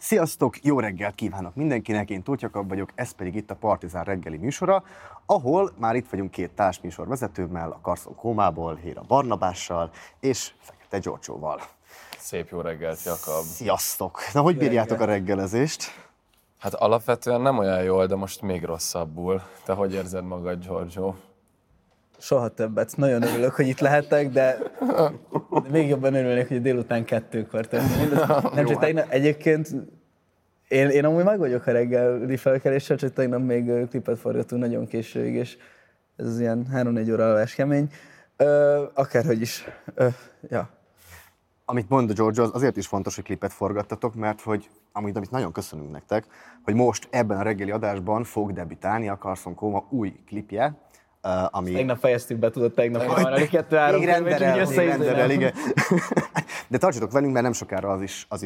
Sziasztok, jó reggelt kívánok mindenkinek, én Tóth Jakab vagyok, ez pedig itt a Partizán reggeli műsora, ahol már itt vagyunk két társműsorvezetőmmel, a Carson Kómából, Héra Barnabással és Fekete Giorgioval. Szép jó reggelt, Jakab! Sziasztok! Na, hogy bírjátok a reggelezést? Hát alapvetően nem olyan jól, de most még rosszabbul. Te hogy érzed magad, Giorgio? Soha többet. Nagyon örülök, hogy itt lehetek, de még jobban örülnék, hogy délután 2-kor történik. Nem csak tegnap, egyébként én amúgy meg vagyok a reggeli felkeléssel, csak tegnap még klipet forgatunk nagyon későig, és ez ilyen 3-4 óra alvás kemény. Akárhogy is. Ja. Amit mond a Giorgio, az azért is fontos, hogy klipet forgattatok, mert hogy amit nagyon köszönünk nektek, hogy most ebben a reggeli adásban fog debütálni a Carson Kóma új klipje, ami... Tegnap fejeztük be, tudod, tegnap hajnali 2-3 renderel, igen. De tartsatok velünk, mert nem sokára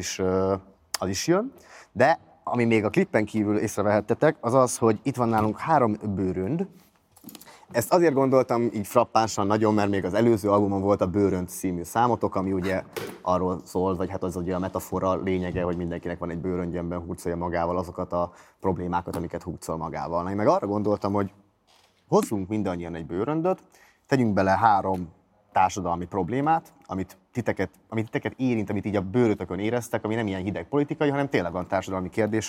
az is jön. De ami még a klippen kívül észrevehettetek, az az, hogy itt van nálunk 3 bőrönd. Ezt azért gondoltam így frappánsan nagyon, mert még az előző albumon volt a Bőrönd című számotok, ami ugye arról szól, vagy hát az ugye a metafora lényege, hogy mindenkinek van egy bőröndje, amiben hurcolja magával azokat a problémákat, amiket hurcol magával. Na, én meg arra gondoltam, hogy hozzunk mindannyian egy bőröndöt, tegyünk bele 3 társadalmi problémát, amit titeket érint, amit így a bőrötökön éreztek, ami nem ilyen hideg politikai, hanem tényleg van társadalmi kérdés,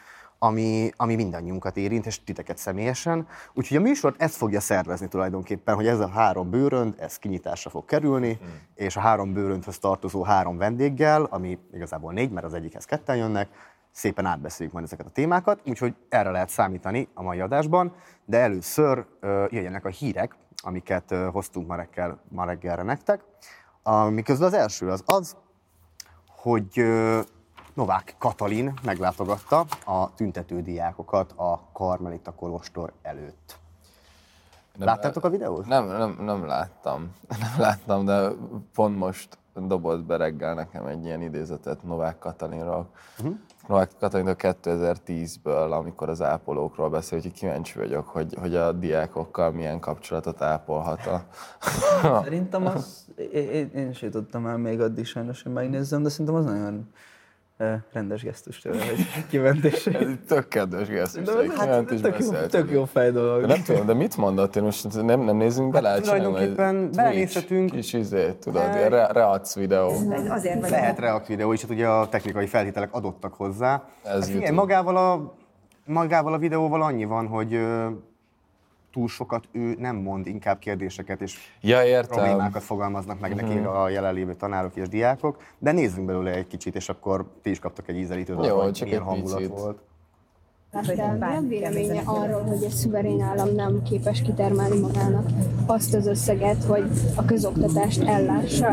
ami mindannyiunkat érint, és titeket személyesen. Úgyhogy a műsort ezt fogja szervezni tulajdonképpen, hogy ez a 3 bőrönd, ez kinyitásra fog kerülni, és a 3 bőröndhöz tartozó 3 vendéggel, ami igazából 4, mert az egyikhez 2-en jönnek, szépen átbeszéljük majd ezeket a témákat, úgyhogy erre lehet számítani a mai adásban, de először jöjjenek a hírek, amiket hoztunk ma reggelre nektek. Miközben az első az, hogy Novák Katalin meglátogatta a tüntetődiákokat a Karmelita kolostor előtt. Láttátok a videót? Nem láttam, de pont most dobott be reggel nekem egy ilyen idézetet Novák Katalinról. Novák Katalintól 2010-ből, amikor az ápolókról beszél, úgyhogy kíváncsi vagyok, hogy a diákokkal milyen kapcsolatot ápolhat Szerintem én sem tudtam el még addig sajnos, hogy megnézzem, de szerintem az nagyon rendes gesztus tőle, hogy kimentés. Ez egy tök kedves gesztus. Tök jó fej dolog. De nem tudom, de mit mondott? Én most nem nézzünk bele? Hát, tulajdonképpen belenézhetünk. Kis tudod, ilyen reakc videó. Lehet reakc videó is, hát ugye a technikai feltételek adottak hozzá. Ez hát magával a videóval annyi van, hogy túl sokat ő nem mond, inkább kérdéseket és problémákat fogalmaznak meg neki a jelenlévő tanárok és diákok, de nézzünk belőle egy kicsit, és akkor ti is kaptok egy ízelítőt, hogy milyen hangulat volt. Mi véleménye arról, hogy egy szuverén állam nem képes kitermelni magának azt az összeget, hogy a közoktatást ellássa?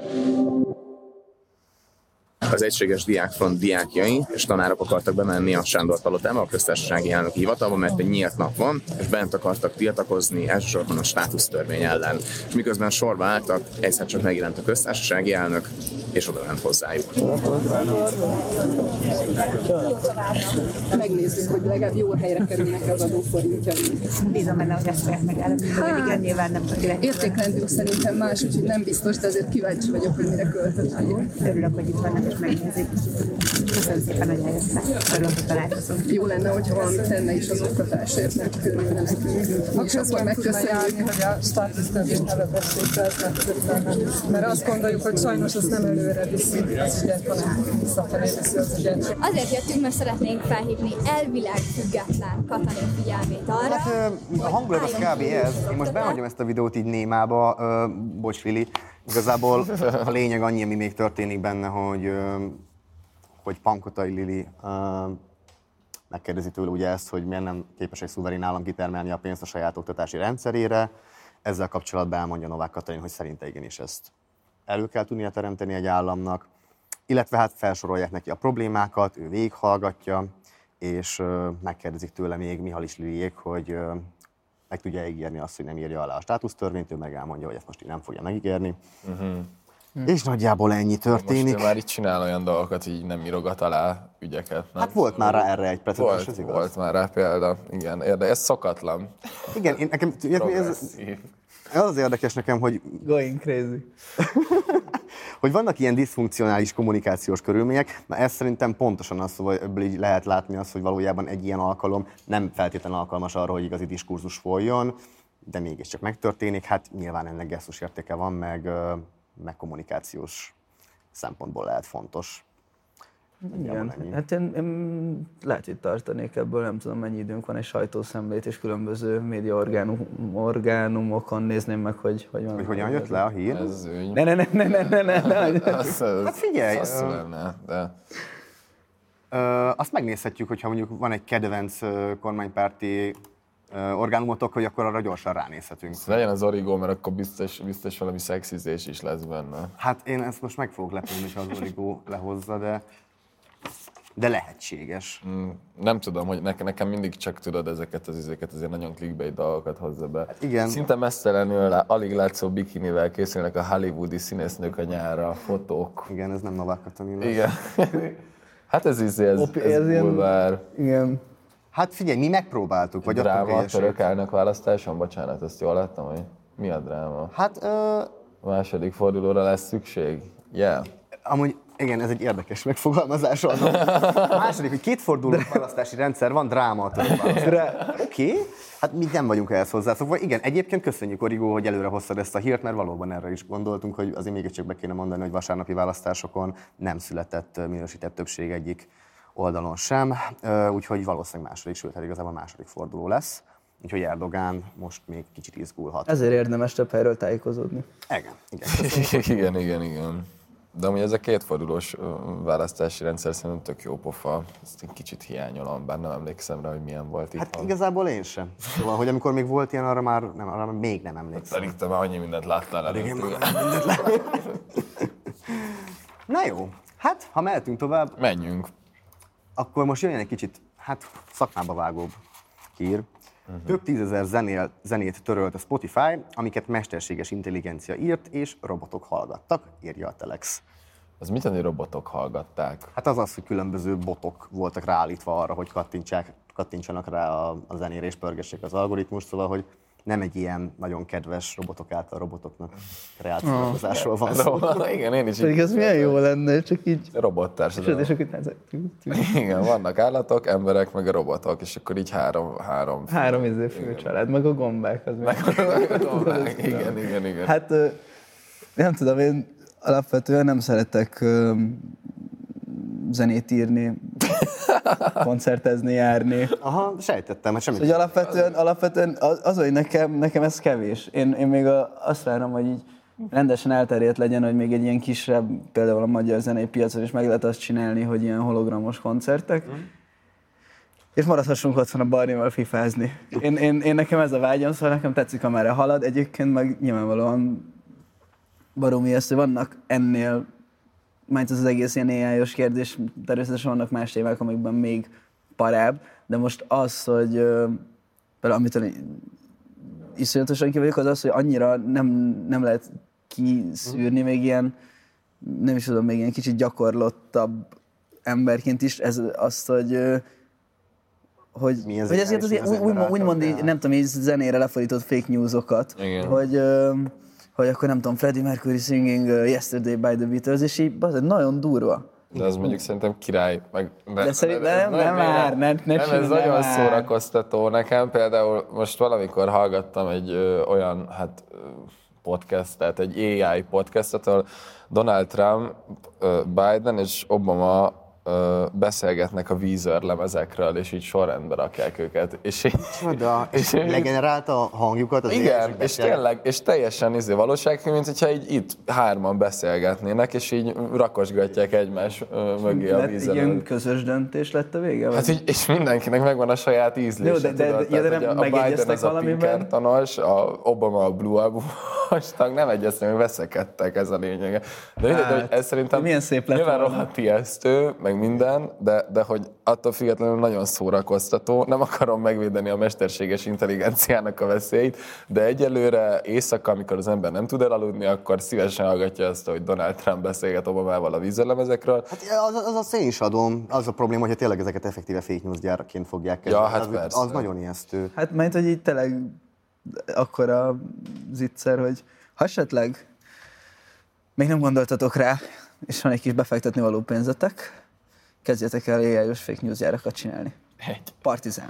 Az Egységes Diákfront diákjai és tanárok akartak bemenni a Sándor palotába, a köztársasági elnöki hivatalba, mert egy nyílt nap van, és bent akartak tiltakozni elsősorban a státusztörvény ellen. És miközben sorba álltak, egyszer csak megjelent a köztársasági elnök, és oda ment hozzájuk. Megnézzük, hogy legalább jó helyre kerülnek az adóforintjaink. Bízom benne, hogy ezt fogják megállapítani, hogy igen, nyilván nem csak direkt. Értékrendünk szerintem más, úgyhogy nem biztos, de azért kíváncsi vagyok, hogy mire költöttünk. Örülök, hogy itt vannak és megnézik. Köszönöm szépen, hogy eljöttek. Örülök, hogy találkozunk. Jó lenne, hogyha valamit tenne is az oktatásért, mert körülbelül nekünk. És akkor megköszönjük, hogy a státusztörvényt előveszik, mert azt gondoljuk, hogy sajnos ez nem előre viszi az ügyet, hanem visszafelé viszi az ügyet. Azért jöttünk, mert szeretnénk felhívni elvileg független Katalin figyelmét arra, Hát a hangulat az kb. Ez. Én most behagyom ezt a videót így némába, bocs Lili. Igazából a lényeg annyi, ami még történik benne, hogy Pankotai Lili megkérdezi tőle ugye ezt, hogy miért nem képes egy szuverén állam kitermelni a pénzt a saját oktatási rendszerére. Ezzel kapcsolatban elmondja Novák Katalin, hogy szerinte igenis ezt elő kell tudnia teremteni egy államnak, illetve hát felsorolják neki a problémákat, ő végighallgatja, és megkérdezik tőle még Mihalis Liliék, hogy meg tudja ígérni azt, hogy nem írja alá a státusztörvényt, ő meg elmondja, hogy ezt most így nem fogja megígérni. És nagyjából ennyi történik. Most már itt csinál olyan dolgokat, hogy így nem írogat alá ügyeket. Nem? Hát volt már rá erre egy precedens, ez igaz? Volt már rá példa, igen. De ez szokatlan. Igen, nekem az érdekes nekem, hogy... Going crazy. hogy vannak ilyen diszfunkcionális kommunikációs körülmények, mert ez szerintem pontosan az, hogy ebből így lehet látni azt, hogy valójában egy ilyen alkalom nem feltétlenül alkalmas arra, hogy igazi diskurzus folyjon, de mégiscsak megtörténik. Hát nyilván ennek gesztus értéke van, meg kommunikációs szempontból lehet fontos. Igen, hát én lehet, hogy tartanék ebből, nem tudom mennyi időnk van, egy sajtószemlét és különböző média orgánumokon nézném meg, hogy van. Hogy hogyan jött le a hír? Ez az ügy. Ne. Hát figyelj! Azt lenne, de... Azt megnézhetjük, hogyha mondjuk van egy kedvenc kormánypárti orgánumotok, hogy akkor arra gyorsan ránézhetünk. Legyen az Origo, mert akkor biztos valami szexizés is lesz benne. Hát én ezt most meg fogok lepődni, hogyha az Origo lehozza, de lehetséges. Nem tudom, hogy nekem mindig csak tudod ezeket azért nagyon clickbait dolgokat hozza be. Hát igen. Szinte mesztelenül alig látszó bikinivel készülnek a hollywoodi színesznők a nyárra, fotók. Igen, ez nem Novák Katalin. Igen. Hát ez bulvár. Igen. Hát figyelj, mi megpróbáltuk, vagy Dráma, török elnök választáson, bocsánat, ezt jól láttam, hogy mi a dráma? Hát... A második fordulóra lesz szükség? Yeah. Amúgy igen, ez egy érdekes megfogalmazás. A második, hogy kétforduló választási rendszer van, dráma a török választás. Oké, hát mi nem vagyunk ehhez hozzászokva. Igen, egyébként köszönjük, Origo, hogy előre hoztad ezt a hírt, mert valóban erre is gondoltunk, hogy azért mégiscsak be kéne mondani, hogy vasárnapi választásokon nem született minősített többség egyik oldalon sem, úgyhogy valószínűleg második, sőt, hát igazából második forduló lesz. Úgyhogy Erdogán most még kicsit izgulhat. Ezért érdemes több helyről tájékozódni. Igen. De amúgy ez a kétfordulós választási rendszer szerintem tök jó pofa. Ezt egy kicsit hiányolom, bár nem emlékszem rá, hogy milyen volt itt. Hát igazából én sem. Szóval, hogy amikor még volt ilyen, arra még nem emlékszem. Pedig te már annyi mindent láttál előtt. Na jó, hát ha mehetünk tovább. Menjünk. Akkor most jön egy kicsit, szakmába vágóbb hír. Több tízezer zenét törölt a Spotify, amiket mesterséges intelligencia írt, és robotok hallgattak, írja a Telex. Az mit tenni, robotok hallgatták? Hát az, hogy különböző botok voltak ráállítva arra, hogy kattintsanak rá a zenére és pörgessék az algoritmust, szóval, hogy nem egy ilyen nagyon kedves robotok által robotoknak kreált szórakozásról van szó. Igen, én is. Pedig ez milyen jó lenne, csak így... Robottársadalom. És akkor igen, vannak állatok, emberek, meg a robotok, és akkor így három. Három fő család, meg a gombák. Az meg a gombák, igen. Hát nem tudom, én alapvetően nem szeretek zenét írni, koncertezni, járni. Aha, sejtettem, hát semmit. Hogy alapvetően az, hogy nekem ez kevés. Én még azt várom, hogy így rendesen elterjedt legyen, hogy még egy ilyen kisebb, például a magyar zenei piacon is meg lehet azt csinálni, hogy ilyen hologramos koncertek. És maradhassunk otthon a Barnival fifázni. Én nekem ez a vágyam, szóval nekem tetszik, amerre halad. Egyébként meg nyilvánvalóan baromi ezt, hogy vannak ennél, majd az egész ilyen AI-os kérdés, természetesen vannak más témák, amikben még parább, de most az, hogy például amitől iszonyatosan ki vagyok, az, hogy annyira nem lehet kiszűrni még ilyen, nem is tudom, még ilyen kicsit gyakorlottabb emberként is, ez azt, hogy ezért az úgymond így, nem tudom, így zenére lefordított fake newsokat, hogy akkor nem tudom, Freddie Mercury singing Yesterday by the Beatles, és így nagyon durva. De az mondjuk szerintem király. De szerintem nem, ez nagyon szórakoztató nekem. Például most valamikor hallgattam egy olyan podcastet, egy AI podcastet, ahol Donald Trump, Biden és Obama beszélgetnek a Weezer lemezekről, és így sorrendbe rakják őket. És legenerálta a hangjukat az igen, és teljesen valóság, mint hogyha így itt hárman beszélgetnének, és így rakosgatják egymás mögé a Weezer. Ilyen közös döntés lett a vége? Hát így, és mindenkinek megvan a saját ízlése. De nem megegyeztek valamiben? A Biden az a Pinkertonos, a Obama a Blue Album-os tag, nem egyeztek, hogy veszekedtek, ez a lényege. De hogy ez szerintem milyen szép lett nyilván rohadt ijesztő, meg minden, de hogy attól függetlenül nagyon szórakoztató. Nem akarom megvédeni a mesterséges intelligenciának a veszélyt, de egyelőre éjszaka, amikor az ember nem tud elaludni, akkor szívesen hallgatja azt, hogy Donald Trump beszélget Obamával a vízerlemezekről. Hát az én is adom. Az a probléma, hogyha tényleg ezeket effektíve fake news gyáraként fogják kezelni. Ja, hát persze. Az nagyon ijesztő. Hát mert hogy így tényleg akkora zicser, hogy ha esetleg még nem gondoltatok rá, és van egy kis befektetni való pénzetek, kezdjetek el AI-os fake news gyárakat csinálni. Partizán.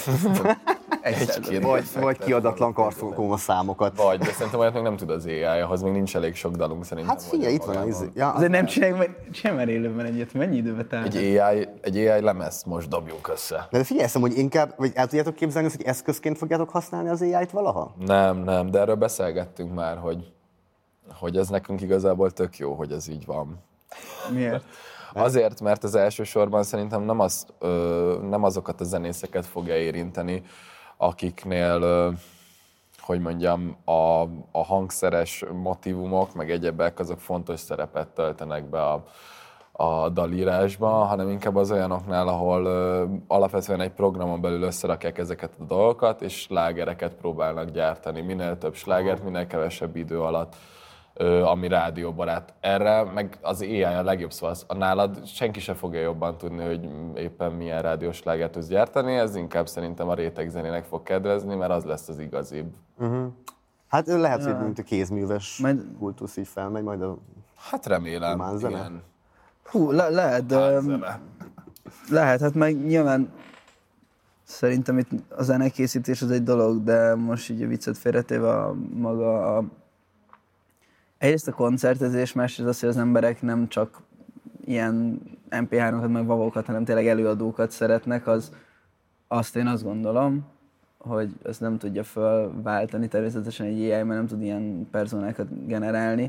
Vagy kiadatlan karszókóma számokat. Vagy, de szerintem olyat még nem tud az AI, ahhoz még nincs elég sok dalunk szerintem. Hát figyelj, itt van az... Ja, azért nem csinálj már élőben egyet, mennyi időbe táll? Egy AI lemezt most dobjunk össze. De figyelj, hogy inkább, vagy el tudjátok képzelni, hogy eszközként fogjátok használni az AI-t valaha? Nem, de erről beszélgettünk már, hogy ez nekünk igazából tök jó, hogy ez így van. Miért? Azért, mert az elsősorban szerintem nem azokat a zenészeket fogja érinteni, akiknél, hogy mondjam, a hangszeres motívumok, meg egyebek, azok fontos szerepet töltenek be a dalírásban, hanem inkább az olyanoknál, ahol alapvetően egy programon belül összerakják ezeket a dolgokat, és slágereket próbálnak gyártani. Minél több slágert, minél kevesebb idő alatt, ami rádióbarát. Erre meg az AI a legjobb szó. Nálad senki se fogja jobban tudni, hogy éppen milyen rádiós slágert tudsz gyártani, ez inkább szerintem a rétegzenének fog kedvezni, mert az lesz az igazibb. Hát lehet, hogy mint a kézműves kultusz így felmegy, majd a... Hát remélem, igen. Hú, lehet, hát meg nyilván szerintem itt a zenekészítés az egy dolog, de most így a viccet félretéve maga egyrészt a koncertezés, másrészt az, hogy az emberek nem csak ilyen MP3-okat, meg vavokat, hanem tényleg előadókat szeretnek, azt én azt gondolom, hogy ezt nem tudja fölváltani természetesen egy AI, mert nem tud ilyen personákat generálni.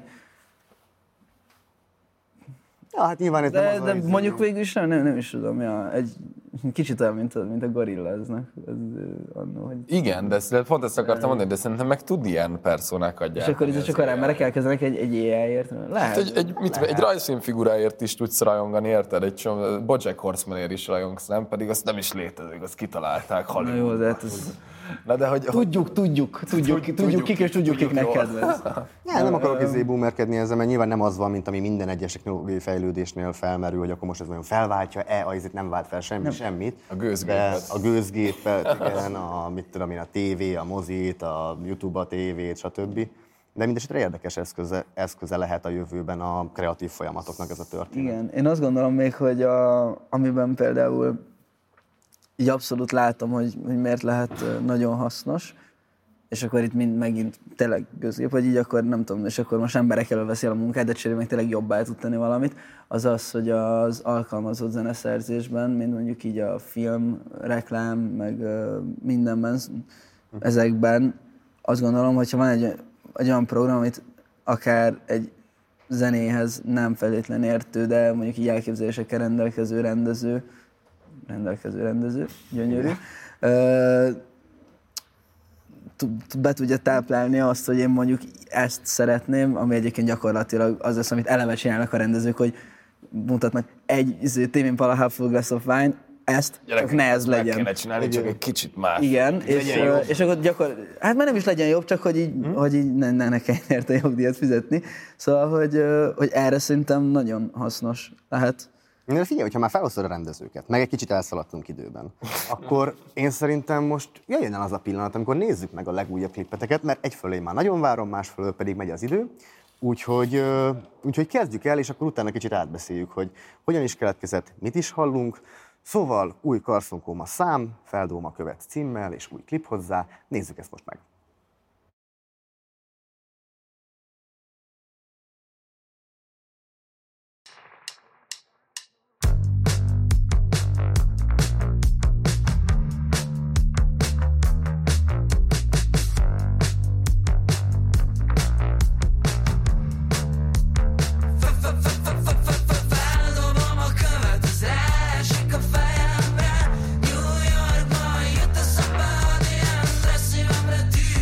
Ja, hát nyilván ez de mondjuk végül is nem is tudom, egy kicsit olyan, mint a Gorillaznak. Hogy... Igen, de pont ezt akartam mondani, de szerintem meg tud ilyen personákat gyártani. És akkor itt csak emberek elkezdenek egy AI-ért? Lehet. Egy rajzfilmfiguráért is tudsz rajongani, érted? Egy csomó, BoJack Horsemanért is rajongsz, nem? Pedig azt nem is létezik, azt kitalálták Hollywoodban. Na jó, de hát ez... Tudjuk kik, és tudjuk kiknek kedvez. Nem akarok boomerkedni ezzel, mert nyilván nem az van, mint ami minden egyes technológiai fejlődésnél felmerül, hogy akkor most ez nagyon felváltja-e, azért nem vált fel semmit. A gőzgépet. A gőzgépet, igen, a tévé, a mozit, a YouTube, a tévét, stb. De mindesetre érdekes eszköze lehet a jövőben a kreatív folyamatoknak ez a történet. Igen, én azt gondolom még, hogy amiben például így abszolút látom, hogy miért lehet nagyon hasznos, és akkor itt megint tényleg gőzgép, hogy így akkor nem tudom, és akkor most emberek előveszi el a munkát, de cserébe meg tényleg jobbá tud tenni valamit, az, hogy az alkalmazott zeneszerzésben, mint mondjuk így a film, reklám, meg mindenben, ezekben azt gondolom, hogyha van egy olyan program, amit akár egy zenéhez nem feltétlenül értő, de mondjuk így elképzelésekkel rendelkező rendező, gyönyörű, be tudja táplálni azt, hogy én mondjuk ezt szeretném, ami egyébként gyakorlatilag az lesz, amit eleve csinálnak a rendezők, hogy mutatnak egy Tame Impala Half Full Glass of Wine, ezt csak ne ez legyen. Meg kéne csinálni, csak egy kicsit más. Igen, és akkor hát már nem is legyen jobb, csak hogy így ne kelljen érte jogdíjat fizetni. Szóval, hogy erre szerintem nagyon hasznos lehet. De figyelj, hogyha már felosztod a rendezőket, meg egy kicsit elszaladtunk időben, akkor én szerintem most jöjjön el az a pillanat, amikor nézzük meg a legújabb klippeteket, mert egyfelől már nagyon várom, másfelől pedig megy az idő, úgyhogy kezdjük el, és akkor utána kicsit átbeszéljük, hogy hogyan is keletkezett, mit is hallunk. Szóval új Karszónkóma szám, Feldóma követ címmel, és új klip hozzá, nézzük ezt most meg. New Yorkban jut a szabad, ilyen szívemre tűz.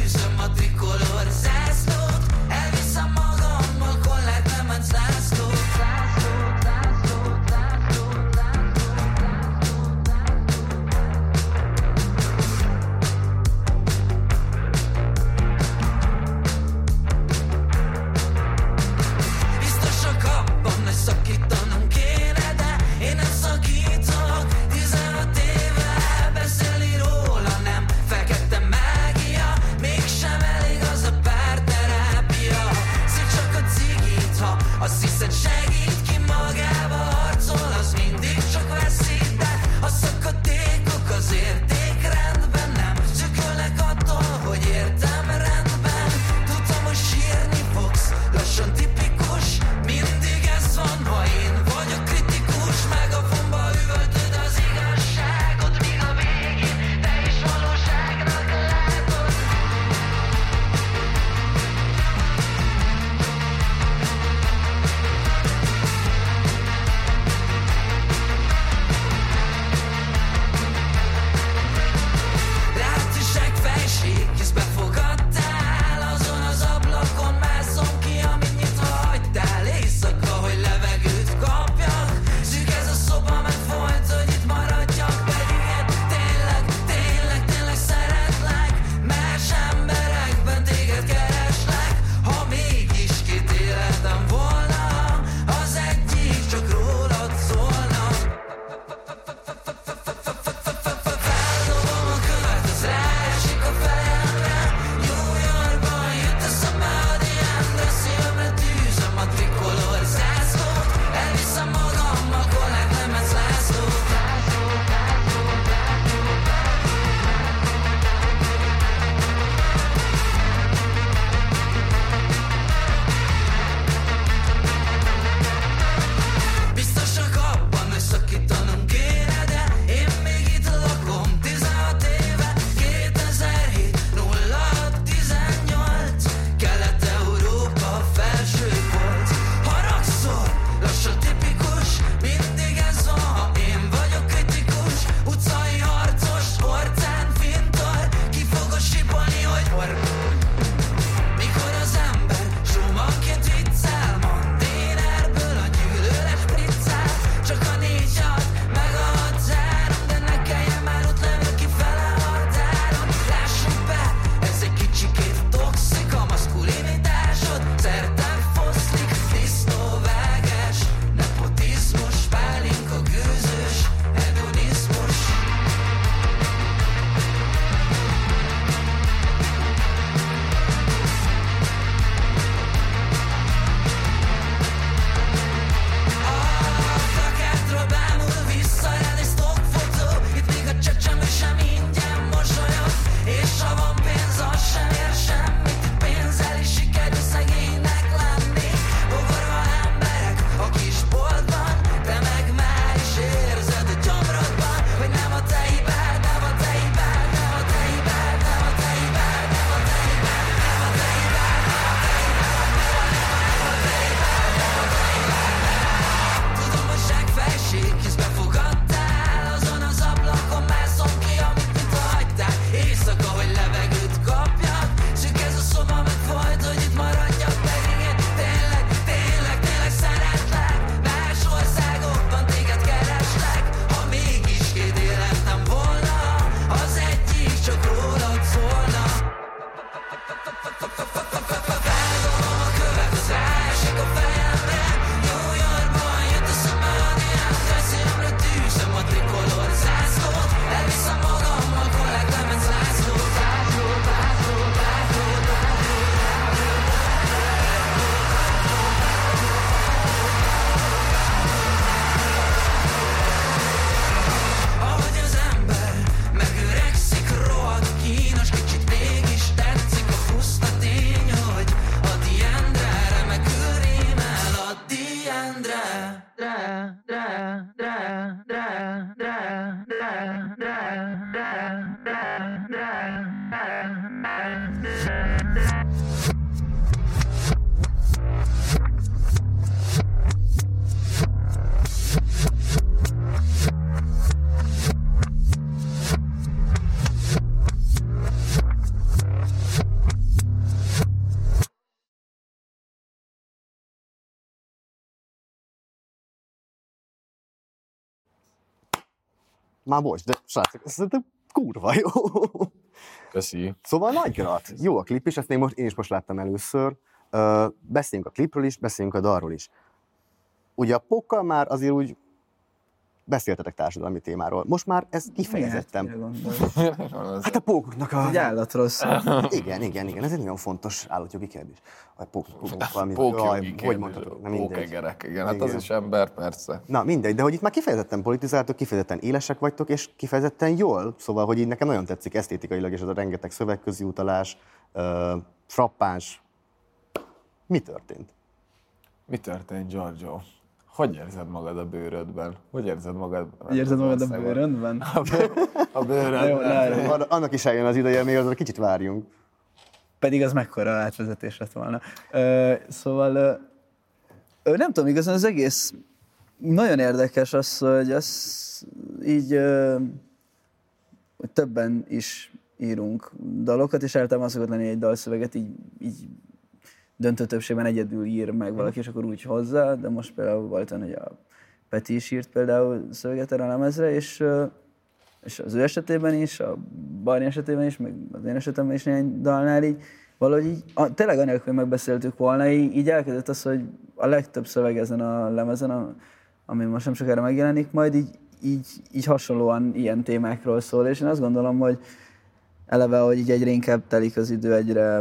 Már bocs, de srácok, ez szerintem kurva jó. Köszi. Szóval nagy grat. Jó a klip is, ezt én is most láttam először. Beszéljünk a klipről is, beszéljünk a dalról is. Ugye a Pókkal már azért úgy beszéltetek társadalmi témáról. Most már ez kifejezetten. Hát a pókoknak a... Egy állatrossz. Igen, ez egy nagyon fontos állatjogi kérdés. A pókok valami... Pókjogi hogy kérdés. mondhatok? Pókegerek, igen. Hát az is ember, persze. Na mindegy, de hogy itt már kifejezetten politizáltok, kifejezetten élesek vagytok, és kifejezetten jól. Szóval, hogy így nekem nagyon tetszik esztétikailag, és az a rengeteg szövegközi utalás, frappáns. Mi történt? Mi történt, Giorgio? Hogy érzed magad a bőrödben? Hogy érzed magad? Hogy érzed magad a bőrödben? A bőrödben. Annak is eljön az ideje, még azra kicsit várjunk. Pedig az mekkora átvezetés lett volna. Szóval nem tudom, igazán az egész nagyon érdekes az, hogy az így hogy többen is írunk dalokat, és általában szokott lenni egy dalszöveget így döntő többségben egyedül ír meg valaki, és akkor úgy hozza, de most például volt olyan, hogy a Peti is írt például szöveget erre a lemezre, és az ő esetében is, a Barni esetében is, meg az én esetemben is néhány dalnál így, valahogy így, tényleg anélkül, hogy megbeszéltük volna, így elkezdett az, hogy a legtöbb szöveg ezen a lemezen, ami most nem sokára megjelenik, majd így hasonlóan ilyen témákról szól, és én azt gondolom, hogy eleve, hogy így egyre inkább telik az idő, egyre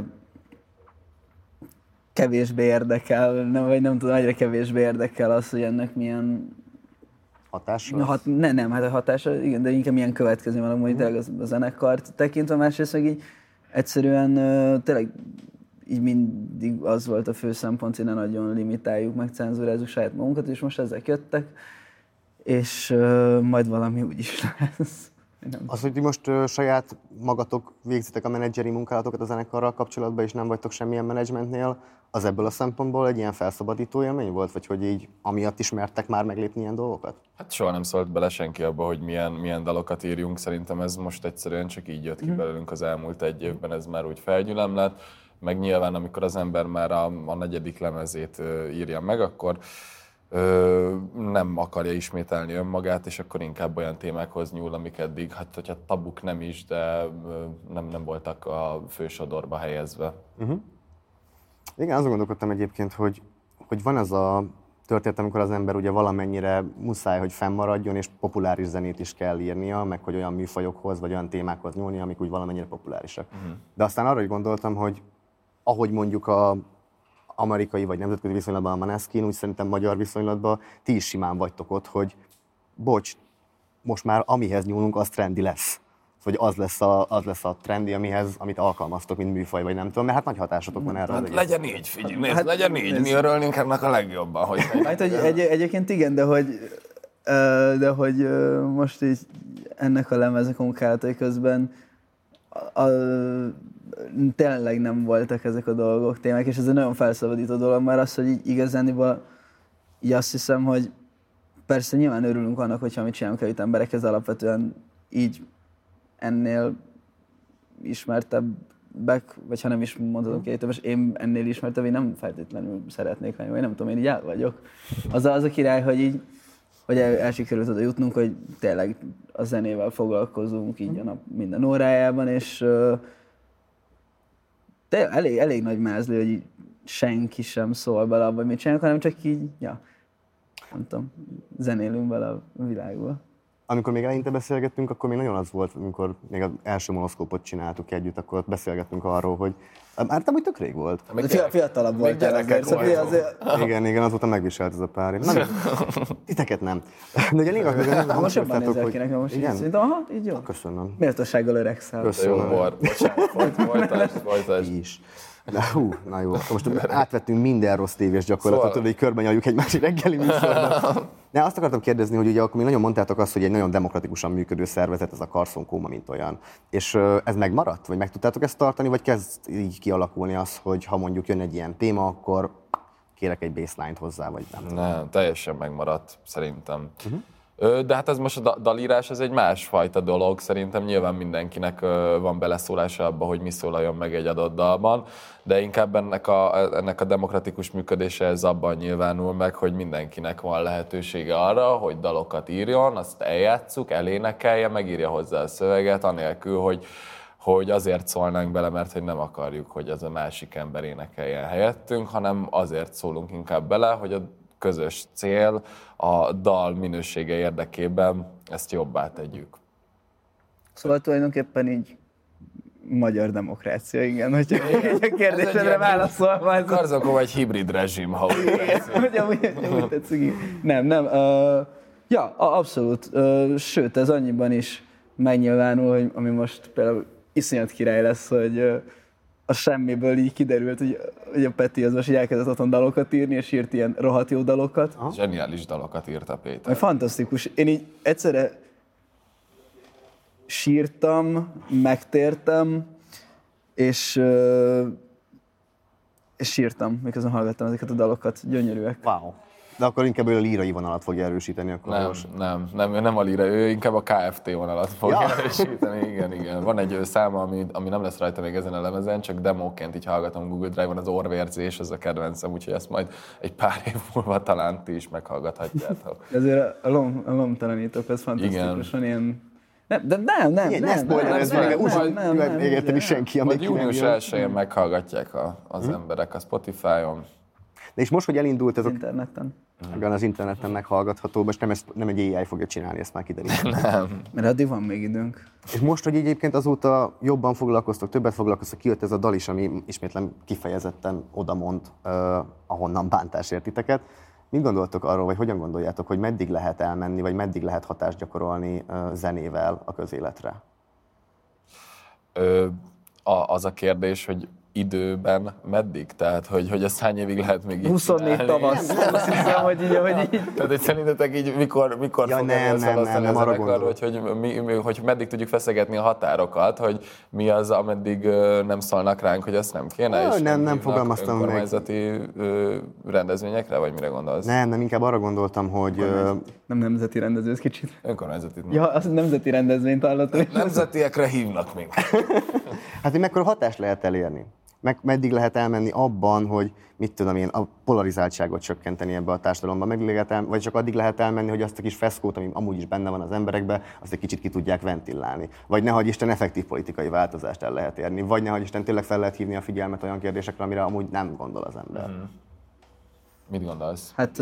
kevésbé érdekel, nem tudom, egyre kevésbé érdekel az, hogy ennek milyen hatása? Hát a hatása, igen, de inkább milyen következmény van, hogy tényleg a zenekart tekintve, másrészt meg így egyszerűen tényleg így mindig az volt a fő szempont, hogy ne nagyon limitáljuk, meg cenzúrázzuk saját magunkat, és most ezek jöttek, és majd valami úgy is lesz. Az, hogy ti most saját magatok végzitek a menedzseri munkálatokat a zenekarral kapcsolatban, és nem vagytok semmilyen menedzsmentnél, az ebből a szempontból egy ilyen felszabadító élmény volt? Vagy hogy így amiatt ismertek már meglépni ilyen dolgokat? Hát soha nem szólt bele senki abba, hogy milyen dalokat írjunk. Szerintem ez most egyszerűen csak így jött ki belőlünk az elmúlt egy évben, ez már úgy felgyülem lett. Meg nyilván, amikor az ember már a negyedik lemezét írja meg, akkor nem akarja ismételni önmagát, és akkor inkább olyan témákhoz nyúl, amik eddig, hát hogyha tabuk nem is, de nem voltak a fősodorba helyezve. Igen, azon gondolkodtam egyébként, hogy van az a történet, amikor az ember ugye valamennyire muszáj, hogy fennmaradjon, és populáris zenét is kell írnia, meg hogy olyan műfajokhoz, vagy olyan témákhoz nyúlni, amik úgy valamennyire populárisak. De aztán arra is gondoltam, hogy ahogy mondjuk a amerikai vagy nemzetközi viszonylatban a Maneskin, úgy szerintem magyar viszonylatban ti is simán vagytok ott, hogy bocs, most már amihez nyúlunk, az trendi lesz. Hogy az lesz a trendi, amit alkalmaztok, mint műfaj, vagy nem tudom, mert hát nagy hatásotok van erre. Hát legyen így, figyelj, nézd, legyen így, mi örülnénk ennek a legjobban. Hogy hát, hogy egyébként igen, de hogy most így ennek a lemezek munkálatai közben tényleg nem voltak ezek a dolgok, témák, és ez egy nagyon felszabadító dolog, mert az, hogy így igazániból így azt hiszem, hogy persze nyilván örülünk annak, hogyha mit csinálunk el itt emberekhez, alapvetően így ennél ismertebbek, vagy ha nem is mondhatom kétőbes, én ennél ismertebb, én nem feltétlenül szeretnék lenni, vagy nem tudom, én így el vagyok. Az a király, hogy el sikerült oda jutnunk, hogy tényleg a zenével foglalkozunk így a nap minden órájában, és elég nagy mázli, hogy senki sem szól bele abba, hogy mit csinálunk, hanem csak így, nem tudom, zenélünk bele a világba. Amikor még eleinte beszélgettünk, akkor még nagyon az volt, amikor még az első monoszkópot csináltuk együtt, akkor ott beszélgettünk arról, hogy már nem úgy tök rég volt. Fiatalabb volt azért. Igen, azóta megviselt ez a pár év. Titeket nem. De ugye lényeg, most jobban nézel ki nekem most. Igen? Szerintem, így jó. Köszönöm. Méltósággal öregszel. Köszönöm. Jó bor. Bocsánat, folytasd. Is. Na jó, most átvettünk minden rossz tévés gyakorlatot, szóval... hogy körben nyaljuk egy másik reggeli műsorban. Azt akartam kérdezni, hogy ugye akkor még nagyon mondtátok azt, hogy egy nagyon demokratikusan működő szervezet ez a Carson Coma, mint olyan. És ez megmaradt? Vagy meg tudtátok ezt tartani? Vagy kezd így kialakulni az, hogy ha mondjuk jön egy ilyen téma, akkor kérek egy baseline-t hozzá, vagy nem? Nem, teljesen megmaradt, szerintem. De hát ez most a dalírás, ez egy másfajta dolog. Szerintem nyilván mindenkinek van beleszólása abba, hogy mi szólaljon meg egy adott dalban, de inkább ennek a demokratikus működése ez abban nyilvánul meg, hogy mindenkinek van lehetősége arra, hogy dalokat írjon, azt eljátsszuk, elénekelje, megírja hozzá a szöveget, anélkül, hogy azért szólnánk bele, mert hogy nem akarjuk, hogy az a másik ember énekeljen helyettünk, hanem azért szólunk inkább bele, hogy a közös cél a dal minősége érdekében ezt jobbá tegyük. Szóval tulajdonképpen így magyar demokrácia, igen, hogyha a kérdésedre válaszolva. Karzakov egy hibrid rezsim, ha úgy úgy tetszik. Nem. Abszolút. Sőt, ez annyiban is megnyilvánul, hogy ami most például iszonyat király lesz, hogy a semmiből így kiderült, hogy a Peti az most így elkezdett otthon dalokat írni, és írt ilyen rohadt jó dalokat. Zseniális dalokat írt a Péter. Fantasztikus. Én így egyszerre sírtam, megtértem, és sírtam, miközben hallgattam ezeket a dalokat. Gyönyörűek. Wow. De akkor inkább ő a lírai vonalat fogja erősíteni. Akkor nem a líra, ő inkább a KFT vonalat fogja erősíteni. Igen. Van egy száma, ami nem lesz rajta még ezen a lemezen, csak demóként így hallgatom Google Drive-on, az orvérzés, az a kedvencem, úgyhogy ezt majd egy pár év múlva talán ti is meghallgathatjátok. Ezért a lomtalanítók, az fantasztikusan ilyen... Nem. Ne spoilerezz meg, úgy nem érteni senki, amelyik június 1-én meghallgatják az emberek a Spotify-on. De és most, hogy elindult ez interneten. Az interneten meghallgatható, most nem egy AI fogja csinálni, ezt már kiderült. Nem. Mert addig van még időnk. És most, hogy egyébként azóta jobban foglalkoztok, többet foglalkoztok, kijött ez a dal is, ami ismétlen kifejezetten odamond, ahonnan bántás ért titeket. Mit gondoltok arról, vagy hogyan gondoljátok, hogy meddig lehet elmenni, vagy meddig lehet hatást gyakorolni zenével a közéletre? Az a kérdés, hogy időben meddig? Tehát, hogy ezt hány évig lehet még így 24 tavasz. Azt hiszem, hogy így. Tehát, hogy szerintetek így mikor fog elszalasztani a zenekar, hogy meddig tudjuk feszegetni a határokat, hogy mi az, ameddig nem szólnak ránk, hogy ezt nem kéne, és nem fogalmaztam meg. Önkormányzati rendezvényekre, vagy mire gondolsz? Nem, inkább arra gondoltam, hogy... Nem nemzeti rendező, ez kicsit. Önkormányzati. Ja, az nemzeti rendezvényt hallottam. Nemzetiekre hívnak minket. Hát, hogy mekkora hatást lehet elérni? Meddig lehet elmenni abban, hogy mit tudom én, a polarizáltságot csökkenteni ebbe a társadalomba, vagy csak addig lehet elmenni, hogy azt a kis feszkót, ami amúgy is benne van az emberekben, azt egy kicsit ki tudják ventilálni. Vagy nehogy Isten effektív politikai változást el lehet érni. Vagy nehogy Isten tényleg fel lehet hívni a figyelmet olyan kérdésekre, amire amúgy nem gondol az ember. Mit gondolsz? Hát,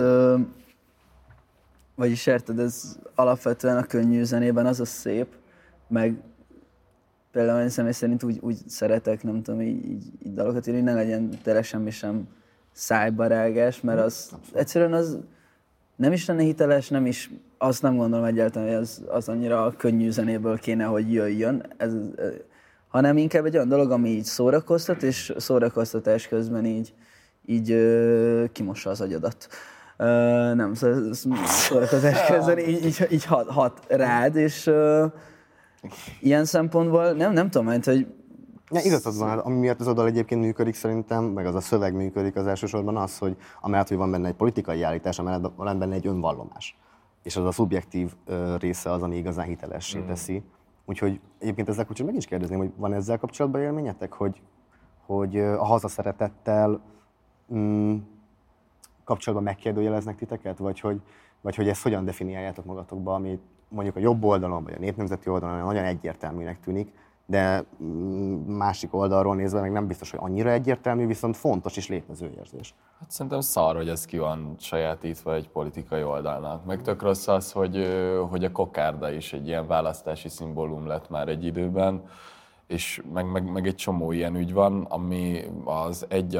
vagyis érted, ez alapvetően a könnyű zenében az a szép, meg például én személy szerint úgy szeretek, nem tudom, így dalokat írni, hogy ne legyen tényleg semmi sem szájbarágás, mert az egyszerűen az nem is lenne hiteles, nem is, azt nem gondolom egyáltalán, hogy az annyira a könnyű zenéből kéne, hogy jöjjön, hanem inkább egy olyan dolog, ami így szórakoztat, és szórakoztatás közben így kimossa az agyadat. Nem, szórakozás közben így hat rád, és ilyen szempontból nem tudom, hogy... Igazad van, ami miatt az a dal egyébként működik szerintem, meg az a szöveg működik az elsősorban az, hogy amellett, hogy van benne egy politikai állítás, amellett van benne egy önvallomás. És az a szubjektív része az, ami igazán hitelessé teszi. Úgyhogy egyébként ezzel kapcsolatban meg is kérdezném, hogy van ezzel kapcsolatban élményetek, hogy a hazaszeretettel kapcsolatban megkérdőjeleznek titeket, vagy hogy ezt hogyan definiáljátok magatokba, ami mondjuk a jobb oldalon, vagy a népnemzeti oldalon nagyon egyértelműnek tűnik, de másik oldalról nézve meg nem biztos, hogy annyira egyértelmű, viszont fontos és létező érzés. Hát szerintem szar, hogy ez ki van sajátítva egy politikai oldalnak. Meg tök rossz az, hogy a kokárda is egy ilyen választási szimbólum lett már egy időben, és meg egy csomó ilyen ügy van, ami az egy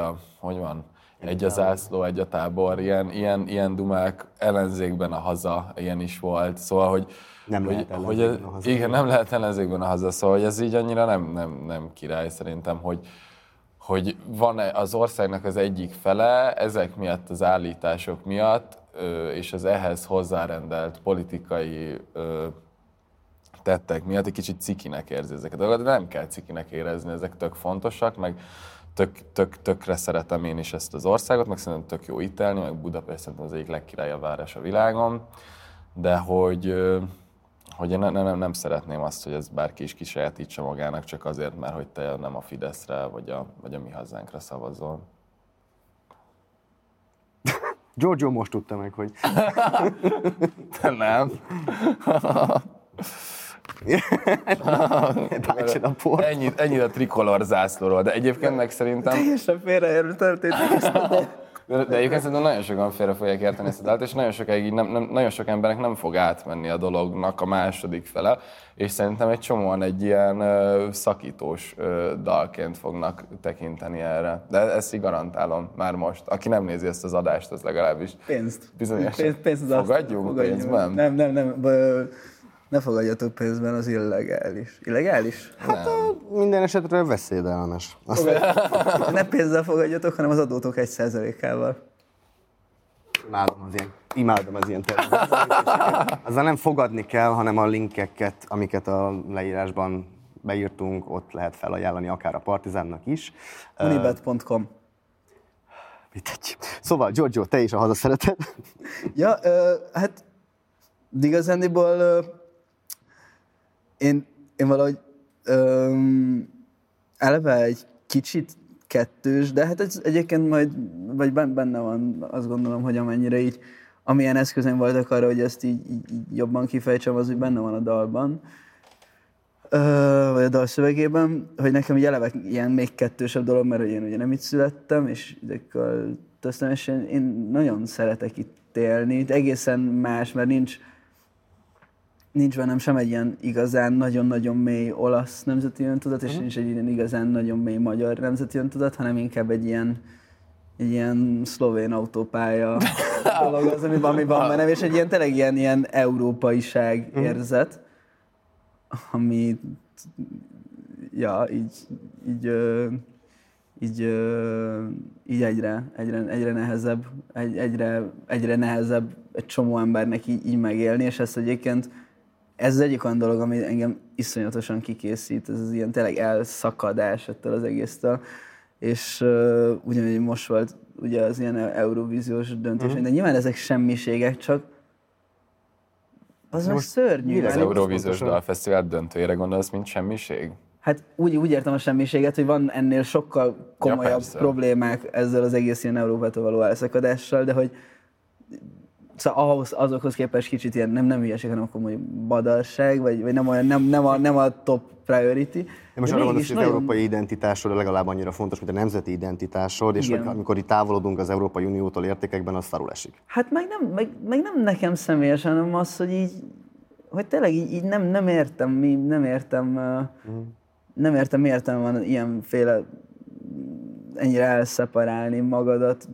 a zászló, egy a tábor, ilyen dumák, ellenzékben a haza, ilyen is volt, szóval, hogy nem lehet ellenzékben a haza. Igen, nem lehet ellenzékben a haza, szóval hogy ez így annyira nem király szerintem, hogy van az országnak az egyik fele, ezek miatt az állítások miatt, és az ehhez hozzárendelt politikai tettek miatt egy kicsit cikinek érzi ezeket a dolgokat, de nem kell cikinek érezni, ezek tök fontosak, meg tökre szeretem én is ezt az országot, meg szerintem tök jó itt élni, meg Budapest szerintem az egyik legkirályabb város a világon. de hogy én nem szeretném azt, hogy ez bárki is kisajátítsa magának csak azért, mert hogy te nem a Fideszre vagy a Mi Hazánkra szavazol. Giorgio most tudta meg, hogy... Nem. Bácsid a por. Ennyit a trikolor zászlóról, de egyébként meg szerintem... Teljesen félreértő történik. De egyébként szerintem nagyon sokan félre fogják érteni ezt a dalt, és nagyon sokáig így nagyon sok embernek nem fog átmenni a dolognak a második fele, és szerintem egy csomóan egy ilyen szakítós dalként fognak tekinteni erre. De ezt így garantálom már most. Aki nem nézi ezt az adást, az legalábbis Pénzt. bizonyosan. Pénzt Fogadjunk pénzben? Nem. Ne fogadjatok pénzben, az illegális. Illegális? Hát minden esetre veszélydelmes. Ne pénzzel fogadjatok, hanem az adótok 1%-ával. Imádom az ilyen területeket. Azzal nem fogadni kell, hanem a linkeket, amiket a leírásban beírtunk, ott lehet felajánlani akár a Partizánnak is. Unibet.com. Szóval, Giorgio, te is a hazaszereted. Ja, hát igazándiból én valahogy eleve egy kicsit kettős, de hát ez egyébként majd, vagy benne van, azt gondolom, hogy amennyire így, amilyen eszközön voltak arra, hogy ezt így jobban kifejtsem, az úgy benne van a dalban, vagy a dal szövegében, hogy nekem így eleve ilyen még kettősebb dolog, mert én ugye nem itt születtem, és ide költöztem, és én nagyon szeretek itt élni, egészen más, mert nincs bennem sem egy ilyen igazán nagyon-nagyon mély olasz nemzeti öntudat, és nincs egy ilyen igazán nagyon mély magyar nemzeti öntudat, hanem inkább egy ilyen szlovén autópálya dolog az, ami van bennem, és egy ilyen tényleg ilyen európaiság érzet, ami így egyre nehezebb egy csomó embernek így megélni, és ezt egyébként ez az egyik olyan dolog, ami engem iszonyatosan kikészít, ez az ilyen tényleg elszakadás ettől az egésztől, és ugyanúgy most volt ugye az ilyen Eurovíziós döntés, de nyilván ezek semmiségek, csak az most szörnyű. Az Eurovíziós Dalfesztivál döntőjére gondolsz, mint semmiség? Hát úgy értem a semmiséget, hogy van ennél sokkal komolyabb problémák ezzel az egész ilyen Európától való elszakadással, de hogy szóval azokhoz képest kicsit ilyen nem hülyeség, hanem komoly badarság, vagy nem a top priority. Én most arra gondolsz, hogy az európai identitásod legalább annyira fontos, mint a nemzeti identitásod, és hogy amikor itt távolodunk az Európai Uniótól értékekben, az szarul esik. Hát meg nem nekem személyesen, hanem az, hogy tényleg így nem értem miért van ilyenféle ennyire elszeparálni magadat,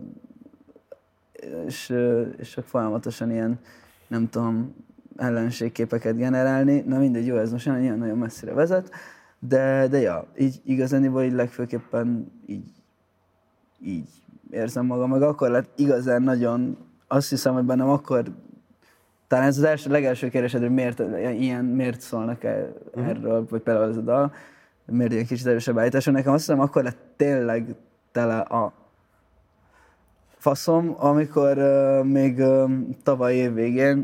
és folyamatosan ilyen, nem tudom, ellenségképeket generálni. Na mindegy, jó, ez most ilyen nagyon messzire vezet, de ja, így igazániból így legfőképpen így érzem magam, meg akkor lett igazán nagyon, azt hiszem, hogy bennem akkor, talán ez az legelső kérdésedről, miért szólnak erről, vagy például ez a dal, miért ilyen kicsit erősebb állítású, nekem azt hiszem, akkor lett tényleg tele a faszom, amikor még tavaly év végén,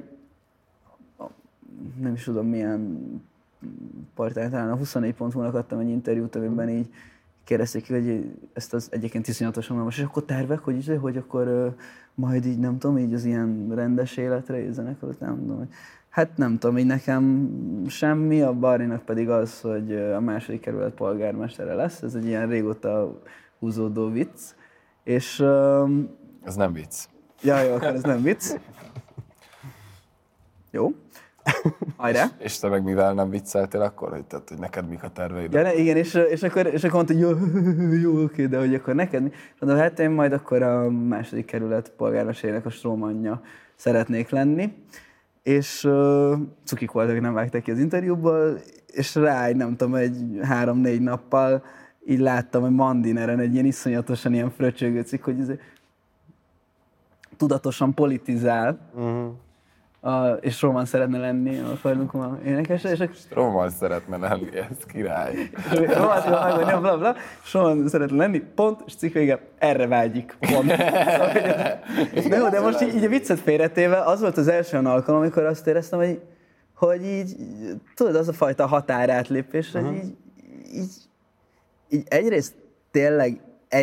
nem is tudom milyen portálon, talán a 24.hu-nak adtam egy interjút, amiben így kérdezték ki, hogy ezt az egyébként iszonyatosan most, és akkor tervek, hogy akkor majd így nem tudom, így az ilyen rendes életre érzenek, nem tudom, hát nem tudom, így nekem semmi, a Barninak pedig az, hogy a második kerület polgármestere lesz, ez egy ilyen régóta húzódó vicc, és ez nem vicc. Ja, jó, akkor ez nem vicc. Jó. Hajrá. És te meg mivel nem vicceltél akkor, hogy neked mik a terveid? Ja, igen, és akkor mondta, hogy jó, oké, de hogy akkor neked mi? Mondom, hát én majd akkor a második kerület polgármesterének a strómanja szeretnék lenni. És cukik voltak, hogy nem vágták ki az interjúból, és rá, nem tudom, egy 3-4 nappal így láttam, hogy Mandineren egy ilyen iszonyatosan ilyen fröcsögő cikk, hogy tudatosan politizál és Roman szeretne lenni a Fajlunkoma énekese, és Roman szeretne lenni, ez király. És Roman szeretne lenni, pont, és cikk vége, erre vágyik, pont. De most így a viccet félretéve, az volt az első alkalom, amikor azt éreztem, hogy így, tudod, az a fajta határátlépés, hogy így egyrészt tényleg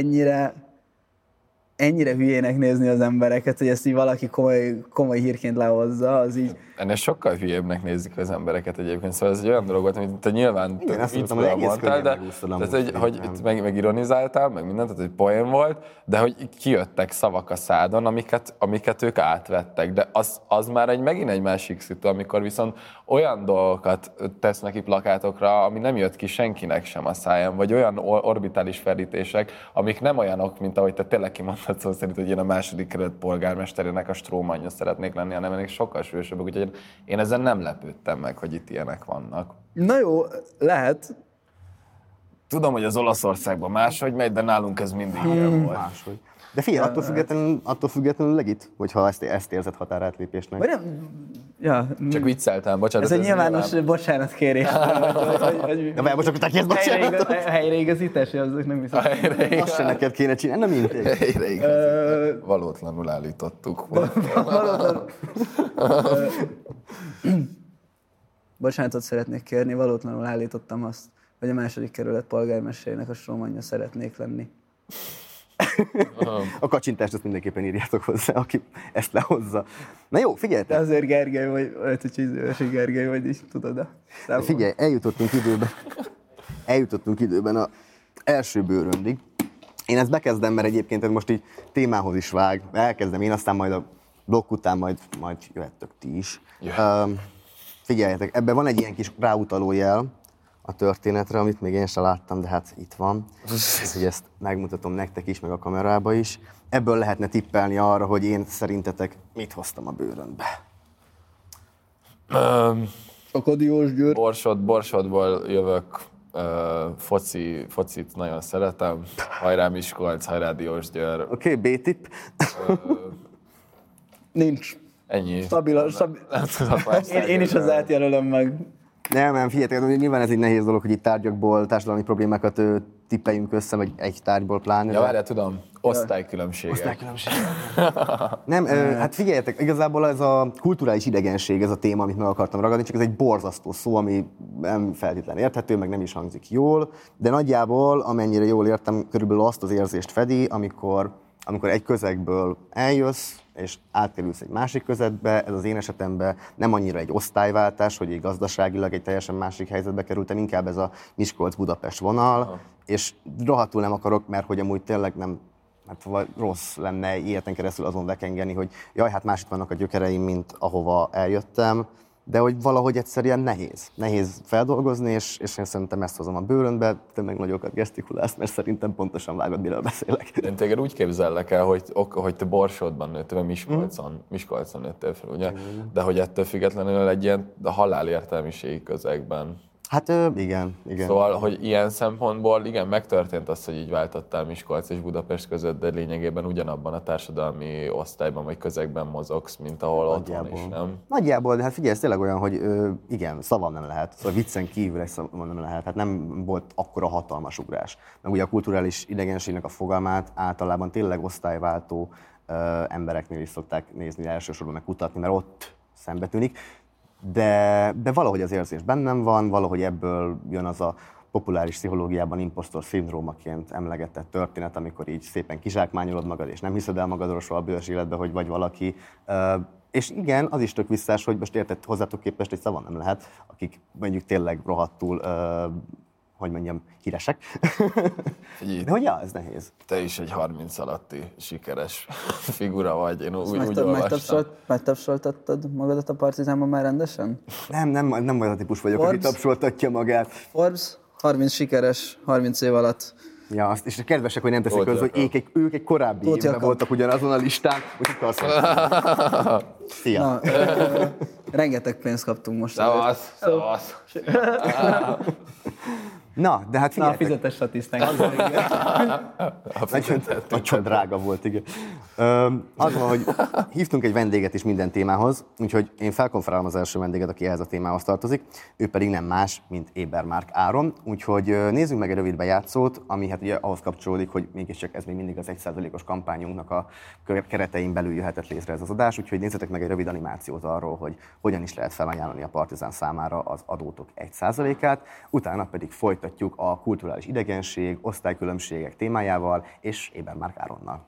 ennyire hülyének nézni az embereket, hogy ezt így valaki komoly hírként lehozza, az így... Ennél sokkal hülyébbnek nézik az embereket egyébként, szóval ez egy olyan dolog volt, amit te nyilván viccből mondtál, de hogy itt megironizáltál, meg mindent, tehát egy poén volt, de hogy kijöttek szavak a szádon, amiket ők átvettek, de az már megint egy másik szitu, amikor viszont olyan dolgokat tesz neki plakátokra, ami nem jött ki senkinek sem a száján, vagy olyan orbitális felítések, amik nem olyanok, mint ahogy te tényleg kimondtad szó szerint, hogy én a második kerület polgármesterének a strómanja szeretnék lenni, hanem ennek sokkal sűrűsebbek, úgyhogy én ezen nem lepődtem meg, hogy itt ilyenek vannak. Na jó, lehet. Tudom, hogy az Olaszországban máshogy megy, de nálunk ez mindig ilyen volt. Máshogy. De figyelj, attól függetlenül legit, hogyha ezt érzed határátlépésnek. Vagy nem? Ja. Csak vicceltem, bocsánat. Ez egy nyilvános bocsánatkérés. De most akkor te kérsz bocsánatot? A helyreigazítás, azok nem viszont. Azt se neked kéne csinálni, nem mindig. Helyreigazítás. Valótlanul állítottuk. Bocsánatot szeretnék kérni, valótlanul állítottam azt, hogy a második kerület polgármesterének a strómanja szeretnék lenni. A kacsintást azt mindenképpen írjátok hozzá, aki ezt lehozza. Na jó, figyeljetek! De azért Gergely vagy, olyan hogy Gergely vagy, így tudod. Figyelj, eljutottunk időben az első bőröndig. Én ezt bekezdem, mert egyébként ez most így témához is vág. Elkezdem én, aztán majd a blokk után majd jöhettök ti is. Figyeljetek, ebben van egy ilyen kis ráutaló jel a történetre, amit még én sem láttam, de hát itt van. Hogy ezt megmutatom nektek is, meg a kamerába is. Ebből lehetne tippelni arra, hogy én szerintetek mit hoztam a bőröndbe. Akadi Jós Győr. Borsodból jövök, focit nagyon szeretem. Hajrá Miskolc, hajrá Diósgyőr. Oké, B-tipp. Nincs. Ennyi. Stabil. Én is az átjelölöm meg. Nem, figyeljetek, nyilván ez egy nehéz dolog, hogy itt tárgyakból társadalmi problémákat tippeljünk össze, vagy egy tárgyból pláne. Ja, várjál, tudom. Osztálykülönbségek. Nem, hát figyeljetek, igazából ez a kulturális idegenség, ez a téma, amit meg akartam ragadni, csak ez egy borzasztó szó, ami nem feltétlenül érthető, meg nem is hangzik jól, de nagyjából, amennyire jól értem, körülbelül azt az érzést fedi, amikor egy közegből eljössz, és átkerülsz egy másik közegbe, ez az én esetemben nem annyira egy osztályváltás, hogy egy gazdaságilag egy teljesen másik helyzetbe kerültem, inkább ez a Miskolc-Budapest vonal, és rohadtul nem akarok, mert hogy amúgy tényleg nem, hát rossz lenne életen keresztül azon vekengeni, hogy jaj, hát másik vannak a gyökereim, mint ahova eljöttem, de hogy valahogy egyszerűen nehéz feldolgozni, és én szerintem ezt hozom a bőröndbe, te meg nagyokat gesztikulálsz, mert szerintem pontosan vágod, miről beszélek. Én téged úgy képzellek el, hogy te Borsodban nőttél, vagy Miskolcon nőttél fel, ugye? De hogy ettől függetlenül egy ilyen halálértelmiségi közegben. Hát igen. Szóval, hogy ilyen szempontból igen, megtörtént az, hogy így váltottál Miskolc és Budapest között, de lényegében ugyanabban a társadalmi osztályban vagy közegben mozogsz, mint ahol otthon is, nem? Nagyjából, de hát figyelj, ez tényleg olyan, hogy igen, szavam nem lehet. Szóval viccen kívül egy szavam nem lehet. Hát nem volt akkora hatalmas ugrás. Meg ugye a kulturális idegenségnek a fogalmát általában tényleg osztályváltó embereknél is szokták nézni elsősorban, meg kutatni, mert ott szembetűnik. De valahogy az érzés bennem van, valahogy ebből jön az a populáris pszichológiában impostor szindrómaként emlegetett történet, amikor így szépen kizsákmányolod magad, és nem hiszed el magadról soha a bős életbe, hogy vagy valaki. És igen, az is tök visszás, hogy most érted, hozzátok képest egy szavam nem lehet, akik mondjuk tényleg rohadtul, hogy mondjam, híresek. De hogy ez nehéz. Te is egy 30 alatti sikeres figura vagy, én úgy olvastam. Megtapsoltattad magadat a Partizánban már rendesen? Nem olyan típus vagyok, aki tapsoltatja magát. Forbes, 30 sikeres, 30 év alatt. Ja, azt, és kedvesek, hogy nem teszik közül, hogy ők egy korábbi évben voltak ugyanazon a listán, úgyhogy Szia! Na, rengeteg pénzt kaptunk most. Szavasz. Na, de hát Na, a figyeljetek, fizetes statisztánk. nagyon drága volt, igen. Az van, hogy hívtunk egy vendéget is minden témához, úgyhogy én felkonferálom az első vendéget, aki ehhez a témához tartozik, ő pedig nem más, mint Ebermark Áron, úgyhogy nézzünk meg egy rövid bejátszót, ami hát ugye ahhoz kapcsolódik, hogy mégiscsak ez még mindig az 1%-os kampányunknak a keretein belül jöhetett létre ez az adás, úgyhogy nézzetek meg egy rövid animációt arról, hogy hogyan is lehet felajánlani a Partizán számára az adótok 1%-át, utána pedig folytatjuk a kulturális idegenség, osztálykülönbségek témájával és Ebermark Áronnal.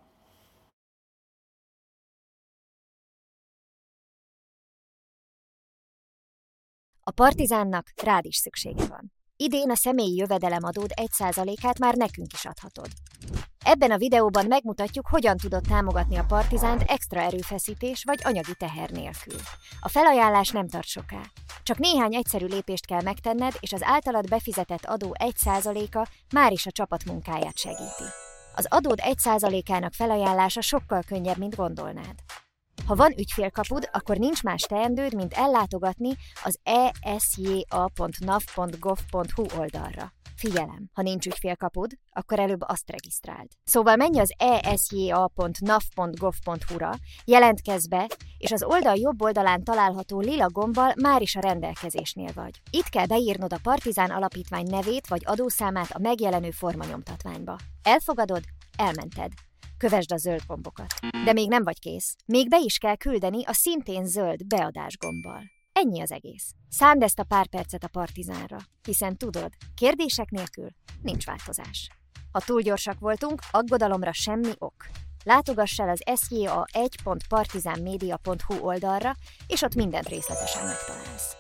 A Partizánnak rád is szüksége van. Idén a személyi jövedelemadód 1%-át már nekünk is adhatod. Ebben a videóban megmutatjuk, hogyan tudod támogatni a Partizánt extra erőfeszítés vagy anyagi teher nélkül. A felajánlás nem tart soká. Csak néhány egyszerű lépést kell megtenned, és az általad befizetett adó 1%-a már is a csapat munkáját segíti. Az adód 1%-ának felajánlása sokkal könnyebb, mint gondolnád. Ha van ügyfélkapud, akkor nincs más teendőd, mint ellátogatni az esja.nav.gov.hu oldalra. Figyelem, ha nincs ügyfélkapud, akkor előbb azt regisztráld. Szóval menj az esja.nav.gov.hu-ra, jelentkezz be, és az oldal jobb oldalán található lila gombbal már is a rendelkezésnél vagy. Itt kell beírnod a Partizán Alapítvány nevét vagy adószámát a megjelenő formanyomtatványba. Elfogadod? Elmented. Kövesd a zöld gombokat. De még nem vagy kész. Még be is kell küldeni a szintén zöld beadás gombbal. Ennyi az egész. Szánd ezt a pár percet a Partizánra, hiszen tudod, kérdések nélkül nincs változás. Ha túl gyorsak voltunk, aggodalomra semmi ok. Látogass el az sja1.partizanmedia.hu oldalra, és ott mindent részletesen megtalálsz.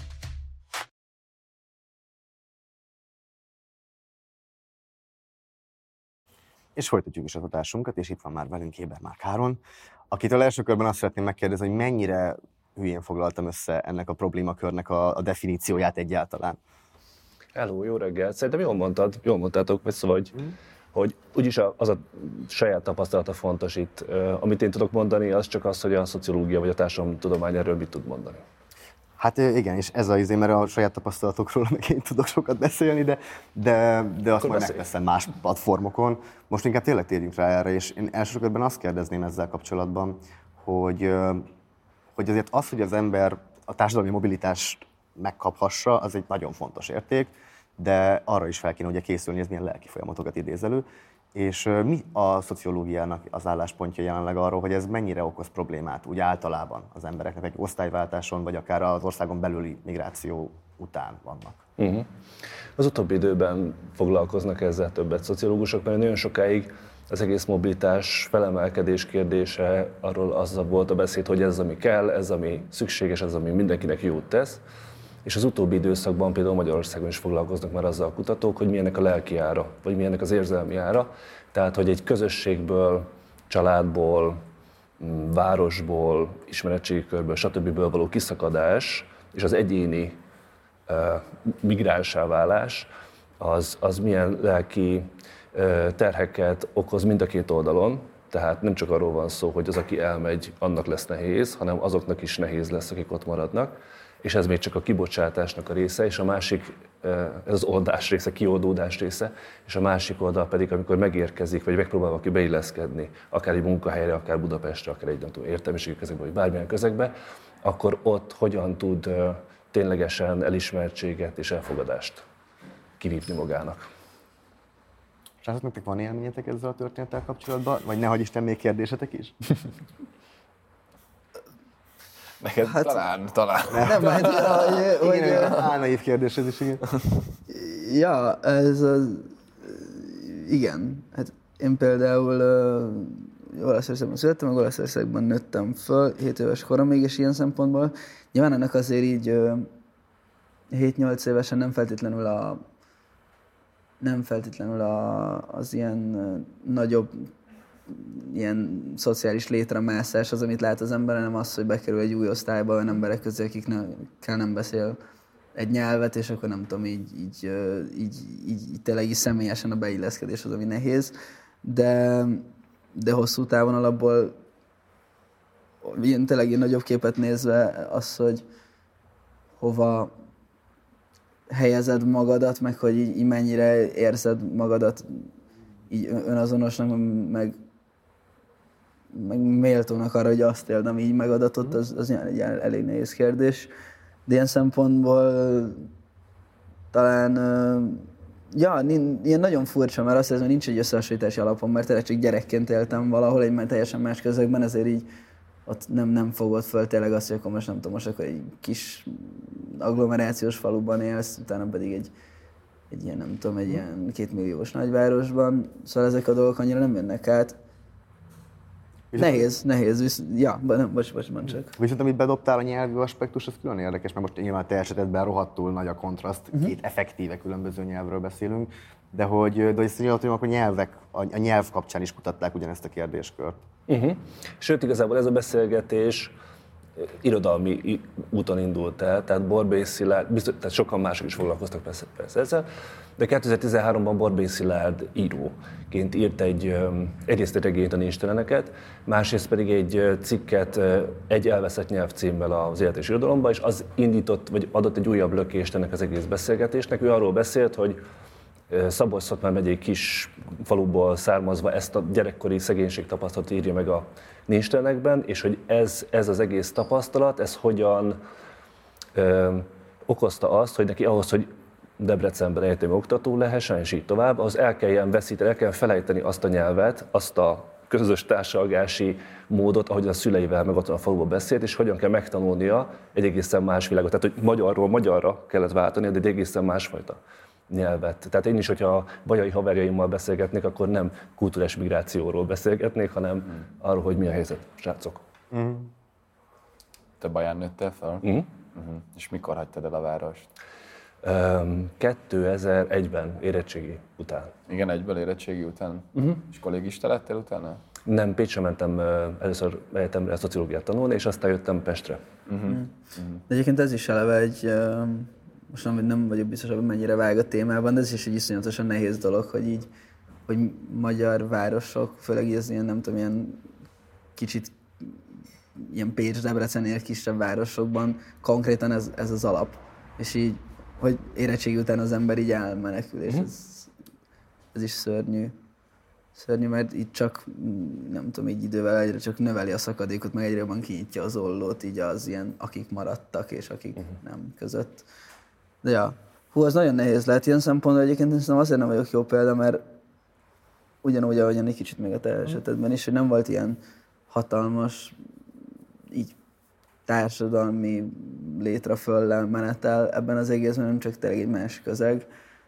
És folytatjuk is az adásunkat, és itt van már velünk Ebermark Áron, akitől első körben azt szeretném megkérdezni, hogy mennyire hülyén foglaltam össze ennek a problémakörnek a definícióját egyáltalán. Hello, jó reggelt! Szerintem jól mondtátok, szóval, hogy úgyis az a saját tapasztalata fontos itt. Amit én tudok mondani, az csak az, hogy a szociológia vagy a társadalomtudomány erről mit tud mondani. Hát igen, és ez az mert a saját tapasztalatokról meg én tudok sokat beszélni, de azt majd megteszem más platformokon. Most inkább tényleg térjünk rá erre, és én elsősorban azt kérdezném ezzel kapcsolatban, hogy azért az, hogy az ember a társadalmi mobilitást megkaphassa, az egy nagyon fontos érték, de arra is fel kéne ugye készülni, ez milyen lelki folyamatokat idéz elő. És mi a szociológiának az álláspontja jelenleg arról, hogy ez mennyire okoz problémát úgy általában az embereknek egy osztályváltáson, vagy akár az országon belüli migráció után vannak? Az utóbbi időben foglalkoznak ezzel többet szociológusok, mert nagyon sokáig az egész mobilitás, felemelkedés kérdése, arról az volt a beszéd, hogy ez ami kell, ez ami szükséges, ez ami mindenkinek jót tesz. És az utóbbi időszakban például Magyarországon is foglalkoznak már azzal a kutatók, hogy milyennek a lelki ára, vagy milyennek az érzelmi ára. Tehát, hogy egy közösségből, családból, városból, ismeretségi körből, stb. Való kiszakadás és az egyéni migránsá válás, az milyen lelki terheket okoz mind a két oldalon. Tehát nem csak arról van szó, hogy az, aki elmegy, annak lesz nehéz, hanem azoknak is nehéz lesz, akik ott maradnak. És ez még csak a kibocsátásnak a része, és a másik, ez az oldás része, kioldódás része, és a másik oldal pedig, amikor megérkezik, vagy megpróbál valaki beilleszkedni, akár egy munkahelyre, akár Budapestre, akár egy értelmiségi közegbe, vagy bármilyen közegbe, akkor ott hogyan tud ténylegesen elismertséget és elfogadást kivívni magának. Srácok, nektek van élményetek ezzel a történettel kapcsolatban? Vagy nehogy Isten még kérdésetek is? Neked hát, talán. Nem, hogy álnaív kérdés ez is, igen. Ja, ez az... Igen, hát én például Olaszországban születtem, meg Olaszországban nőttem föl 7 éves koromig, és ilyen szempontból nyilván ennek azért így 7-8 évesen nem feltétlenül az ilyen nagyobb ilyen szociális létremászás az, amit lát az ember, hanem az, hogy bekerül egy új osztályba olyan emberek közé, akikkel nem beszél egy nyelvet, és akkor nem tudom, így tényleg így személyesen a beilleszkedés az, ami nehéz, de hosszú távon alapból ilyen tényleg ilyen nagyobb képet nézve az, hogy hova helyezed magadat, meg hogy így mennyire érzed magadat így önazonosnak, meg méltónak arra, hogy azt éld, ami így megadatott, az egy elég nehéz kérdés. De ilyen szempontból talán, ilyen nagyon furcsa, mert azt érzem, hogy nincs egy összehasonlítási alapom, mert tényleg csak gyerekként éltem valahol egy teljesen más közegben, ezért így ott nem fogod föl tényleg azt, hogy akkor most nem tudom, most akkor egy kis agglomerációs faluban élsz, utána pedig egy ilyen, nem tudom, egy ilyen 2 milliós nagyvárosban, szóval ezek a dolgok annyira nem jönnek át. Nehéz, mondd csak. Viszont amit bedobtál a nyelvi aspektus, az külön érdekes, mert most nyilván te esetedben rohadtul nagy a kontraszt, két effektíve különböző nyelvről beszélünk, de hogy szerintem akkor a nyelv kapcsán is kutatták ugyanezt a kérdéskört. Sőt, igazából ez a beszélgetés irodalmi úton indult el, tehát Borbély Szilárd, tehát sokan mások is foglalkoztak persze ezzel, de 2013-ban Borbély Szilárd íróként írt egyrészt egy regényt, a Nincsteleneket, másrészt pedig egy cikket Egy elveszett nyelv címmel az Élet és Irodalomba, és az indított, vagy adott egy újabb lökést ennek az egész beszélgetésnek. Ő arról beszélt, hogy Szabolcs-Szatmár megyei kis faluból származva ezt a gyerekkori szegénység tapasztalatot írja meg a Nincstelenekben, és hogy ez az egész tapasztalat, ez hogyan okozta azt, hogy neki ahhoz, hogy Debrecenben egyetemi oktató lehessen, és így tovább, az el kell felejteni azt a nyelvet, azt a közös társalgási módot, ahogy a szüleivel meg ott a faluban beszélt, és hogyan kell megtanulnia egy egészen más világot. Tehát, hogy magyarról magyarra kellett váltani, de egy egészen másfajta nyelvet. Tehát én is, hogyha bajai haverjaimmal beszélgetnék, akkor nem kulturális migrációról beszélgetnék, hanem arról, hogy mi a helyzet, srácok. Te Baján nőttél fel? És mikor hagytad el a várost? 2001-ben, érettségi után. Igen, egyből érettségi után? És kollégista lettél utána? Nem, Pécsre mentem először egyetemre szociológiát tanulni, és aztán jöttem Pestre. De egyébként ez is eleve egy, most nem vagyok biztos, hogy mennyire vág a témában, de ez is egy iszonyatosan nehéz dolog, hogy magyar városok, főleg ez ilyen, nem tudom, ilyen kicsit ilyen Pécs-Debrecennél kisebb városokban konkrétan ez az alap. És így, hogy érettségi után az ember így elmenekül, és ez is szörnyű. Szörnyű, mert így csak, nem tudom, így idővel egyre csak növeli a szakadékot, meg egyre jobban kinyitja az ollót, így az ilyen, akik maradtak és akik nem között. De ja, az nagyon nehéz lehet ilyen szempontból, egyébként szerintem azért nem vagyok jó példa, mert ugyanúgy, ahogyan egy kicsit még a te esetedben is, hogy nem volt ilyen hatalmas, így társadalmi létreföllel menetel ebben az egészben, nem csak tényleg egy más közeg.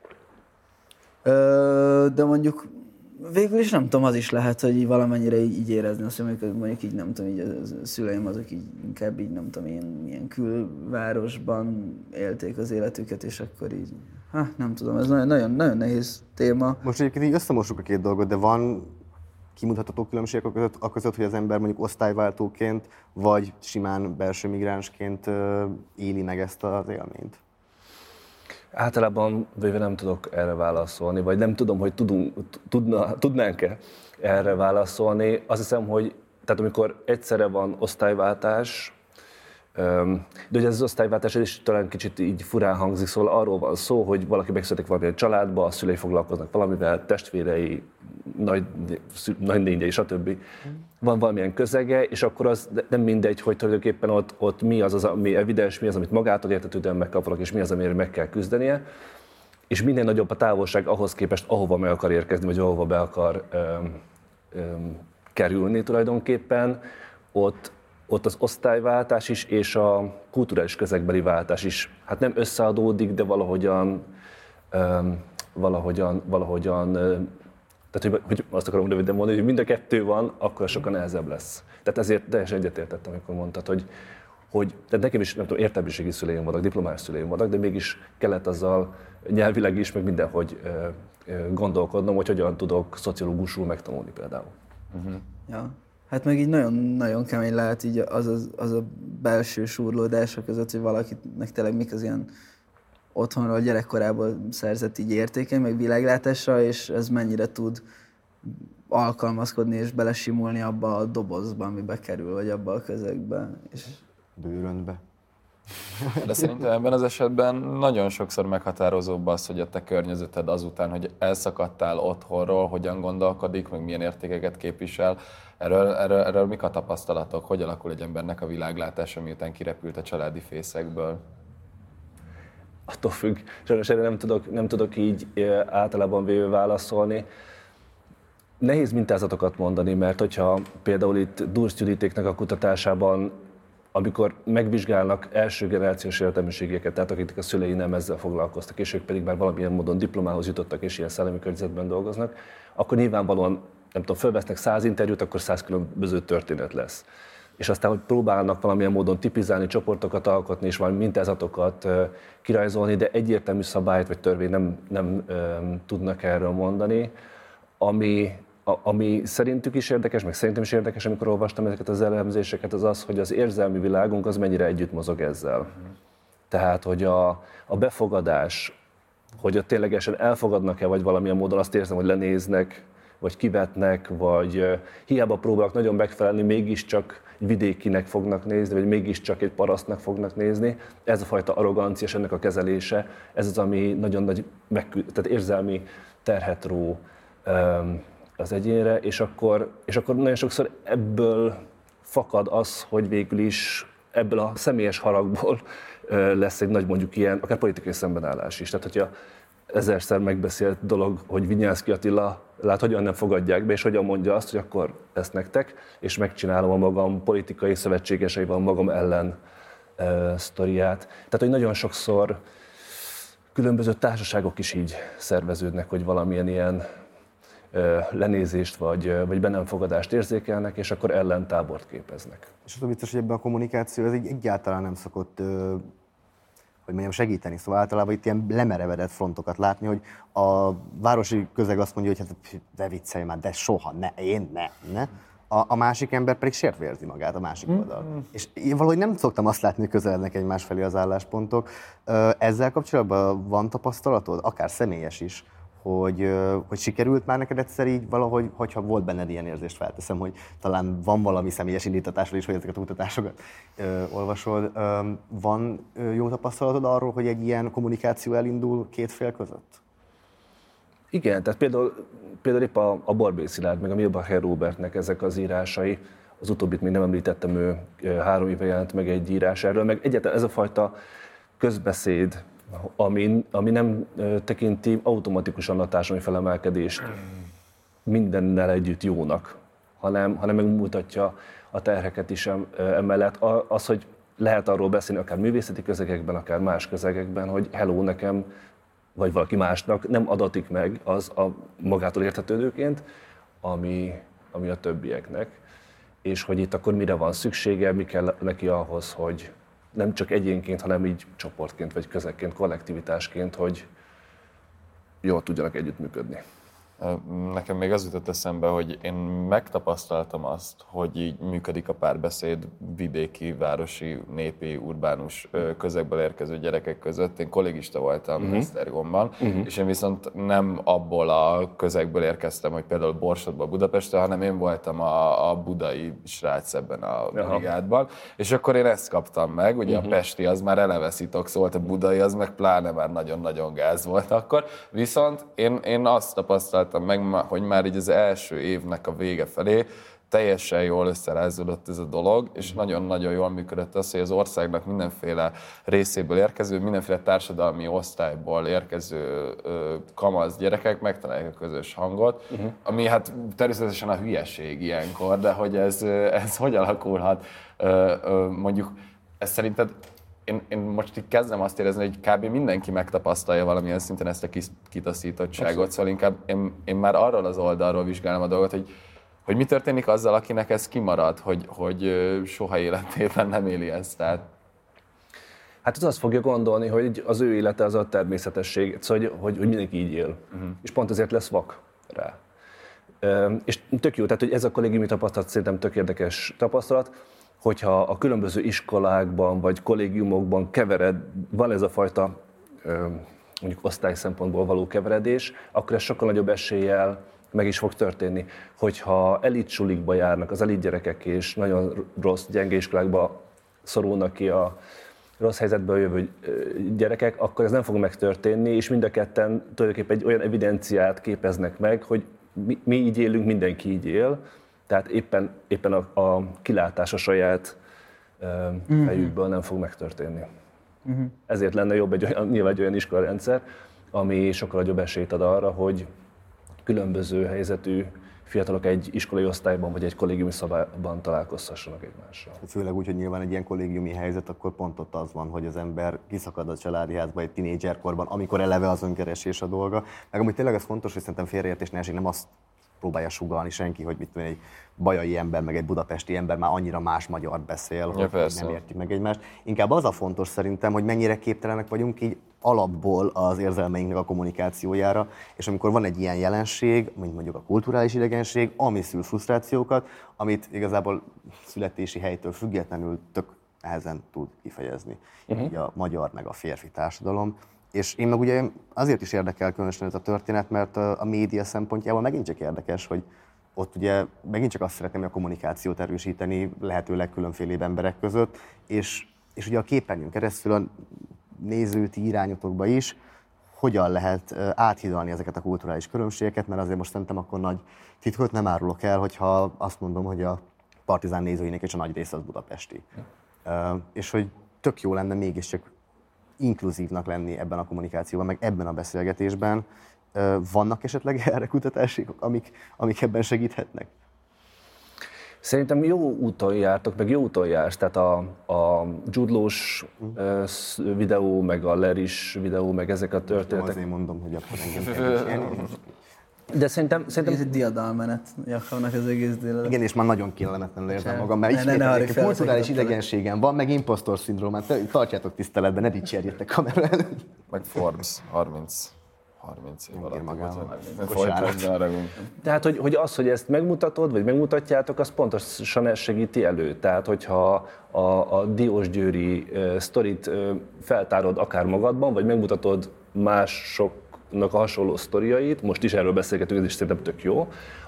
De mondjuk végül is nem tudom, az is lehet, hogy így valamennyire így érezni, azt mondjuk így nem tudom, így a szüleim azok így inkább így nem tudom, ilyen külvárosban élték az életüket, és akkor így, nem tudom, ez nagyon, nagyon nehéz téma. Most egyébként így összemossuk a két dolgot, de van kimutatható különbségek között, hogy az ember mondjuk osztályváltóként, vagy simán belső migránsként éli meg ezt az élményt? Általában véve nem tudok erre válaszolni, vagy nem tudom, hogy tudnánk-e erre válaszolni. Azt hiszem, hogy tehát amikor egyszerre van osztályváltás, de ugye ez az osztályváltás ez is talán kicsit így furán hangzik, szóval arról van szó, hogy valaki megszületik valamilyen családba, a szülei foglalkoznak valamivel, testvérei, nagynényei, stb. Van valamilyen közege, és akkor az nem mindegy, hogy tulajdonképpen ott mi az, ami evidens, mi az, amit magától értetődően megkap valaki, és mi az, amire meg kell küzdenie. És minél nagyobb a távolság ahhoz képest, ahova meg akar érkezni, vagy ahova be akar kerülni tulajdonképpen, ott az osztályváltás is, és a kulturális közegbeli váltás is, hát nem összeadódik, de valahogyan tehát, hogy azt akarom röviden mondani, hogy mind a kettő van, akkor sokkal nehezebb lesz. Tehát ezért teljesen egyetértettem, amikor mondtad, hogy tehát nekem is, nem tudom, értelmiségi szüleim vannak, diplomás szüleim vannak, de mégis kellett azzal nyelvileg is, meg mindenhogy gondolkodnom, hogy hogyan tudok szociológusul megtanulni például. Ja. Hát meg így nagyon kemény lehet így az a belső súrlódása között, hogy valakinek tényleg mik az ilyen otthonról, gyerekkorából szerzett így értéke, meg világlátása, és ez mennyire tud alkalmazkodni és belesimulni abba a dobozba, amibe kerül, vagy abba a közegbe. És bőröndbe. De szerintem ebben az esetben nagyon sokszor meghatározóbb az, hogy a te környezeted azután, hogy elszakadtál otthonról, hogyan gondolkodik, meg milyen értékeket képvisel. Erről mik a tapasztalatok? Hogy alakul egy embernek a világlátása, miután kirepült a családi fészekből? Attól függ. Sajnos erre nem tudok így általában véve válaszolni. Nehéz mintázatokat mondani, mert hogyha például itt Durst Juditéknek a kutatásában, amikor megvizsgálnak első generációs értelmiségeket, tehát akik a szülei nem ezzel foglalkoztak, és ők pedig már valamilyen módon diplomához jutottak, és ilyen szellemi környezetben dolgoznak, akkor nyilvánvalóan, nem tudom, fölvesznek 100 interjút, akkor 100 különböző történet lesz. És aztán, hogy próbálnak valamilyen módon tipizálni, csoportokat alkotni, és valami mintázatokat kirajzolni, de egyértelmű szabályt vagy törvényt nem tudnak erről mondani, ami szerintük is érdekes, meg szerintem is érdekes, amikor olvastam ezeket az elemzéseket, az az, hogy az érzelmi világunk az mennyire együtt mozog ezzel. Tehát, hogy a befogadás, hogy ott ténylegesen elfogadnak-e, vagy valamilyen módon azt érzem, hogy lenéznek, vagy kivetnek, vagy hiába próbálok nagyon megfelelni, mégiscsak vidékinek fognak nézni, vagy mégiscsak egy parasztnak fognak nézni. Ez a fajta arrogancia és ennek a kezelése, ez az, ami nagyon nagy tehát érzelmi terhet ró az egyénre, és akkor nagyon sokszor ebből fakad az, hogy végül is ebből a személyes haragból lesz egy nagy, mondjuk ilyen, akár politikai szembenállás is. Tehát, hogyha ezerszer megbeszélt dolog, hogy Vinyánszky Attila hogyan nem fogadják be, és hogyan mondja azt, hogy akkor ezt nektek, és megcsinálom a magam politikai szövetségeseivel magam ellen sztoriát. Tehát, hogy nagyon sokszor különböző társaságok is így szerveződnek, hogy valamilyen ilyen lenézést vagy be nem fogadást érzékelnek, és akkor ellentábort képeznek. És az a vicces, hogy ebben a kommunikáció ez egyáltalán nem szokott hogy mondjam, segíteni. Szóval általában itt ilyen lemerevedett frontokat látni, hogy a városi közeg azt mondja, hogy hát de viccelj már, de soha, ne. A másik ember pedig sértve érzi magát, a másik oldal. És én valahogy nem szoktam azt látni, hogy közelednek egymás felé az álláspontok. Ezzel kapcsolatban van tapasztalatod, akár személyes is, hogy sikerült már neked egyszer így valahogy, hogyha volt benned ilyen érzést, felteszem, hogy talán van valami személyes indítatásról is, hogy ezeket a kutatásokat olvasod. Van jó tapasztalatod arról, hogy egy ilyen kommunikáció elindul két fél között? Igen, tehát például épp a Barbély Szilárd, meg a Milbacher Robertnek ezek az írásai, az utóbbit még nem említettem, ő 3 éve jelent meg egy írás erről, meg egyáltalán ez a fajta közbeszéd, ami nem tekinti automatikusan a társadalmi felemelkedést mindennel együtt jónak, hanem megmutatja a terheket is emellett. Az, hogy lehet arról beszélni akár művészeti közegekben, akár más közegekben, hogy hello, nekem vagy valaki másnak nem adatik meg az a magától értetődőként, ami a többieknek, és hogy itt akkor mire van szüksége, mi kell neki ahhoz, hogy nem csak egyénként, hanem így csoportként, vagy közegként, kollektivitásként, hogy jól tudjanak együttműködni. Nekem még az jutott eszembe, hogy én megtapasztaltam azt, hogy így működik a párbeszéd vidéki, városi, népi, urbánus közegből érkező gyerekek között. Én kollégista voltam Esztergomban, és én viszont nem abból a közegből érkeztem, hogy például Borsodból Budapestre, hanem én voltam a budai srác ebben a brigádban, és akkor én ezt kaptam meg, ugye a pesti az már eleve szitox volt, a budai az meg pláne már nagyon-nagyon gáz volt akkor, viszont én azt tapasztaltam meg, hogy már így az első évnek a vége felé teljesen jól összerázódott ez a dolog, és nagyon-nagyon jól működött az, hogy az országnak mindenféle részéből érkező, mindenféle társadalmi osztályból érkező kamasz gyerekek megtalálják a közös hangot, ami hát természetesen a hülyeség ilyenkor, de hogy ez hogy alakulhat? Mondjuk, ez szerinted én most így kezdem azt érezni, hogy kb. Mindenki megtapasztalja valamilyen szinten ezt a kitaszítottságot, szóval inkább én már arról az oldalról vizsgálom a dolgot, hogy mi történik azzal, akinek ez kimarad, hogy soha életében nem éli ezt. Tehát... Hát az azt fogja gondolni, hogy az ő élete az a természetesség, szóval, hogy mindenki így él, és pont ezért lesz vak rá. És tök jó, tehát hogy ez a kollégiumi tapasztalat szerintem tök érdekes tapasztalat, hogyha a különböző iskolákban vagy kollégiumokban van ez a fajta mondjuk osztály szempontból való keveredés, akkor ez sokkal nagyobb eséllyel meg is fog történni. Hogyha elit sulikba járnak az elit gyerekek, és nagyon rossz, gyenge iskolákba szorulnak ki a rossz helyzetből jövő gyerekek, akkor ez nem fog megtörténni, és mind a ketten tulajdonképpen egy olyan evidenciát képeznek meg, hogy mi így élünk, mindenki így él, tehát éppen a kilátás a saját fejükből nem fog megtörténni. Ezért lenne jobb nyilván egy olyan iskolarendszer, ami sokkal nagyobb esélyt ad arra, hogy különböző helyzetű fiatalok egy iskolai osztályban vagy egy kollégiumi szobában találkozhassanak egymással. Főleg úgy, hogy nyilván egy ilyen kollégiumi helyzet, akkor pont ott az van, hogy az ember kiszakad a családi házba egy tinédzserkorban, amikor eleve az önkeresés a dolga. Meg amúgy tényleg az fontos, hogy szerintem félreértés ne esik, nem azt próbálja sugallni senki, hogy mit tudom, egy bajai ember, meg egy budapesti ember már annyira más magyart beszél, hogy nem értjük meg egymást. Inkább az a fontos szerintem, hogy mennyire képtelenek vagyunk így alapból az érzelmeinknek a kommunikációjára, és amikor van egy ilyen jelenség, mint mondjuk a kulturális idegenség, ami szül frusztrációkat, amit igazából születési helytől függetlenül tök nehezen tud kifejezni. Így a magyar meg a férfi társadalom. És én meg ugye azért is érdekel különösen ez a történet, mert a média szempontjából megint csak érdekes, hogy ott ugye megint csak azt szeretném, hogy a kommunikációt erősíteni lehetőleg különfélébb emberek között, és ugye a képernyőn keresztül a nézőti irányotokba is hogyan lehet áthidalni ezeket a kulturális különbségeket, mert azért most szerintem akkor nagy titkot nem árulok el, hogyha azt mondom, hogy a Partizán nézőinek és a nagy része az budapesti. És hogy tök jó lenne mégiscsak inkluzívnak lenni ebben a kommunikációban, meg ebben a beszélgetésben. Vannak esetleg erre kutatások, amik ebben segíthetnek? Szerintem jó úton jártok, meg jó úton jársz. Tehát a Jude-Law-s videó, meg a Larry-s videó, meg ezek a történetek. Azért mondom, hogy akkor engem de szerintem... Ez egy diadalmenet, Jakabnak az egész délelőtt. Igen, és már nagyon kellemetlenül érzem magam, mert ismételjük, kulturális idegenségem van, meg impostor szindrómát. Tartjátok tiszteletben, ne dicsérjétek kamera előtt. Meg Forbes, 30 év alatt. Tehát, hogy az, hogy ezt megmutatod, vagy megmutatjátok, az pontosan ezt segíti elő. Tehát, hogyha a Diósgyőri sztorit feltárod akár magadban, vagy megmutatod másoknak a hasonló sztoriait, most is erről beszélgetünk, és szerintem tök jó,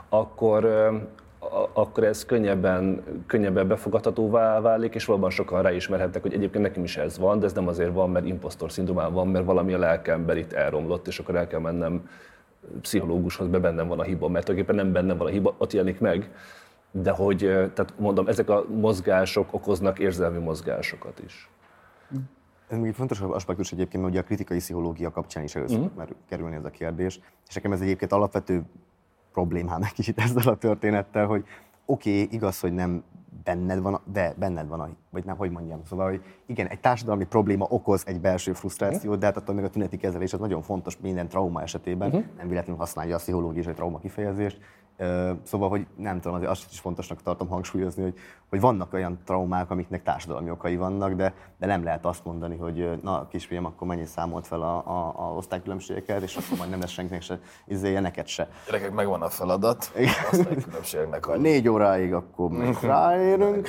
akkor ez könnyebben befogadhatóvá válik, és valóban sokan ráismerhetnek, hogy egyébként nekem is ez van, de ez nem azért van, mert impostor szindrómám van, mert valami a lelkemben itt elromlott, és akkor el kell mennem pszichológushoz, mert bennem van a hiba, mert tulajdonképpen nem bennem van a hiba, ott jelenik meg, de hogy, tehát mondom, ezek a mozgások okoznak érzelmi mozgásokat is. Ez még egy fontos aspektus egyébként, mert ugye a kritikai pszichológia kapcsán is először kerülni ez a kérdés, és nekem ez egyébként alapvető problémám egy kicsit ezzel a történettel, hogy oké, igaz, hogy nem benned van, de benned van, vagy nem, hogy mondjam, szóval, hogy igen, egy társadalmi probléma okoz egy belső frusztrációt, de hát attól meg a tüneti kezelés az nagyon fontos minden trauma esetében, nem véletlenül használja a pszichológia és a trauma kifejezést. Szóval, hogy nem tudom, azért azt is fontosnak tartom hangsúlyozni, hogy vannak olyan traumák, amiknek társadalmi okai vannak, de nem lehet azt mondani, hogy na kisfiam, akkor mennyit számolt fel a osztálykülönbségeket, és akkor majd nem lesz senkinek se, neked se. Gyerekek, megvan a feladat, osztálykülönbségnek adni. 4 óráig akkor még ráérünk.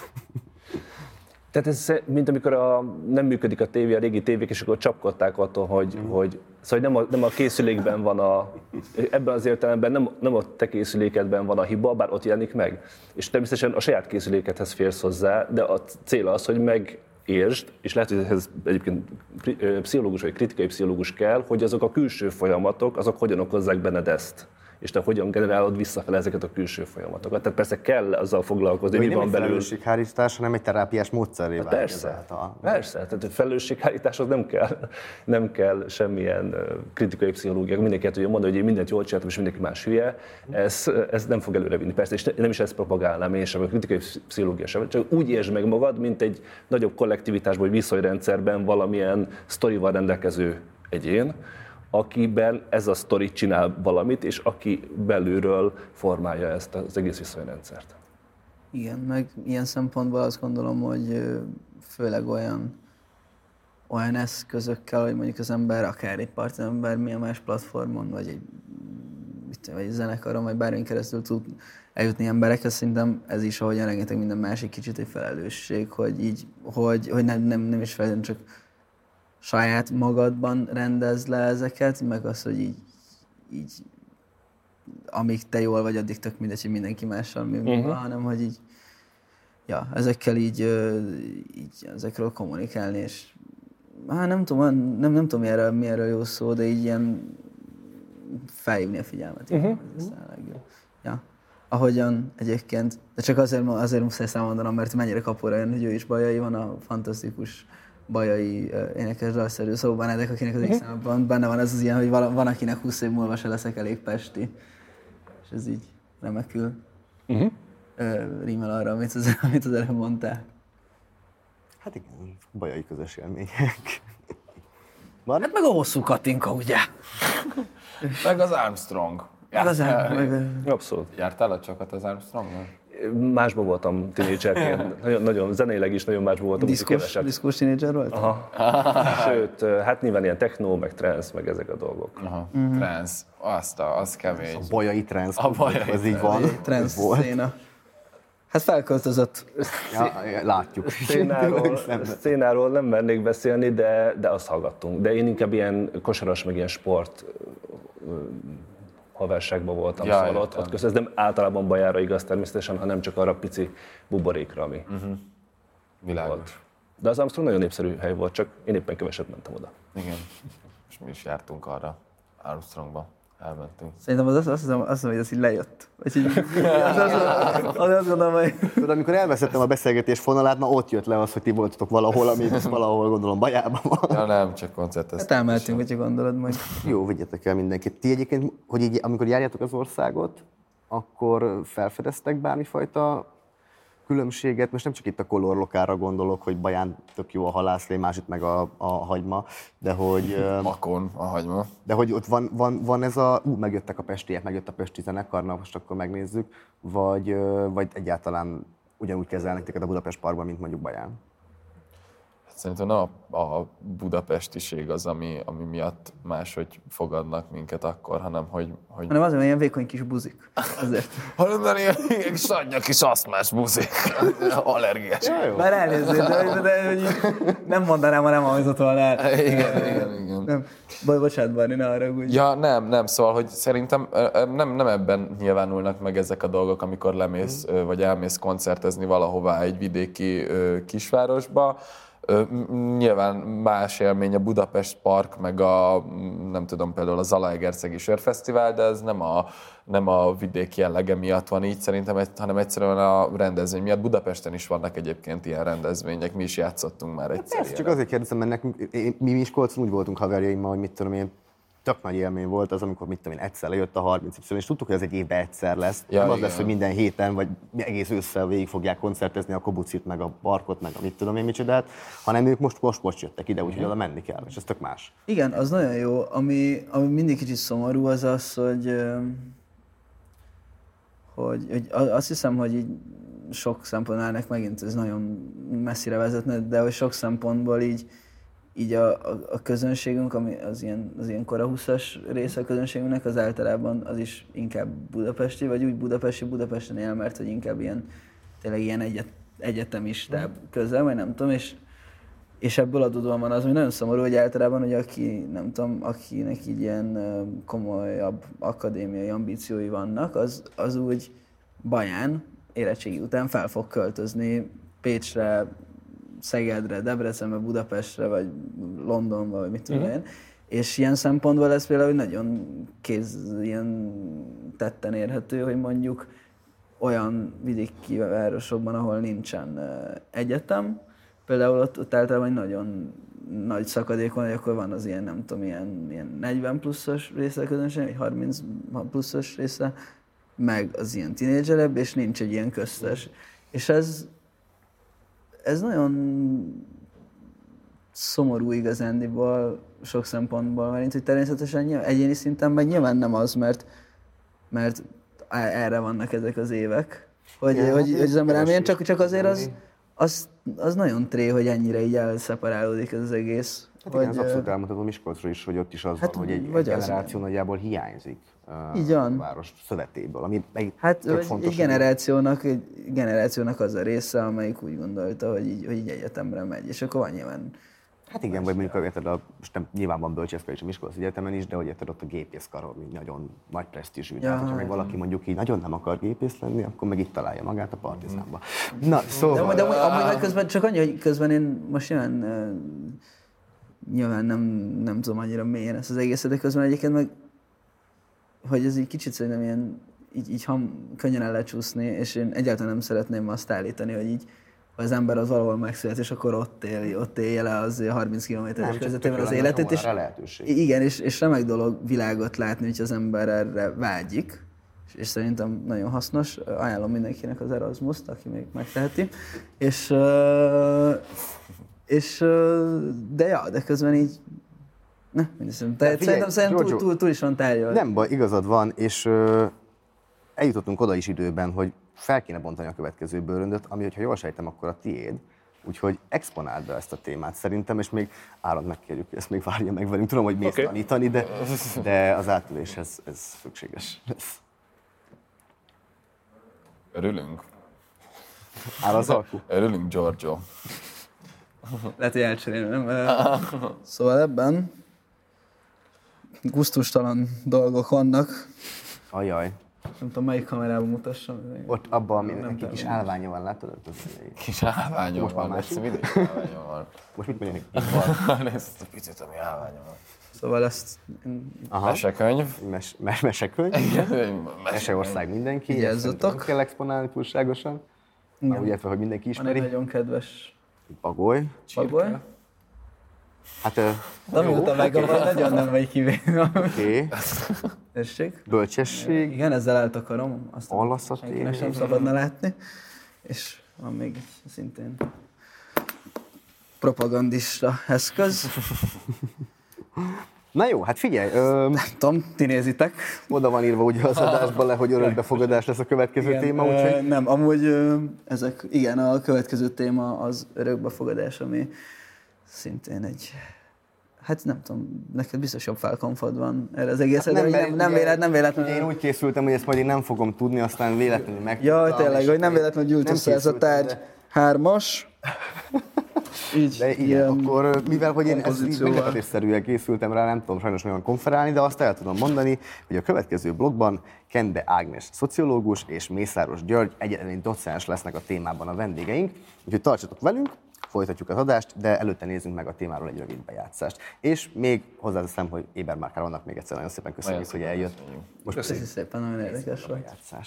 Tehát ez mint amikor nem működik a tévé, a régi tévék, és akkor csapkodták attól, hogy szóval nem a készülékben van ebben az értelemben nem a te készülékedben van a hiba, bár ott jelenik meg. És természetesen a saját készülékedhez férsz hozzá, de a cél az, hogy megértsd, és lehet, hogy ehhez egyébként pszichológus vagy kritikai pszichológus kell, hogy azok a külső folyamatok, azok hogyan okozzák benned ezt. És te hogyan generálod visszafele ezeket a külső folyamatokat. Tehát persze kell azzal foglalkozni, mi van belül. Nem egy felelősséghárítás, hanem egy terápiás módszerré válik. Persze, tehát a felelősséghárításhoz nem kell semmilyen kritikai pszichológia. Mindenki tudja mondani, hogy én mindent jól csináltam, és mindenki más hülye. Ez nem fog előrevinni. Persze, és nem is ezt propagálnám én sem, a kritikai pszichológia sem. Csak úgy értsd meg magad, mint egy nagyobb kollektivitásban, vagy viszonyrendszerben valamilyen sztorival rendelkező egyén, akiben ez a sztori csinál valamit, és aki belülről formálja ezt az egész viszonyrendszert. Igen, meg ilyen szempontból azt gondolom, hogy főleg olyan eszközökkel, hogy mondjuk az ember, akár egy partizán, bármilyen más platformon, vagy egy zenekaron, vagy bármilyen keresztül tud eljutni emberekhez, szerintem ez is, ahogyan rengeteg minden másik kicsit egy felelősség, hogy nem is feltétlenül csak saját magadban rendezd le ezeket, meg az, hogy így amíg te jól vagy, addig tök mindegy, hogy mindenki mással mi van, hanem hogy így, ja, ezekkel így ezekről kommunikálni, és nem tudom mi erről jó szó, de így ilyen felhívni a figyelmet. Ja. Ahogyan egyébként, de csak azért muszáj mondanom, mert mennyire kapóra jön, hogy ő is Bajai, van a fantasztikus Bajai énekes dalszerző, szóval Benedek, akinek az X-számban benne van ez az ilyen, hogy van akinek 20 év múlva se leszek elég pesti. És ez így remekül rímel arra, amit az előbb mondtál. Hát igen, Bajai közös élmények. Hát meg a hosszú Katinka, ugye? Meg az Armstrong. Abszolút. Jártál a csakat az Armstrongnal? Másban voltam tínédzserként. Nagyon zeneileg is nagyon másban voltam. Diszkós tínédzser volt? Aha. Sőt, hát nyilván ilyen techno, meg trance, meg ezek a dolgok. Trance. Az kemény. A Bajai trance. Ez így van. Trance széna. Hát felköltözött. Ja, látjuk. Szénáról nem mernék beszélni, de azt hallgattunk. De én inkább ilyen kosaras, meg ilyen sport haverságban voltam, szóval ott közben. Ez nem általában Bajára igaz természetesen, hanem csak arra pici buborékra, ami Világos. volt. De az Armstrong nagyon népszerű hely volt, csak én éppen keveset mentem oda. Igen. És mi is jártunk arra, Armstrongba. Elmentünk. Szerintem azt hiszem, hogy ez így lejött. Azt gondolom, hogy... Tudod, amikor elveszettem a beszélgetés fonalát, na ott jött le az, hogy ti voltatok valahol, ami valahol gondolom Bajában van. Ja nem, csak koncerteztünk. Hát elmehetünk, hogyha gondolod majd. Jó, vigyetek el mindenkit. Ti egyébként, hogy így, amikor járjátok az országot, akkor felfedeztek bármifajta különbséget? Most nem csak itt a kolorlokára gondolok, hogy Baján tök jó a halászlé, másik meg a hagyma, de hogy... Makon a hagyma. De hogy ott van ez megjöttek a pestiek, megjött a pesti zenekar, na most akkor megnézzük, vagy egyáltalán ugyanúgy kezelnek téged a Budapest Parkban, mint mondjuk Baján? Szerintem nem a budapestiség az, ami miatt máshogy fogadnak minket akkor, hanem hogy... Hanem azért, ilyen vékony kis buzik. Azért. Hanem ilyen sadnyak kis asztmás buzik. Allergiás. Már elnézzét, de nem mondanám, ha nem hangzott volna el. Igen. Nem. Bocsánat, Barni, ne arra úgy. Ja, nem, szóval, hogy szerintem nem ebben nyilvánulnak meg ezek a dolgok, amikor lemész, vagy elmész koncertezni valahová egy vidéki kisvárosba. Nyilván más élmény a Budapest Park, meg nem tudom, például a Zalaegerszegi Sörfesztivál, de ez nem a vidék jellege miatt van így szerintem, hanem egyszerűen a rendezvény miatt. Budapesten is vannak egyébként ilyen rendezvények, mi is játszottunk már egyszer. Csak azért kérdezem, mert nekünk, mi Miskolcon úgy voltunk haverjaimmal, hogy mit tudom én, tök nagy élmény volt az, amikor mit tudom én, egyszer lejött a 30 és tudtuk, hogy ez egy évben egyszer lesz. Nem az lesz, hogy minden héten, vagy egész ősszel végig fogják koncertezni a Kobucit, meg a Barkot, meg a mit tudom én micsodát, hanem ők most jöttek ide, úgyhogy oda menni kell, és ez tök más. Igen, az nagyon jó. Ami mindig kicsit szomorú az, hogy azt hiszem, hogy így sok szempontból ennek megint ez nagyon messzire vezetne, de hogy sok szempontból így a közönségünk, ami az ilyen kora 20-as része a közönségünknek, az általában az is inkább budapesti, vagy úgy Budapesten él, mert hogy inkább tényleg ilyen egyetemistább közel, vagy nem tudom, és ebből adódóan van az, hogy nagyon szomorú, hogy általában, hogy akinek így ilyen komolyabb akadémiai ambíciói vannak, az úgy Baján érettségi után fel fog költözni Pécsre, Szegedre, Debrecenbe, Budapestre, vagy Londonba, vagy mit tudom én. És ilyen szempontból ez például nagyon ilyen tetten érhető, hogy mondjuk olyan vidéki városokban, ahol nincsen egyetem, például ott általában egy nagyon nagy szakadék van, hogy akkor van az ilyen, nem tudom, ilyen 40 pluszos része a közönség, vagy 30 pluszos része, meg az ilyen tínédzserebb, és nincs egy ilyen köztes. És ez nagyon szomorú igazándiból sok szempontból, mert hogy természetesen egyéni szinten meg nyilván nem az, mert erre vannak ezek az évek, hogy az ember elmélyen, csak azért az nagyon tré, hogy ennyire így elszeparálódik ez az egész. Hát igen, az abszolút elmondhatom Miskolcról is, hogy ott is az van, hogy egy generáció nagyjából hiányzik a város szövetéből, ami tök fontos. Egy generációnak az a része, amelyik úgy gondolta, hogy így egyetemre megy, és akkor van nyilván Hát igen, vagy mondjuk érted, most nem, nyilván van bölcsészkar és a Miskolci Egyetemen is, de hogy érted, ott a gépészkar, ami nagyon nagy presztízsű. Ja, tehát, hogyha meg valaki mondjuk így nagyon nem akar gépész lenni, akkor meg itt találja magát a Partizánba. Na, szóval... De amúgy közben csak annyi, hogy közben én most nyilván nem tudom annyira mélyen ezt az egészet, de közben egyébként meg, hogy ez így kicsit szerintem ilyen, így könnyen el lehet csúszni, és én egyáltalán nem szeretném azt állítani, hogy így, ha az ember az valahol megszület, és akkor ott élje le az 30 km-es közvetében az életét. És igen, és remek dolog világot látni, hogy az ember erre vágyik, és szerintem nagyon hasznos. Ajánlom mindenkinek az Erasmus-t, aki még megteheti. De közben így... Szerintem túl is van tárgyal. Nem baj, igazad van, és eljutottunk oda is időben, hogy fel kéne bontani a következő bőröndöt, ami, hogyha jól sejtem, akkor a tiéd. Úgyhogy exponáld be ezt a témát szerintem, és még Áront megkérjük, ezt még várja meg velünk. Tudom, hogy mész tanítani, de az átüléshez ez szükséges lesz. Örülünk. Áll az alkú? Örülünk, Giorgio. Lehet, hogy elcserélni, nem? Szóval ebben gusztustalan dolgok vannak. Ajaj. Nem tudom, melyik kamerában mutassam. Ott abban, aminek egy kis állványa van, látod? Kis állványa van, ezt mindig állványa van. Most mit mondják? Ezt a picit, ami állványa van. Szóval ezt... Mesekönyv. Mesekönyv. Meseország mindenki. Vigyázzatok. Nem kell exponálni túlságosan. Úgy értve, hogy mindenki ismeri. Van egy nagyon kedves... Bagoly. Hát... Amióta megvan, nagyon nem megy kivéve. Oké. Tessék. Bölcsesség. Igen, ezzel eltakarom. Azt senkinek sem szabadna látni. És van még szintén propagandista eszköz. Na jó, hát figyelj. Nem tudom, ti nézitek. Oda van írva ugye az adásban le, hogy örökbefogadás lesz a következő téma, úgyhogy... Nem, amúgy igen, a következő téma az örökbefogadás, ami szintén egy... Hát nem tudom, neked biztos jobb felkonfod van erre az egészet, hát nem véletlenül. Én úgy készültem, hogy ezt majd én nem fogom tudni, aztán véletlenül megtudtam. Jaj, tényleg, hogy nem véletlenül gyűlt össze ez a tárgy. 3-as. Így, de igen, akkor mivel hogy én ezt meglepetésszerűen készültem rá, nem tudom sajnos nagyon konferálni, de azt el tudom mondani, hogy a következő blogban Kende Ágnes szociológus és Mészáros György egyetemi docens lesznek a témában a vendégeink, úgyhogy tartsatok velünk, folytatjuk az adást, de előtte nézzünk meg a témáról egy rövid bejátszást. És még hozzáteszem, hogy Éber Márkáronnak még egyszer nagyon szépen köszönjük, hogy eljött. Most köszönjük szépen, nagyon érdekes volt.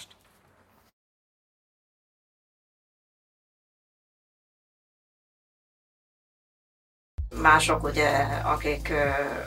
Mások ugye, akik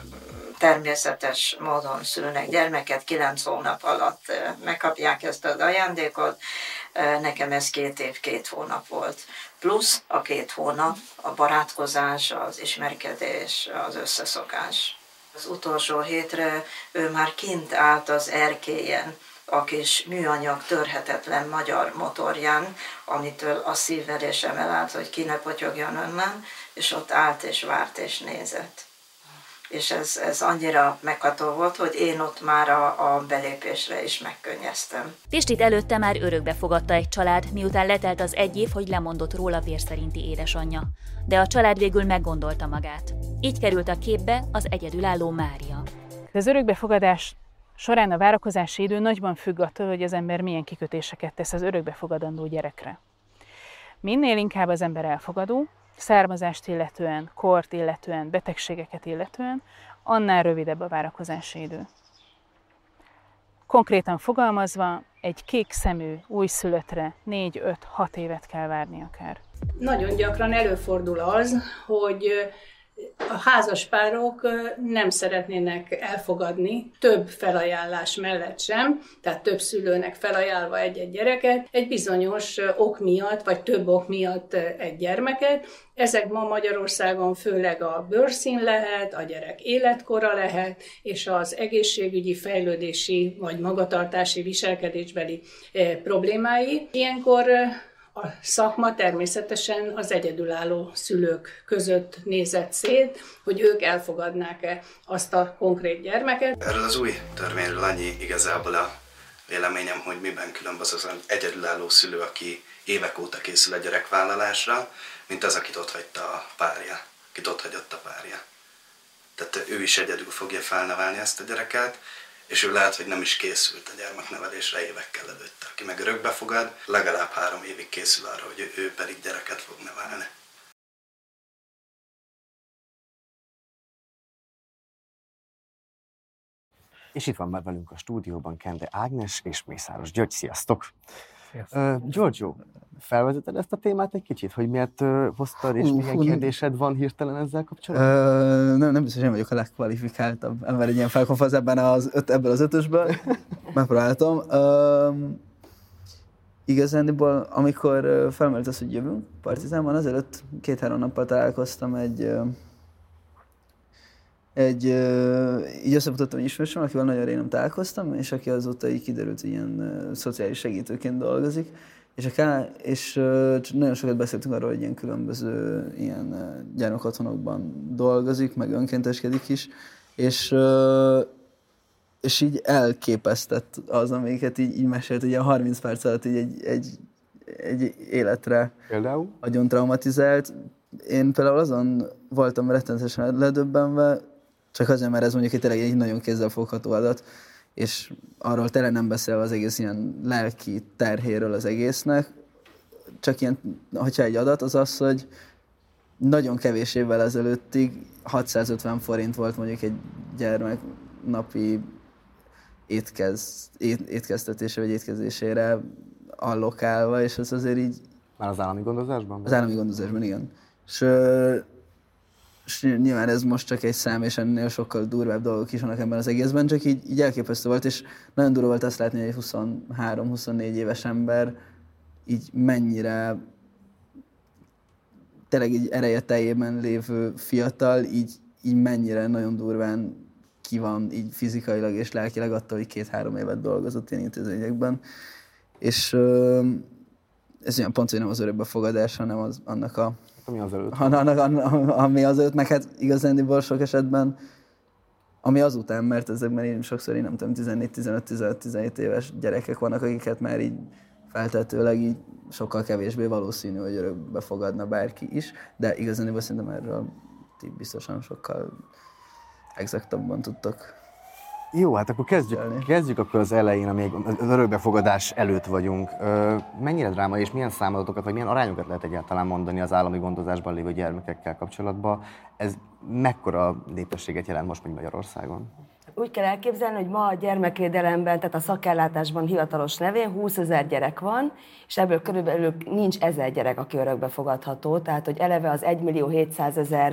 természetes módon szülnek gyermeket, 9 hónap alatt megkapják ezt az ajándékot. Nekem ez 2 év, 2 hónap volt. Plusz a 2 hónap, a barátkozás, az ismerkedés, az összeszokás. Az utolsó hétre ő már kint állt az erkélyen, a kis műanyag törhetetlen magyar motorján, amitől a szívverésem elállt, hogy ki ne potyogjon onnan, és ott állt és várt és nézett. És ez annyira megható volt, hogy én ott már a belépésre is megkönnyeztem. Pistit előtte már örökbe fogadta egy család, miután letelt az 1 év, hogy lemondott róla vérszerinti édesanyja. De a család végül meggondolta magát. Így került a képbe az egyedülálló Mária. Az örökbefogadás során a várakozási idő nagyban függ attól, hogy az ember milyen kikötéseket tesz az örökbefogadandó gyerekre. Minél inkább az ember elfogadó, származást illetően, kort illetően, betegségeket illetően, annál rövidebb a várakozási idő. Konkrétan fogalmazva, egy kék szemű újszülöttre 4-5-6 évet kell várni akár. Nagyon gyakran előfordul az, hogy a házaspárok nem szeretnének elfogadni több felajánlás mellett sem, tehát több szülőnek felajánlva egy-egy gyereket, egy bizonyos ok miatt, vagy több ok miatt egy gyermeket. Ezek ma Magyarországon főleg a bőrszín lehet, a gyerek életkora lehet, és az egészségügyi, fejlődési vagy magatartási, viselkedésbeli problémái. Ilyenkor a szakma természetesen az egyedülálló szülők között nézett szét, hogy ők elfogadnák-e azt a konkrét gyermeket. Erről az új törvényről annyi igazából a véleményem, hogy miben különböz az egyedülálló szülő, aki évek óta készül a gyerekvállalásra, mint az, akit ott hagyta a párja akit ott hagyott a párja. Tehát ő is egyedül fogja felnevelni ezt a gyereket, és ő lehet, hogy nem is készült a gyermeknevelésre évekkel előtte. Aki meg örökbe fogad, legalább 3 évig készül arra, hogy ő pedig gyereket fog nevelni. És itt van már velünk a stúdióban Kende Ágnes és Mészáros György. Sziasztok! Giorgio, felvezeted ezt a témát egy kicsit, hogy miért hoztad, és milyen kérdésed van hirtelen ezzel kapcsolatban? Nem biztos, hogy én vagyok a legkvalifikáltabb ember egy ilyen felkonferenc ebből az 5-ösből. Megpróbáltam. Igazániból, amikor felmerült az, hogy jövünk Partizánban, azelőtt 2-3 nappal találkoztam így összefutottam egy ismerősöm, akivel nagyon rég nem találkoztam, és aki azóta így kiderült, hogy ilyen szociális segítőként dolgozik, és nagyon sokat beszéltünk arról, hogy ilyen különböző ilyen gyermekotthonokban dolgozik, meg önkénteskedik is, és így elképesztett az, amiket így mesélt, hogy ilyen 30 perc alatt így egy életre agyon traumatizált. Én például azon voltam rettenetesen ledöbbenve, csak azért, mert ez mondjuk tényleg egy nagyon kézzelfogható adat, és arról tényleg nem beszélve az egész ilyen lelki terhéről az egésznek, csak ilyen, hogyha egy adat, az az, hogy nagyon kevés évvel ezelőttig 650 forint volt mondjuk egy gyermek napi étkeztetése vagy étkezésére allokálva, és ez azért így... Már az állami gondozásban? Az állami gondozásban, igen. És nyilván ez most csak egy szám, és ennél sokkal durvább dolgok is vannak ebben az egészben, csak így elképesztő volt, és nagyon durva volt azt látni, hogy egy 23-24 éves ember így mennyire tényleg így ereje teljében lévő fiatal, így mennyire nagyon durván ki van így fizikailag és lelkileg attól, hogy 2-3 évet dolgozott ilyen intézményekben. És ez olyan pont, hogy nem az örökbefogadás, hanem az, annak a... Ami az előtt. Ami az előtt, meg hát igazándiból sok esetben, ami azután, mert ezekben én sokszor, én nem tudom, 14-15-17 éves gyerekek vannak, akiket már így feltehetőleg így sokkal kevésbé valószínű, hogy örökbe fogadna bárki is, de igazándiból szerintem erről ti biztosan sokkal exaktabban tudtok. Jó, hát akkor kezdjük akkor az elején, amíg az örökbefogadás előtt vagyunk. Mennyire drámai és milyen számadatokat, vagy milyen arányokat lehet egyáltalán mondani az állami gondozásban lévő gyermekekkel kapcsolatban? Ez mekkora népességet jelent most még Magyarországon? Úgy kell elképzelni, hogy ma a gyermekvédelemben, tehát a szakellátásban hivatalos nevén 20 000 gyerek van, és ebből körülbelül nincs 1000 gyerek, aki örökbefogadható, tehát hogy eleve az 1.700.000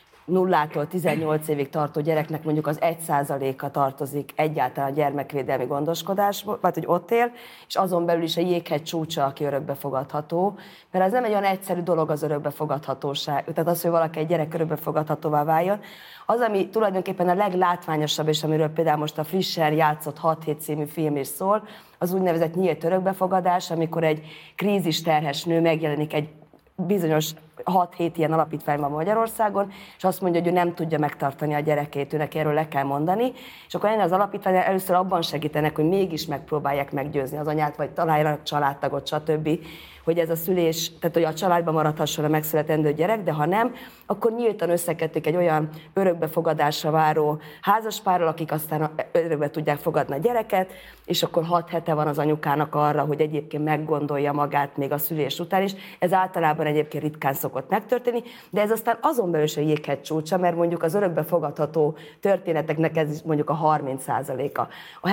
0-tól 18 évig tartó gyereknek mondjuk az 1%-a tartozik egyáltalán a gyermekvédelmi gondoskodásba, vagy hogy ott él, és azon belül is a jéghegy csúcsa, aki örökbefogadható. Mert ez nem egy olyan egyszerű dolog az örökbefogadhatóság, tehát az, hogy valaki egy gyerek örökbefogadhatóvá váljon. Az, ami tulajdonképpen a leglátványosabb, és amiről például most a frissen játszott 6-7 című film is szól, az úgynevezett nyílt örökbefogadás, amikor egy krízisterhes nő megjelenik egy bizonyos 6-7 ilyen alapítvány van Magyarországon, és azt mondja, hogy ő nem tudja megtartani a gyerekét, őnek erről le kell mondani, és akkor ennél az alapítvány először abban segítenek, hogy mégis megpróbálják meggyőzni az anyát, vagy találjanak családtagot, stb., hogy ez a szülés, tehát hogy a családban maradhasson a megszületendő gyerek, de ha nem, akkor nyíltan összekötik egy olyan örökbefogadásra váró házaspárral, akik aztán örökbe tudják fogadni a gyereket, és akkor 6 hete van az anyukának arra, hogy egyébként meggondolja magát még a szülés után is. Ez általában egyébként ritkán szokott megtörténni, de ez aztán azon belül is a jéghegy csúcsa, mert mondjuk az örökbefogadható történeteknek ez mondjuk a 30%-a. A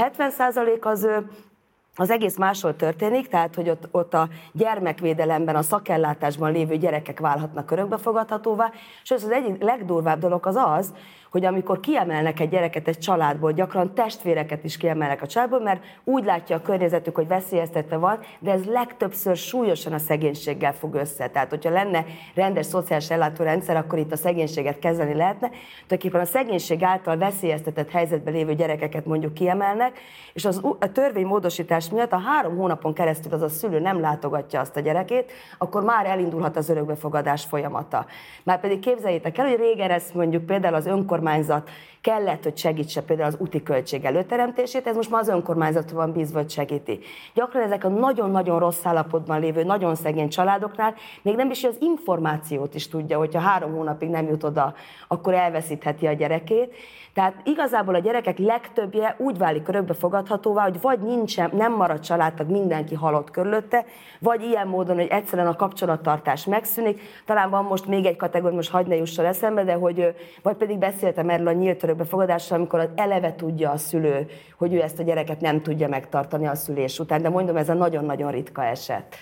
70% az egész máshol történik, tehát hogy ott a gyermekvédelemben, a szakellátásban lévő gyerekek válhatnak örökbefogadhatóvá, és az egyik legdurvább dolog az, hogy amikor kiemelnek egy gyereket egy családból, gyakran testvéreket is kiemelnek a családból, mert úgy látja a környezetük, hogy veszélyeztetve van, de ez legtöbbször súlyosan a szegénységgel fog össze. Tehát, hogyha lenne rendes szociális ellátórendszer, akkor itt a szegénységet kezelni lehetne. Tulajdonképpen a szegénység által veszélyeztetett helyzetben lévő gyerekeket mondjuk kiemelnek, és a törvénymódosítás miatt, ha 3 hónapon keresztül az a szülő nem látogatja azt a gyerekét, akkor már elindulhat az örökbefogadás folyamata. Márpedig képzeljétek el, hogy régen ezt mondjuk például az önkormányzat önkormányzat kellett, hogy segítse például az úti költség előteremtését, ez most már az önkormányzatra van bízva, hogy segíti. Gyakran ezek a nagyon-nagyon rossz állapotban lévő, nagyon szegény családoknál még nem is az információt is tudja, hogyha 3 hónapig nem jut oda, akkor elveszítheti a gyerekét. Tehát igazából a gyerekek legtöbbje úgy válik örökbefogadhatóvá, hogy vagy nincsen, nem marad családtag, mindenki halott körülötte, vagy ilyen módon, hogy egyszerűen a kapcsolattartás megszűnik. Talán van most még egy kategória, most hagyd ne jusson eszembe, de hogy, vagy pedig beszéltem erről a nyílt örökbefogadásról, amikor az eleve tudja a szülő, hogy ő ezt a gyereket nem tudja megtartani a szülés után. De mondom, ez a nagyon-nagyon ritka eset.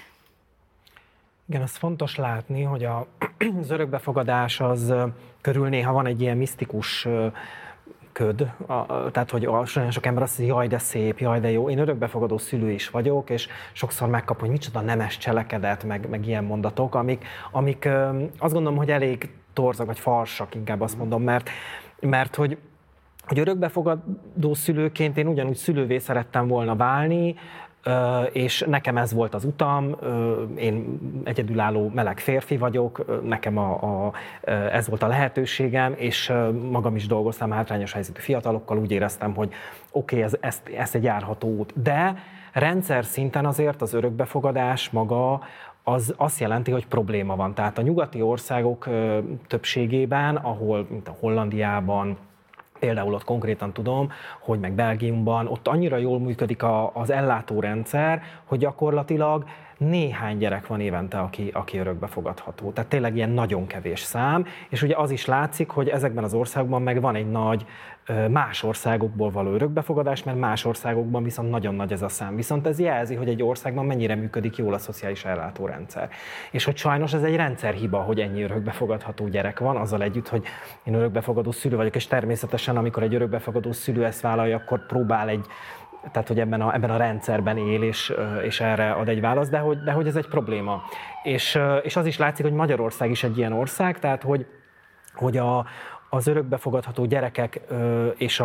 Igen, az fontos látni, hogy az örökbefogadás az körül néha van egy ilyen misztikus köd, tehát hogy nagyon sok ember azt mondja, jaj de szép, jaj de jó, én örökbefogadó szülő is vagyok, és sokszor megkap, hogy micsoda nemes cselekedet, meg ilyen mondatok, amik azt gondolom, hogy elég torzak, vagy farsak, inkább azt mondom, mert hogy örökbefogadó szülőként én ugyanúgy szülővé szerettem volna válni, és nekem ez volt az utam, én egyedülálló meleg férfi vagyok, nekem ez volt a lehetőségem, és magam is dolgoztam hátrányos helyzetű fiatalokkal, úgy éreztem, hogy oké, ez egy járható út. De rendszer szinten azért az örökbefogadás maga az azt jelenti, hogy probléma van. Tehát a nyugati országok többségében, ahol, mint a Hollandiában, például ott konkrétan tudom, hogy meg Belgiumban, ott annyira jól működik az ellátórendszer, hogy gyakorlatilag néhány gyerek van évente, aki örökbefogadható. Tehát tényleg ilyen nagyon kevés szám, és ugye az is látszik, hogy ezekben az országokban meg van egy nagy más országokból való örökbefogadás, mert más országokban viszont nagyon nagy ez a szám. Viszont ez jelzi, hogy egy országban mennyire működik jól a szociális ellátórendszer. És hogy sajnos ez egy rendszerhiba, hogy ennyi örökbefogadható gyerek van, azzal együtt, hogy én örökbefogadó szülő vagyok, és természetesen, amikor egy örökbefogadó szülő ezt vállalja, akkor próbál tehát hogy ebben a rendszerben él, és erre ad egy választ, de hogy ez egy probléma. És az is látszik, hogy Magyarország is egy ilyen ország, tehát hogy az örökbefogadható gyerekek és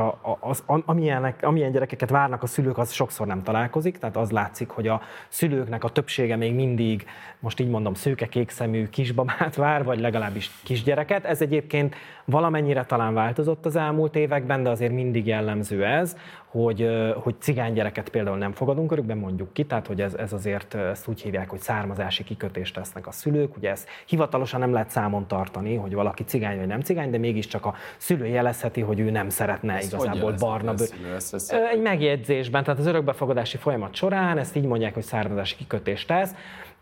amilyen gyerekeket várnak a szülők, az sokszor nem találkozik, tehát az látszik, hogy a szülőknek a többsége még mindig, most így mondom, szőke, kékszemű kisbabát vár, vagy legalábbis kisgyereket. Ez egyébként valamennyire talán változott az elmúlt években, de azért mindig jellemző ez, hogy cigány gyereket például nem fogadunk örökbe, mondjuk ki, tehát hogy ez azért, ezt úgy hívják, hogy származási kikötést tesznek a szülők, ugye ezt hivatalosan nem lehet számon tartani, hogy valaki cigány vagy nem cigány, de mégiscsak a szülő jelezheti, hogy ő nem szeretne ezt igazából barna bőr. Egy megjegyzésben, tehát az örökbefogadási folyamat során ezt így mondják, hogy származási kikötést tesz.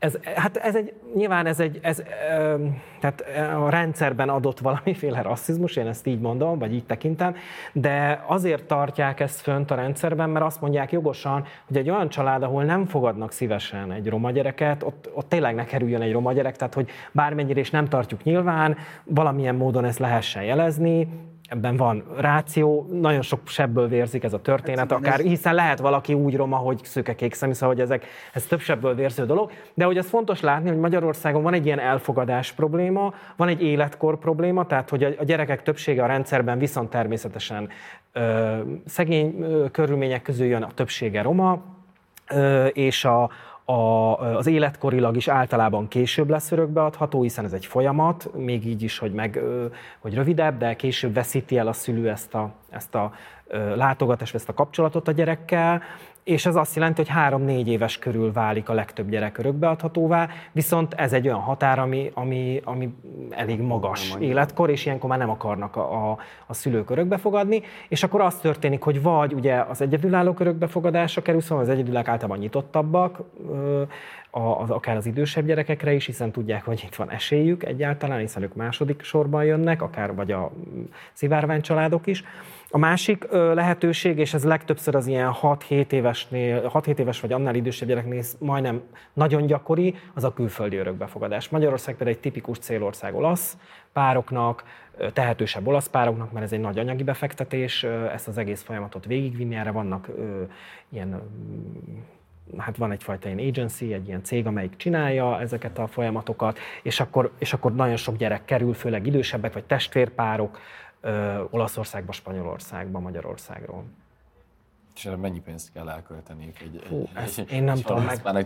Tehát a rendszerben adott valamiféle rasszizmus, én ezt így mondom, vagy így tekintem, de azért tartják ezt fönt a rendszerben, mert azt mondják jogosan, hogy egy olyan család, ahol nem fogadnak szívesen egy roma gyereket, ott tényleg ne kerüljön egy roma gyerek, tehát hogy bármennyire is nem tartjuk nyilván, valamilyen módon ezt lehessen jelezni, ebben van ráció, nagyon sok sebből vérzik ez a történet, akár, hiszen lehet valaki úgy roma, hogy szőke kékszemű, szóval hogy ez több sebből vérző dolog, de hogy ez fontos látni, hogy Magyarországon van egy ilyen elfogadás probléma, van egy életkor probléma, tehát hogy a gyerekek többsége a rendszerben viszont természetesen szegény körülmények közül jön, a többsége roma, és az életkorilag is általában később lesz örökbeadható, hiszen ez egy folyamat, még így is, hogy rövidebb, de később veszíti el a szülő ezt a látogatást, ezt a kapcsolatot a gyerekkel, és ez azt jelenti, hogy 3-4 éves körül válik a legtöbb gyerek örökbeadhatóvá, viszont ez egy olyan határ, ami elég magas életkor, és ilyenkor már nem akarnak a szülők örökbefogadni, és akkor az történik, hogy vagy ugye az egyedülállók örökbefogadásra kerül, szóval az egyedülák általában nyitottabbak, akár az idősebb gyerekekre is, hiszen tudják, hogy itt van esélyük egyáltalán, hiszen ők második sorban jönnek, akár vagy a szivárvány családok is. A másik lehetőség, és ez legtöbbször az ilyen 6-7 éves vagy annál idősebb gyereknél majdnem nagyon gyakori, az a külföldi örökbefogadás. Magyarország például egy tipikus célország olasz pároknak, tehetősebb olasz pároknak, mert ez egy nagy anyagi befektetés, ezt az egész folyamatot végigvinni, erre vannak ilyen, hát van egyfajta ilyen agency, egy ilyen cég, amelyik csinálja ezeket a folyamatokat, és akkor nagyon sok gyerek kerül, főleg idősebbek vagy testvérpárok, Olaszországba, Spanyolországba, Magyarországról. És erre mennyi pénzt kell elkölteniük én nem tudom meg.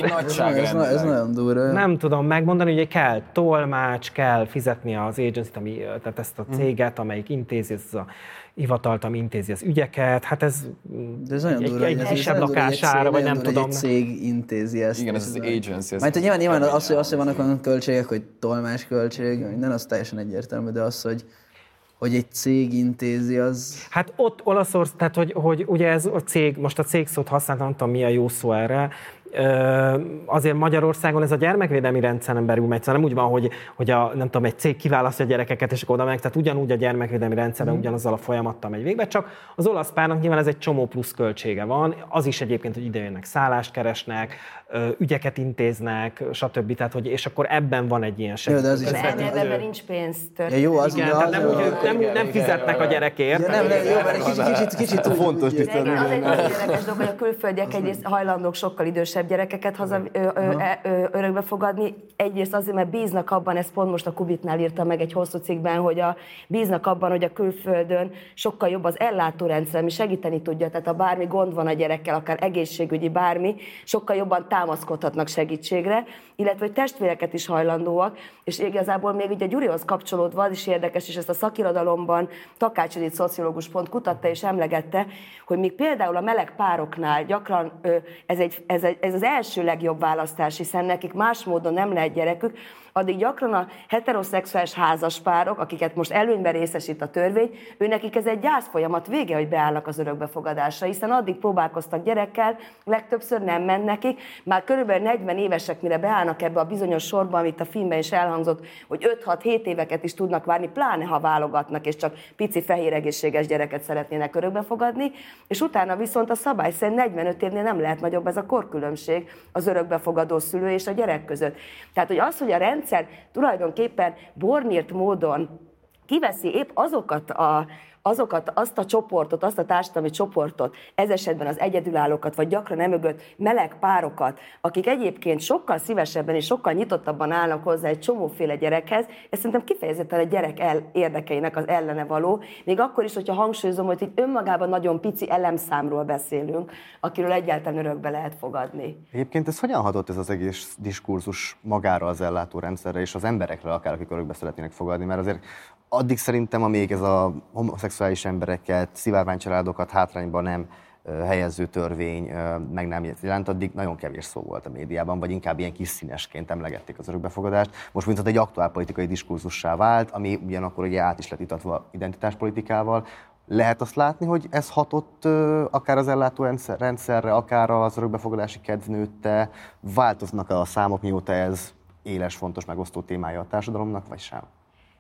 Ez nagyon durva. Nem tudom megmondani, hogy kell tolmács, kell fizetni az agency-t, tehát ezt a céget, amelyik intézi, ez a hivatalt, ami intézi az ügyeket. Hát ez nagyon durva, egy kisebb lakására, vagy nem tudom. Egy cég intézi ezt. Igen, ez az agency. Mert nyilván az, hogy vannak olyan költségek, hogy tolmácsköltség, minden az teljesen egyértelmű, de az, hogy egy cég intézi, az... Hát ott Olaszország, tehát hogy ugye ez a cég, most a cégszót használtam, nem tudom mi a jó szó erre, azért Magyarországon ez a gyermekvédelmi rendszeren belül megy, szóval nem úgy van, hogy nem tudom, egy cég kiválasztja a gyerekeket, és akkor oda meg, tehát ugyanúgy a gyermekvédelmi rendszeren ugyanazzal a folyamattal megy végbe, csak az olasz párnak nyilván ez egy csomó plusz költsége van, az is egyébként, hogy ide jönnek, szállást keresnek, ügyeket intéznek, stb. Tehát, hogy, és akkor ebben van egy ilyen segítség. Ebben nincs pénz. Jó, az igen, tehát nem fizetnek a gyerekért. Ja, nem, jó, mert kicsit fontos tisztelni. Az egy nagyon érdekes dolog, hogy a külföldiek egyrészt hajlandók sokkal idősebb gyerekeket örökbe fogadni. Egyrészt azért, mert bíznak abban, ezt pont most a Kubitnál írtam meg egy hosszú cikkben, hogy bíznak abban, hogy a külföldön sokkal jobb az ellátórendszer, ami segíteni tudja. Tehát ha bármi gond van a gyerekkel, akár egészségügyi, bármi, sokkal jobban támaszkodhatnak segítségre, illetve hogy testvéreket is hajlandóak, és igazából még ugye Gyurihoz kapcsolódva az is érdekes, és ezt a szakirodalomban Takács Edith szociológus pont kutatta és emlegette, hogy még például a meleg pároknál gyakran ez az első legjobb választás, hiszen nekik más módon nem lehet gyerekük, addig gyakran a heteroszexuális házaspárok, akiket most előnyben részesít a törvény, őnekik ez egy gyászfolyamat vége, hogy beállnak az örökbefogadásra, hiszen addig próbálkoztak gyerekkel, legtöbbször nem ment nekik, már körülbelül 40 évesek, mire beállnak ebbe a bizonyos sorba, amit a filmben is elhangzott, hogy 5-6-7 éveket is tudnak várni, pláne ha válogatnak, és csak pici fehér egészséges gyereket szeretnének örökbefogadni, és utána viszont a szabály szerint 45 évnél nem lehet nagyobb ez a korkülönbség az örökbefogadó szülő és a gyerek között. Tehát, hogy az, hogy a rendszer tulajdonképpen bornírt módon kiveszi épp azt a csoportot, azt a társadalmi csoportot, ez esetben az egyedülállókat, vagy gyakran emögött meleg párokat, akik egyébként sokkal szívesebben és sokkal nyitottabban állnak hozzá egy csomóféle gyerekhez, ez szerintem kifejezetten a gyerek érdekeinek az ellene való, még akkor is, hogyha hangsúlyozom, hogy itt önmagában nagyon pici elemszámról beszélünk, akiről egyáltalán örökbe lehet fogadni. Egyébként ez hogyan hatott ez az egész diskurzus magára az ellátórendszerre és az emberekre, akár akik örökbe szeretnének fogadni, mert azért addig szerintem, amíg ez a homoszexuális embereket, szivárványcsaládokat hátrányba nem helyező törvény meg nem jelent, addig nagyon kevés szó volt a médiában, vagy inkább ilyen kis színesként emlegették az örökbefogadást. Most viszont egy aktuál politikai diskurzussá vált, ami ugyanakkor ugye át is lett itatva identitáspolitikával. Lehet azt látni, hogy ez hatott akár az ellátórendszerre, akár az örökbefogadási kedv nőtte? Változnak-e a számok, mióta ez éles, fontos, megosztó témája a társadalomnak, vagy sem?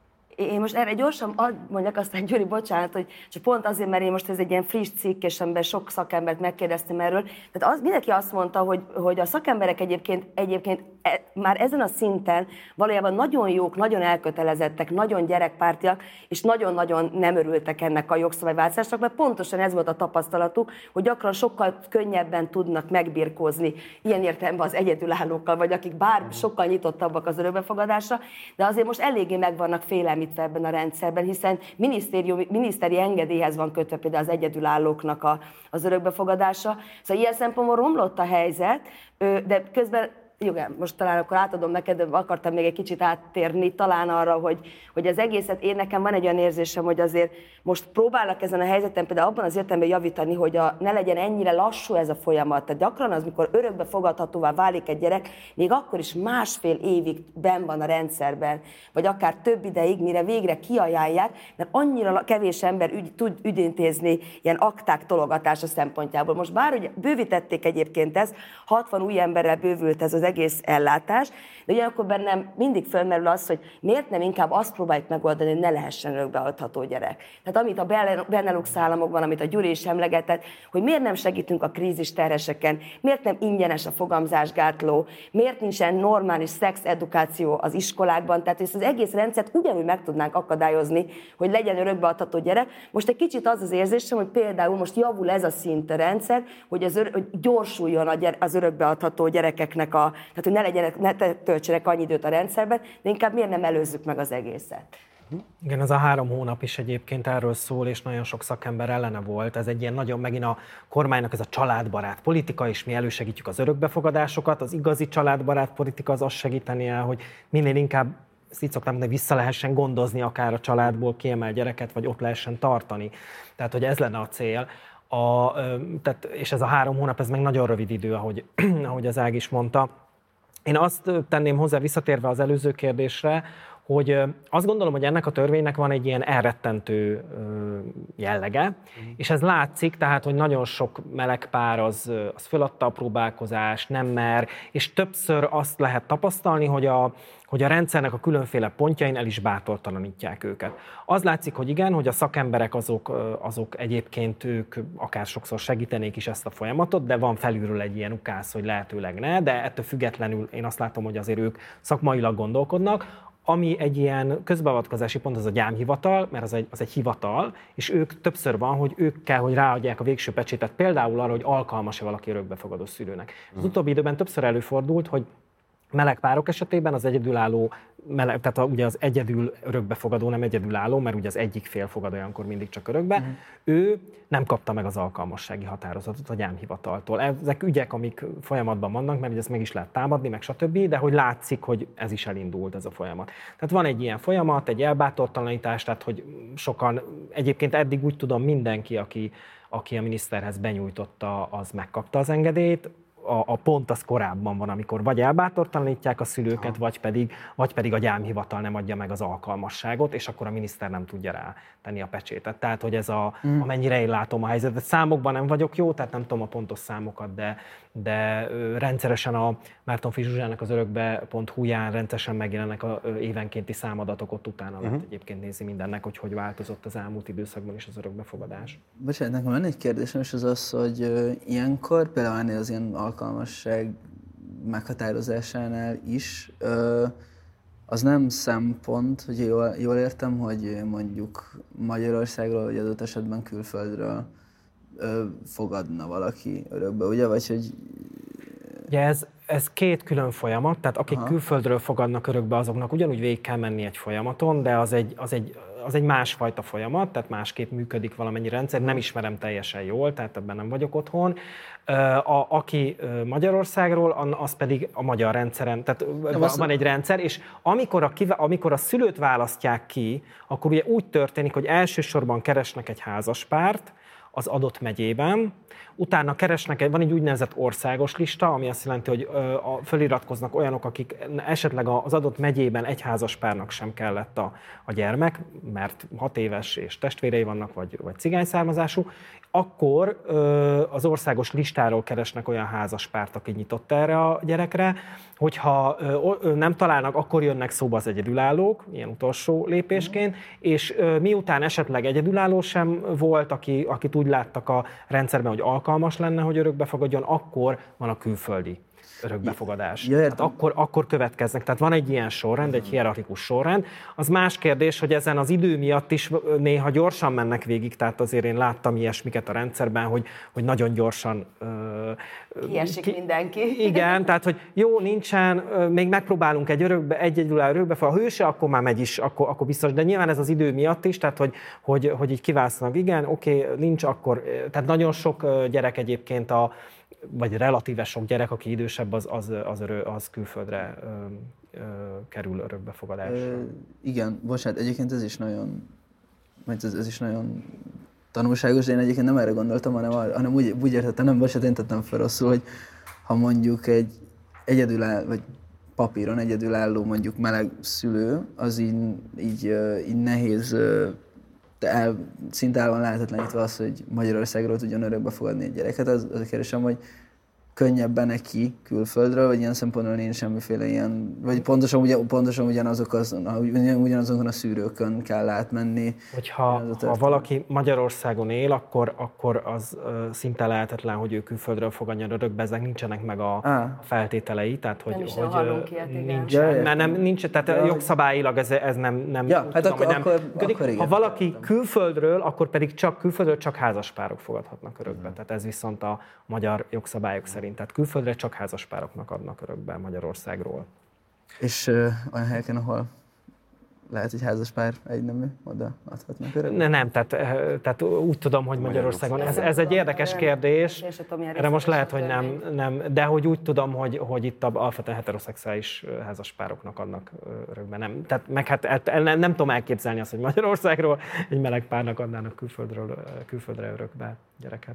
Én most erre gyorsan mondjak, aztán Gyuri, bocsánat, hogy csak pont azért, mert én most ez egy ilyen friss cikk, és amiben sok szakembert megkérdeztem erről. Tehát mindenki azt mondta, hogy a szakemberek egyébként már ezen a szinten valójában nagyon jók, nagyon elkötelezettek, nagyon gyerekpártiak, és nagyon-nagyon nem örültek ennek a jogszabályváltozásnak, mert pontosan ez volt a tapasztalatuk, hogy gyakran sokkal könnyebben tudnak megbirkózni ilyen értelemben az egyedülállókkal, vagy akik bár sokkal nyitottabbak az örökbefogadásra, de azért most eléggé meg vannak félelmítve ebben a rendszerben, hiszen miniszteri engedélyhez van kötve például az egyedülállóknak az örökbefogadása. Szóval ilyen szempontból romlott a helyzet, de közben most talán akkor átadom neked, de akartam még egy kicsit áttérni talán arra, hogy az egészet, nekem van egy olyan érzésem, hogy azért most próbálnak ezen a helyzeten például abban az értelemben javítani, hogy ne legyen ennyire lassú ez a folyamat. Tehát gyakran az, mikor örökbe fogadhatóvá válik egy gyerek, még akkor is 1,5 évig benn van a rendszerben, vagy akár több ideig, mire végre kiajánlják, mert annyira kevés ember tud ügyintézni ilyen akták tologatása szempontjából. Most bár ugye bővítették egyébként ezt, 60 új emberrel bővült ez az egész ellátás, de ugyanakkor bennem mindig fölmerül az, hogy miért nem inkább azt próbáljuk megoldani, hogy ne lehessen örökbeadható gyerek. Tehát amit a Benelux államokban, amit a Gyuri is emlegetett, hogy miért nem segítünk a krízis terheseken, miért nem ingyenes a fogamzásgátló, miért nincsen normális szexedukáció az iskolákban, tehát ezt az egész rendszert ugyanúgy meg tudnánk akadályozni, hogy legyen örökbeadható gyerek. Most egy kicsit az érzésem, hogy például most javul ez a szint a rendszer, hogy gyorsuljon az örökbeadható gyerekeknek tehát hogy ne töltsenek annyi időt a rendszerben, de inkább miért nem előzzük meg az egészet? Igen, ez a 3 hónap is egyébként erről szól, és nagyon sok szakember ellene volt. Ez egy ilyen nagyon megint a kormánynak ez a családbarát politika, és mi elősegítjük az örökbefogadásokat. Az igazi családbarát politika az azt segítenie, hogy minél inkább, ezt így szoktam mondani, vissza lehessen gondozni akár a családból kiemelt gyereket, vagy ott lehessen tartani. Tehát, hogy ez lenne a cél. És ez a 3 hónap, ez meg nagyon rövid idő, ahogy az Ág is mondta. Én azt tenném hozzá, visszatérve az előző kérdésre, hogy azt gondolom, hogy ennek a törvénynek van egy ilyen elrettentő jellege, és ez látszik, tehát, hogy nagyon sok meleg pár az föladta a próbálkozást, nem mer, és többször azt lehet tapasztalni, hogy a rendszernek a különféle pontjain el is bátortalanítják őket. Az látszik, hogy igen, hogy a szakemberek azok egyébként ők akár sokszor segítenék is ezt a folyamatot, de van felülről egy ilyen ukász, hogy lehetőleg ne, de ettől függetlenül én azt látom, hogy azért ők szakmailag gondolkodnak. Ami egy ilyen közbeavatkozási pont, az a gyámhivatal, mert az egy hivatal, és ők többször van, hogy ők kell, hogy ráadják a végső pecsétet, például arra, hogy alkalmas-e valaki örökbefogadó szülőnek. Az utóbbi időben többször előfordult, hogy meleg párok esetében az egyedülálló, tehát ugye az egyedül örökbefogadó, nem egyedülálló, mert ugye az egyik fél fogad olyankor mindig csak örökbe, ő nem kapta meg az alkalmassági határozatot a gyámhivataltól. Ezek ügyek, amik folyamatban vannak, mert ugye ezt meg is lehet támadni, meg stb., de hogy látszik, hogy ez is elindult ez a folyamat. Tehát van egy ilyen folyamat, egy elbátortalanítás, tehát hogy sokan, egyébként eddig úgy tudom, mindenki, aki a miniszterhez benyújtotta, az megkapta az engedélyt. A pont az korábban van, amikor vagy elbátortalanítják a szülőket, vagy pedig a gyámhivatal nem adja meg az alkalmasságot, és akkor a miniszter nem tudja rá tenni a pecsétet. Tehát, hogy ez amennyire én látom a helyzetet. Számokban nem vagyok jó, tehát nem tudom a pontos számokat, de rendszeresen a Márton-Fi Zsuzsának az örökbe.hu-ján rendszeresen megjelennek a évenkénti számadatok, ott utána lehet egyébként nézni mindennek, hogy változott az elmúlt időszakban is az örökbefogadás. Bocsánat, nekem lenne egy kérdésem, és az, hogy ilyenkor, például ennél az ilyen alkalmasság meghatározásánál is, az nem szempont, hogy jól értem, hogy mondjuk Magyarországról, vagy adott esetben külföldről fogadna valaki örökbe, ugye? Vagy hogy... Ugye ez két külön folyamat, tehát akik külföldről fogadnak örökbe, azoknak ugyanúgy végig kell menni egy folyamaton, de az egy másfajta folyamat, tehát másképp működik valamennyi rendszer, nem ismerem teljesen jól, tehát ebben nem vagyok otthon. Aki Magyarországról, az pedig a magyar rendszeren, tehát van egy rendszer, és amikor a szülőt választják ki, akkor ugye úgy történik, hogy elsősorban keresnek egy házaspárt az adott megyében, utána keresnek, van egy úgynevezett országos lista, ami azt jelenti, hogy föliratkoznak olyanok, akik esetleg az adott megyében egy házaspárnak sem kellett a gyermek, mert 6 éves és testvérei vannak, vagy cigány származású, akkor az országos listáról keresnek olyan házaspárt, aki nyitott erre a gyerekre, hogyha nem találnak, akkor jönnek szóba az egyedülállók, ilyen utolsó lépésként, és miután esetleg egyedülálló sem volt, akit úgy láttak a rendszerben, hogy alkalmas lenne, hogy örökbefogadjon, akkor van a külföldi örökbefogadás. Tehát akkor következnek. Tehát van egy ilyen sorrend, egy hierarchikus sorrend. Az más kérdés, hogy ezen az idő miatt is néha gyorsan mennek végig, tehát azért én láttam ilyesmiket a rendszerben, hogy nagyon gyorsan... Kiesik mindenki. Igen, tehát hogy jó, nincsen, még megpróbálunk egy egyedülálló örökbefogadó, ha hőse, akkor már megy is, akkor biztos, de nyilván ez az idő miatt is, tehát hogy így kiválasztanak, igen, oké, nincs, akkor... Tehát nagyon sok gyerek egyébként vagy relatíve sok gyerek, aki idősebb, az külföldre kerül örökbefogadásra. Igen, bocsánat, egyébként ez is nagyon tanulságos, de én egyébként nem erre gondoltam, hanem úgy értettem, nem, bocsánat, én tettem fel rosszul, hogy ha mondjuk egy egyedülálló, vagy papíron egyedülálló mondjuk meleg szülő, az így nehéz, szinte el van lehetetlenítve az, hogy Magyarországról tudjon örökbe fogadni egy gyereket. Az a kérdésem, hogy könnyebben neki külföldről, vagy ilyen szempontból nincs semmiféle ilyen, vagy pontosan ugyanazokon a szűrőkön kell átmenni. Hogyha valaki Magyarországon él, akkor az szinte lehetetlen, hogy ő külföldről fogadjon örökbe, ezek nincsenek meg a feltételei, tehát hogy nincsen, mert nincs, tehát jogszabályilag ez nem ja, hát tudom, akkor igen. Ha valaki külföldről, akkor pedig külföldről csak házaspárok fogadhatnak örökbe, tehát ez viszont a magyar jogszabályok szerint. Tehát külföldre csak házaspároknak adnak örökbe Magyarországról. És olyan helyeken, ahol lehet, hogy házaspár egynemű oda adhatnak örökbe? Nem, tehát úgy tudom, hogy Magyarországon ez egy érdekes kérdés. Erre most lehet, hogy nem, de hogy úgy tudom, hogy itt alapvetően heteroszexuális házaspároknak adnak örökbe. Nem, tehát meg hát nem tudom elképzelni azt, hogy Magyarországról egy meleg párnak adnának külföldre örökbe gyereket.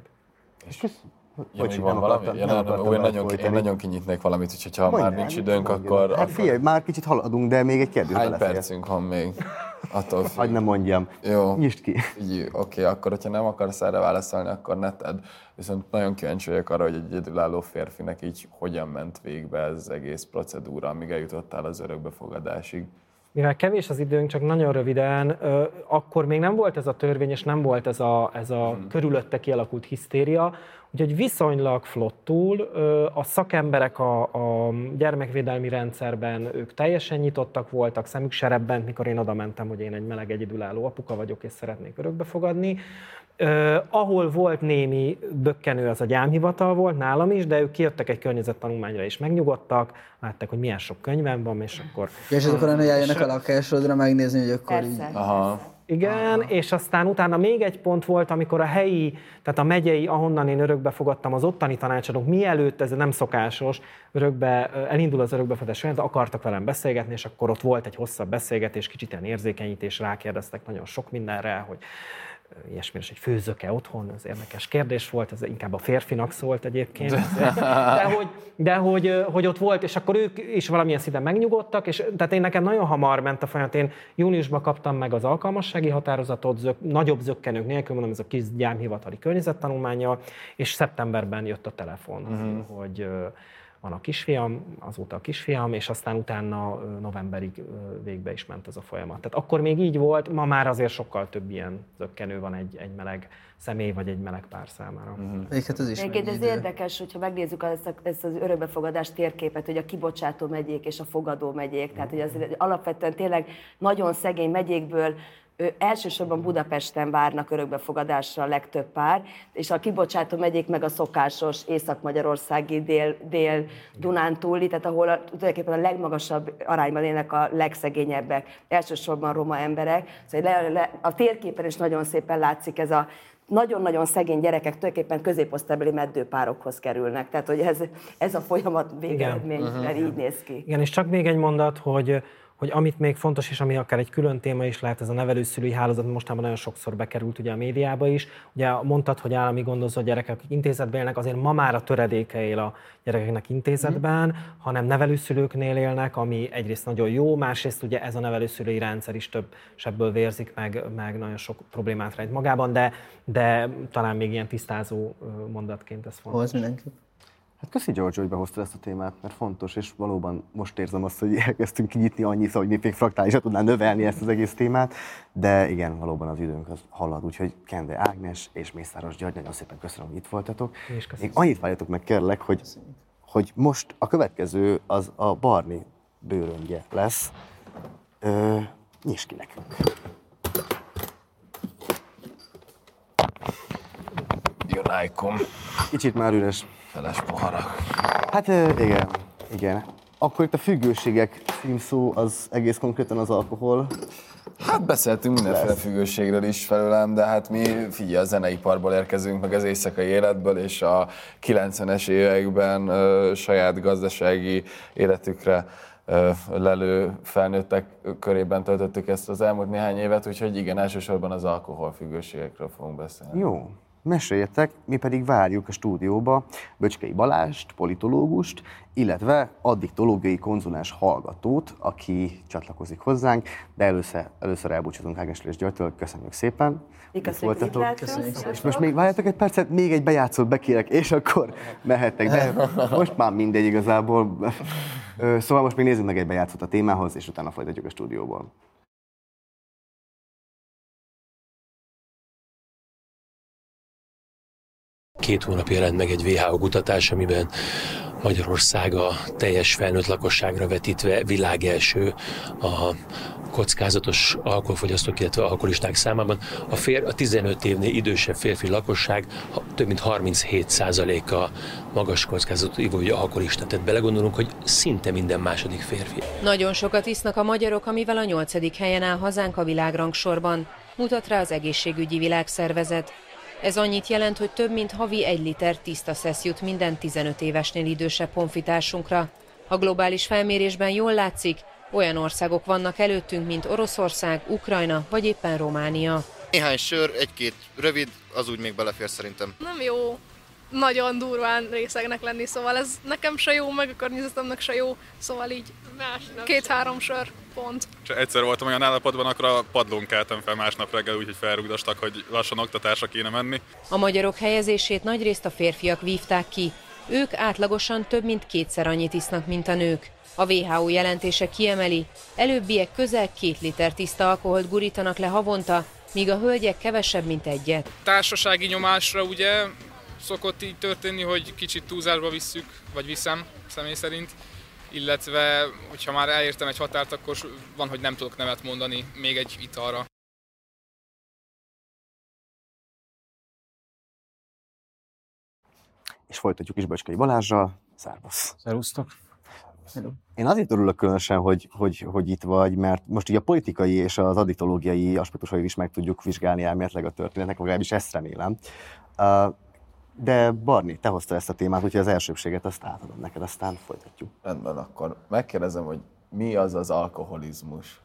Még van valami? Én nagyon kinyitnék valamit, úgyhogy ha már nincs időnk, akkor... Hát figyelj, már kicsit haladunk, de még egy kérdés belefér. Hány percünk van még? Attól függ. Hagyd ne mondjam. Jó. Nyisd ki. Oké, akkor hogyha nem akarsz erre válaszolni, akkor ne tedd. Viszont nagyon kíváncsi vagyok arra, hogy egy egyedülálló férfinek így hogyan ment végbe ez az egész procedúra, amíg eljutottál az örökbefogadásig. Mivel kevés az időnk, csak nagyon röviden, akkor még nem volt ez a törvény, és nem volt ez a körülötte kialakult hisztéria, úgyhogy viszonylag flottul a szakemberek a gyermekvédelmi rendszerben, ők teljesen nyitottak voltak, szemük se rebbent, mikor én oda mentem, hogy én egy meleg egyedülálló apuka vagyok, és szeretnék örökbefogadni. Ahol volt némi bökkenő, az a gyámhivatal volt nálam is, de ők kijöttek egy környezettanulmányra és megnyugodtak, látták, hogy milyen sok könyvem van, és akkor... És akkor eljönnek a lakásodra megnézni, hogy akkor Persze. így... Aha. Igen, és aztán utána még egy pont volt, amikor a helyi, tehát a megyei, ahonnan én örökbefogadtam, az ottani tanácsadók, mielőtt ez nem szokásos, elindul az örökbefogadás folyamat, akartak velem beszélgetni, és akkor ott volt egy hosszabb beszélgetés, kicsit ilyen érzékenyítés, rákérdeztek nagyon sok mindenre, hogy ilyesmire, hogy főzök-e otthon, ez érdekes kérdés volt, ez inkább a férfinak szólt egyébként, de hogy ott volt, és akkor ők is valamilyen szinten megnyugodtak, és tehát én nekem nagyon hamar ment a folyamat, én júniusban kaptam meg az alkalmassági határozatot, nagyobb zökkenők nélkül, mondom, ez a kis gyámhivatali környezettanulmánya, és szeptemberben jött a telefon, hogy van a kisfiam, azóta a kisfiam, és aztán utána novemberig végbe is ment ez a folyamat. Tehát akkor még így volt, ma már azért sokkal több ilyen zökkenő van egy meleg személy vagy egy meleg pár számára. Egyébként ez érdekes, hogyha megnézzük ezt az örökbefogadás térképet, hogy a kibocsátó megyék és a fogadó megyék, tehát hogy az alapvetően tényleg nagyon szegény megyékből elsősorban Budapesten várnak örökbefogadásra a legtöbb pár, és a kibocsátó megyék meg a szokásos észak-magyarországi, dél-dunántúli, tehát ahol tulajdonképpen a legmagasabb arányban élnek a legszegényebbek, elsősorban roma emberek. Szóval a térképen is nagyon szépen látszik ez a nagyon-nagyon szegény gyerekek tulajdonképpen középosztálybeli meddőpárokhoz kerülnek. Tehát, hogy ez a folyamat végeredményben így néz ki. Igen, és csak még egy mondat, hogy amit még fontos, és ami akár egy külön téma is lehet, ez a nevelőszülői hálózat, mostában nagyon sokszor bekerült ugye a médiába is. Ugye mondtad, hogy állami gondozó gyerekek, akik intézetben élnek, azért ma már a töredéke él a gyerekeknek intézetben, hanem nevelőszülőknél élnek, ami egyrészt nagyon jó, másrészt ugye ez a nevelőszülői rendszer is több sebből vérzik, meg nagyon sok problémát rejt magában, de talán még ilyen tisztázó mondatként ez fontos. Hát köszi, Giorgio, hogy behoztad ezt a témát, mert fontos, és valóban most érzem azt, hogy elkezdtünk kinyitni annyit, hogy mi még fraktálisra tudnánk növelni ezt az egész témát, de igen, valóban az időnk az halad, úgyhogy Kende Ágnes és Mészáros György, nagyon szépen köszönöm, hogy itt voltatok. Még annyit várjatok meg, kérlek, hogy most a következő az a Barni bőröngye lesz. Nyisd ki nekünk. Jurájkom. Kicsit már üres. Feles poharak. Hát igen. Akkor itt a függőségek címszó az egész konkrétan az alkohol. Hát beszéltünk mindenféle függőségről is felőlem, de hát mi figyelj, a zeneiparból érkezünk, meg az éjszakai életből, és a 90-es években saját gazdasági életükre lelő felnőttek körében töltöttük ezt az elmúlt néhány évet, úgyhogy igen, elsősorban az alkoholfüggőségekről fogunk beszélni. Jó. Meséljetek, mi pedig várjuk a stúdióba Böcskei Balást, politológust, illetve addiktológiai konzulens hallgatót, aki csatlakozik hozzánk, de először elbúcsúzunk Ágnesről és Györgytől. Köszönjük szépen! És most még várjátok egy percet, még egy bejátszót bekérek, és akkor mehettek, de most már mindegy igazából. Szóval most még nézzük meg egy bejátszót a témához, és utána folytatjuk a stúdióból. 2 hónapja jelent meg egy WHO kutatás, amiben Magyarország a teljes felnőtt lakosságra vetítve világelső a kockázatos alkoholfogyasztók, illetve alkoholisták számában. A 15 évnél idősebb férfi lakosság több mint 37%-a magas kockázatú ivóügyi alkoholista. Tehát belegondolunk, hogy szinte minden második férfi. Nagyon sokat isznak a magyarok, amivel a 8. helyen áll hazánk a világrangsorban, mutat rá az Egészségügyi Világszervezet. Ez annyit jelent, hogy több mint havi 1 liter tiszta szesz jut minden 15 évesnél idősebb honfitársunkra. A globális felmérésben jól látszik, olyan országok vannak előttünk, mint Oroszország, Ukrajna vagy éppen Románia. Néhány sör, 1-2 rövid, az úgy még belefér szerintem. Nem jó nagyon durván részegnek lenni, szóval ez nekem se jó, meg a környezetemnek se jó, szóval így 2-3 sör, pont. Csak egyszer voltam olyan állapotban, akkor a padlón keltem fel másnap reggel, úgyhogy felrúgdostak, hogy lassan oktatásra kéne menni. A magyarok helyezését nagyrészt a férfiak vívták ki. Ők átlagosan több mint 2-szer annyit isznak, mint a nők. A WHO jelentése kiemeli, előbbiek közel 2 liter tiszta alkoholt gurítanak le havonta, míg a hölgyek kevesebb, mint 1. Társasági nyomásra ugye szokott így történni, hogy kicsit túlzásba visszük, vagy viszem személy szerint, illetve hogyha már elértem egy határt, akkor van, hogy nem tudok nemet mondani még egy italra. És folytatjuk is Böcskei Balázsral. Szervusz! Szervusztok! Én azért örülök különösen, hogy itt vagy, mert most így a politikai és az addiktológiai aspektusait is meg tudjuk vizsgálni elméletileg a történetnek, legalábbis ezt remélem. De Barni, te hoztad ezt a témát, úgyhogy az elsőbséget azt átadom neked, aztán folytatjuk. Rendben, akkor megkérdezem, hogy mi az az alkoholizmus?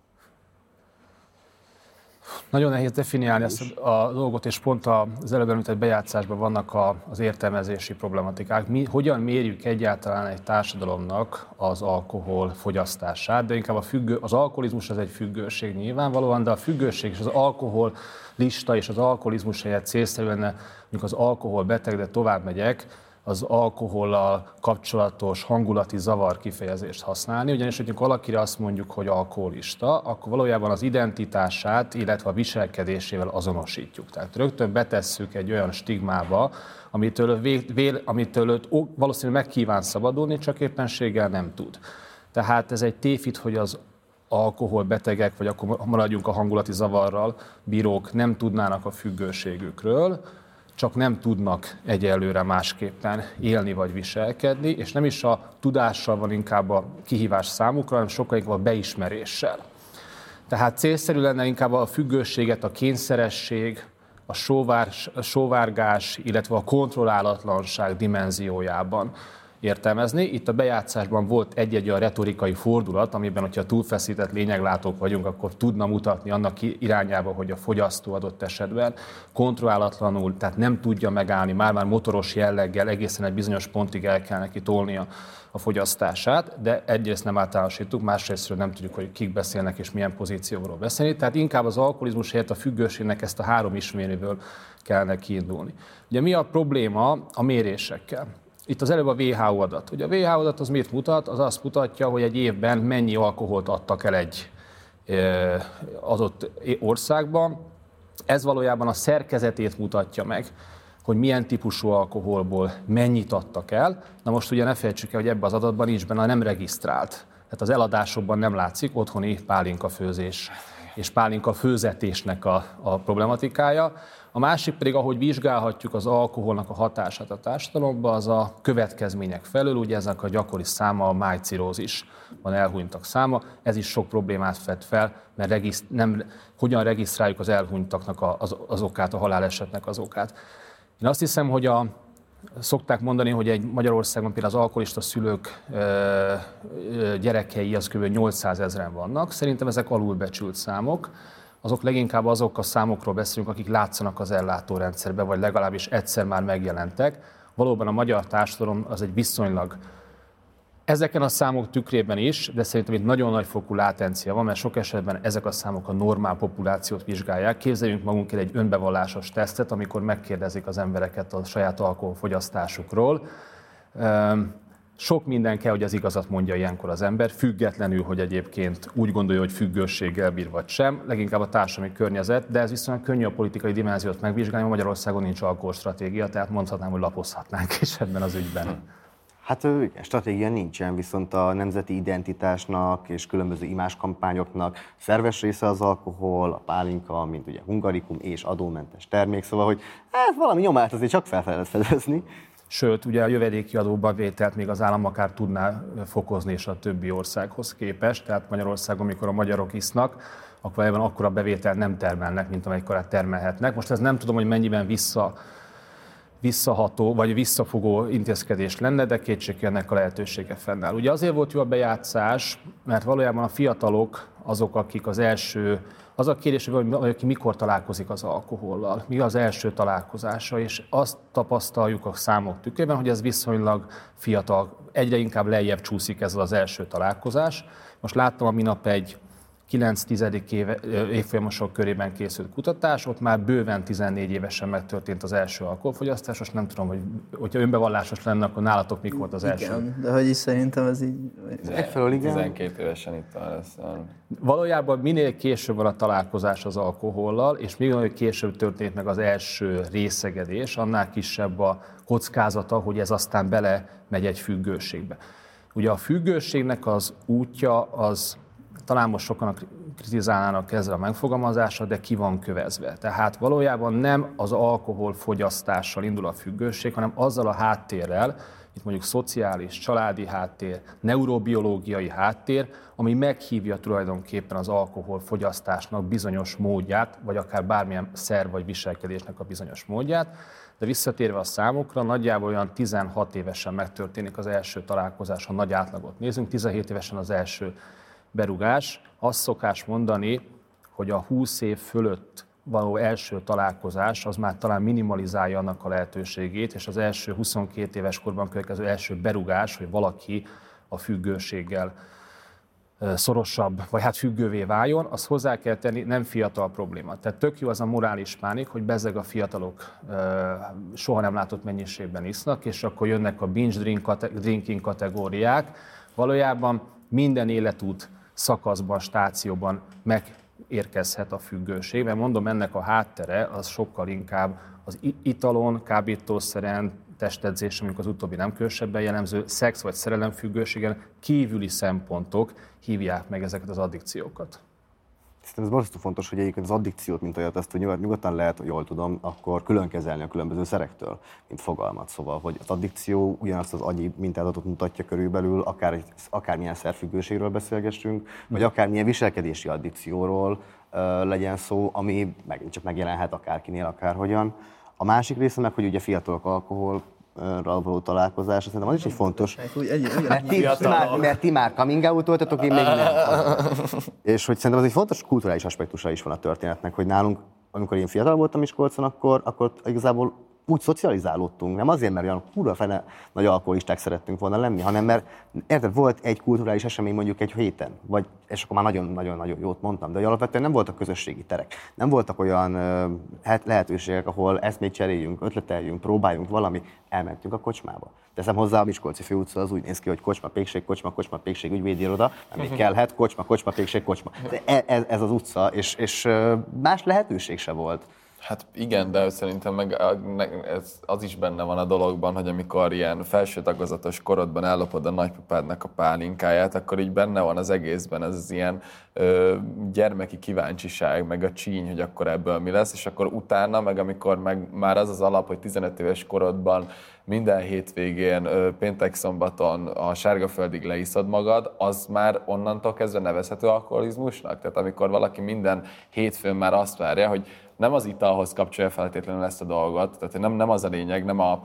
Nagyon nehéz definiálni ezt a dolgot, és pont az előbb említett bejátszásban vannak az értelmezési problematikák. Mi hogyan mérjük egyáltalán egy társadalomnak az alkohol fogyasztását, de inkább az alkoholizmus az egy függőség nyilvánvalóan, de a függőség és az alkoholista és az alkoholizmus helyett célszerű lenne, mondjuk az alkoholbeteg, de tovább megyek, az alkohollal kapcsolatos hangulati zavar kifejezést használni, ugyanis, hogy valakire azt mondjuk, hogy alkoholista, akkor valójában az identitását, illetve a viselkedésével azonosítjuk. Tehát rögtön betesszük egy olyan stigmába, amitől valószínűleg meg kíván szabadulni, csak éppenséggel nem tud. Tehát ez egy tévhit, hogy az alkoholbetegek, vagy akkor maradjunk a hangulati zavarral, bírók nem tudnának a függőségükről, csak nem tudnak egyelőre másképpen élni vagy viselkedni, és nem is a tudással van inkább a kihívás számukra, hanem sokkal inkább a beismeréssel. Tehát célszerű lenne inkább a függőséget a kényszeresség, a sóvárgás, illetve a kontrollálatlanság dimenziójában értelmezni. Itt a bejátszásban volt egy-egy olyan retorikai fordulat, amiben, hogyha túlfeszített lényeglátók vagyunk, akkor tudna mutatni annak irányába, hogy a fogyasztó adott esetben kontrollálatlanul, tehát nem tudja megállni, már motoros jelleggel egészen egy bizonyos pontig el kell neki tolnia a fogyasztását, de egyrészt nem általánosítjuk, másrésztről nem tudjuk, hogy kik beszélnek és milyen pozícióról beszélni. Tehát inkább az alkoholizmus helyett a függőségnek ezt a 3 ismérőből kellene kiindulni. Ugye mi a probléma a mérésekkel? Itt az előbb a WHO adat. Ugye a WHO adat az mit mutat? Az azt mutatja, hogy egy évben mennyi alkoholt adtak el egy adott országban. Ez valójában a szerkezetét mutatja meg, hogy milyen típusú alkoholból mennyit adtak el. Na most ugye ne felejtsük el, hogy ebben az adatban nincs benne a nem regisztrált. Tehát az eladásokban nem látszik otthoni pálinkafőzés és pálinka főzetésnek a problematikája. A másik pedig, ahogy vizsgálhatjuk az alkoholnak a hatását a társadalomban, az a következmények felől, ugye ezek a gyakori száma a májcirózis, van elhunytak száma, ez is sok problémát vet fel, mert hogyan regisztráljuk az elhunytaknak az okát, a halálesetnek az okát. Én azt hiszem, hogy szokták mondani, hogy egy Magyarországon például az alkoholista szülők gyerekei az kb. 800 000 vannak. Szerintem ezek alulbecsült számok. Azok leginkább azok a számokról beszélünk, akik látszanak az ellátórendszerbe, vagy legalábbis egyszer már megjelentek. Valóban a magyar társadalom az egy viszonylag ezeken a számok tükrében is, de szerintem itt nagyon nagy fokú látencia van, mert sok esetben ezek a számok a normál populációt vizsgálják. Képzeljünk magunk el egy önbevallásos tesztet, amikor megkérdezik az embereket a saját alkoholfogyasztásukról. Sok minden kell, hogy az igazat mondja ilyenkor az ember, függetlenül, hogy egyébként úgy gondolja, hogy függőséggel bír vagy sem, leginkább a társadalmi környezet, de ez viszont könnyű a politikai dimenziót megvizsgálni, Magyarországon nincs alkoholstratégia, tehát mondhatnám, hogy lapozhatnánk is ebben az ügyben. Hát igen, stratégia nincsen, viszont a nemzeti identitásnak és különböző imáskampányoknak szerves része az alkohol, a pálinka, mint ugye hungarikum és adómentes termék, szóval, hogy hát valami nyomát azért csak fel lehet fedezni. Sőt, ugye a jövedéki adóbevételt még az állam akár tudná fokozni és a többi országhoz képest, tehát Magyarországon, amikor a magyarok isznak, akkor akkora bevételt nem termelnek, mint amelyikkorát termelhetnek. Most ez nem tudom, hogy mennyiben visszaható vagy visszafogó intézkedés lenne, de kétségkívül ennek a lehetősége fennáll. Ugye azért volt jó a bejátszás, mert valójában a fiatalok azok, akik az első, az a kérdés, hogy valaki mikor találkozik az alkohollal, mi az első találkozása, és azt tapasztaljuk a számok tükrében, hogy ez viszonylag fiatal, egyre inkább lejjebb csúszik ez az első találkozás. Most láttam a minap egy 9-10 évfolyamosok körében készült kutatás, ott már bőven 14 évesen megtörtént az első alkoholfogyasztás, most nem tudom, hogyha önbevallásos lenne, akkor nálatok mikor volt az első? Igen, de hogy is szerintem ez így... Egyfelől igen. 12 évesen itt van. Valójában minél később van a találkozás az alkohollal, és minél később történt meg az első részegedés, annál kisebb a kockázata, hogy ez aztán bele megy egy függőségbe. Ugye a függőségnek az útja az talán most sokan kritizálnának ezzel a megfogalmazásra, de ki van kövezve. Tehát valójában nem az alkoholfogyasztással indul a függőség, hanem azzal a háttérrel, itt mondjuk szociális, családi háttér, neurobiológiai háttér, ami meghívja tulajdonképpen az alkoholfogyasztásnak bizonyos módját, vagy akár bármilyen szerv vagy viselkedésnek a bizonyos módját. De visszatérve a számokra, nagyjából olyan 16 évesen megtörténik az első találkozás, ha nagy átlagot nézünk, 17 évesen az első berugás. Azt szokás mondani, hogy a 20 év fölött való első találkozás az már talán minimalizálja annak a lehetőségét, és az első 22 éves korban következő első berugás, hogy valaki a függőséggel szorosabb, vagy hát függővé váljon, az hozzá kell tenni, nem fiatal probléma. Tehát tök jó az a morális pánik, hogy bezzeg a fiatalok soha nem látott mennyiségben isznak, és akkor jönnek a binge drinking kategóriák. Valójában minden életút szakaszban, stációban megérkezhet a függőség, mert mondom, ennek a háttere az sokkal inkább az italon, kábítószeren, testedzés, amikor az utóbbi nem különösebben jellemző, szex vagy szerelemfüggőségen kívüli szempontok hívják meg ezeket az addikciókat. Szerintem ez borzasztó fontos, hogy egyébként az addikciót, mint olyat, ezt nyugodtan lehet, hogy jól tudom, akkor külön kezelni a különböző szerektől, mint fogalmat. Szóval, hogy az addikció ugyanazt az agyi mintázatot mutatja körülbelül, akármilyen szerfüggőségről beszélgessünk, vagy akármilyen viselkedési addikcióról legyen szó, ami megint csak megjelenhet akárkinél, akárhogyan. A másik része meg, hogy ugye fiatalok alkoholral való találkozás, szerintem az is egy fontos, mert ti már coming out-oltatok, én még nem. És hogy szerintem az egy fontos kulturális aspektusa is van a történetnek, hogy nálunk, amikor én fiatal voltam Miskolcon, akkor igazából úgy szocializálódtunk, nem azért, mert olyan kurva fene nagy alkoholisták szerettünk volna lenni, hanem mert érted, volt egy kulturális esemény mondjuk egy héten, vagy, és akkor már nagyon-nagyon jót mondtam, de alapvetően nem voltak közösségi terek. Nem voltak olyan lehetőségek, ahol ezt még cseréljünk, ötleteljünk, próbáljunk valami, elmentünk a kocsmába. Teszem hozzá, a Miskolci főutca az úgy néz ki, hogy kocsma, pékség, kocsma, pékség, ügyvédiroda, nem még kellhet, kocsma, pékség, kocsma. Ez az utca, és más lehetőség se volt. Hát igen, de szerintem meg az is benne van a dologban, hogy amikor ilyen felső tagozatos korodban ellopod a nagypapádnak a pálinkáját, akkor így benne van az egészben ez az ilyen gyermeki kíváncsiság, meg a csíny, hogy akkor ebből mi lesz, és akkor utána, meg amikor már az az alap, hogy 15 éves korodban minden hétvégén, péntek-szombaton a Sárgaföldig leiszod magad, az már onnantól kezdve nevezhető alkoholizmusnak? Tehát amikor valaki minden hétfőn már azt várja, hogy nem az italhoz kapcsolja feltétlenül ezt a dolgot, tehát nem az a lényeg,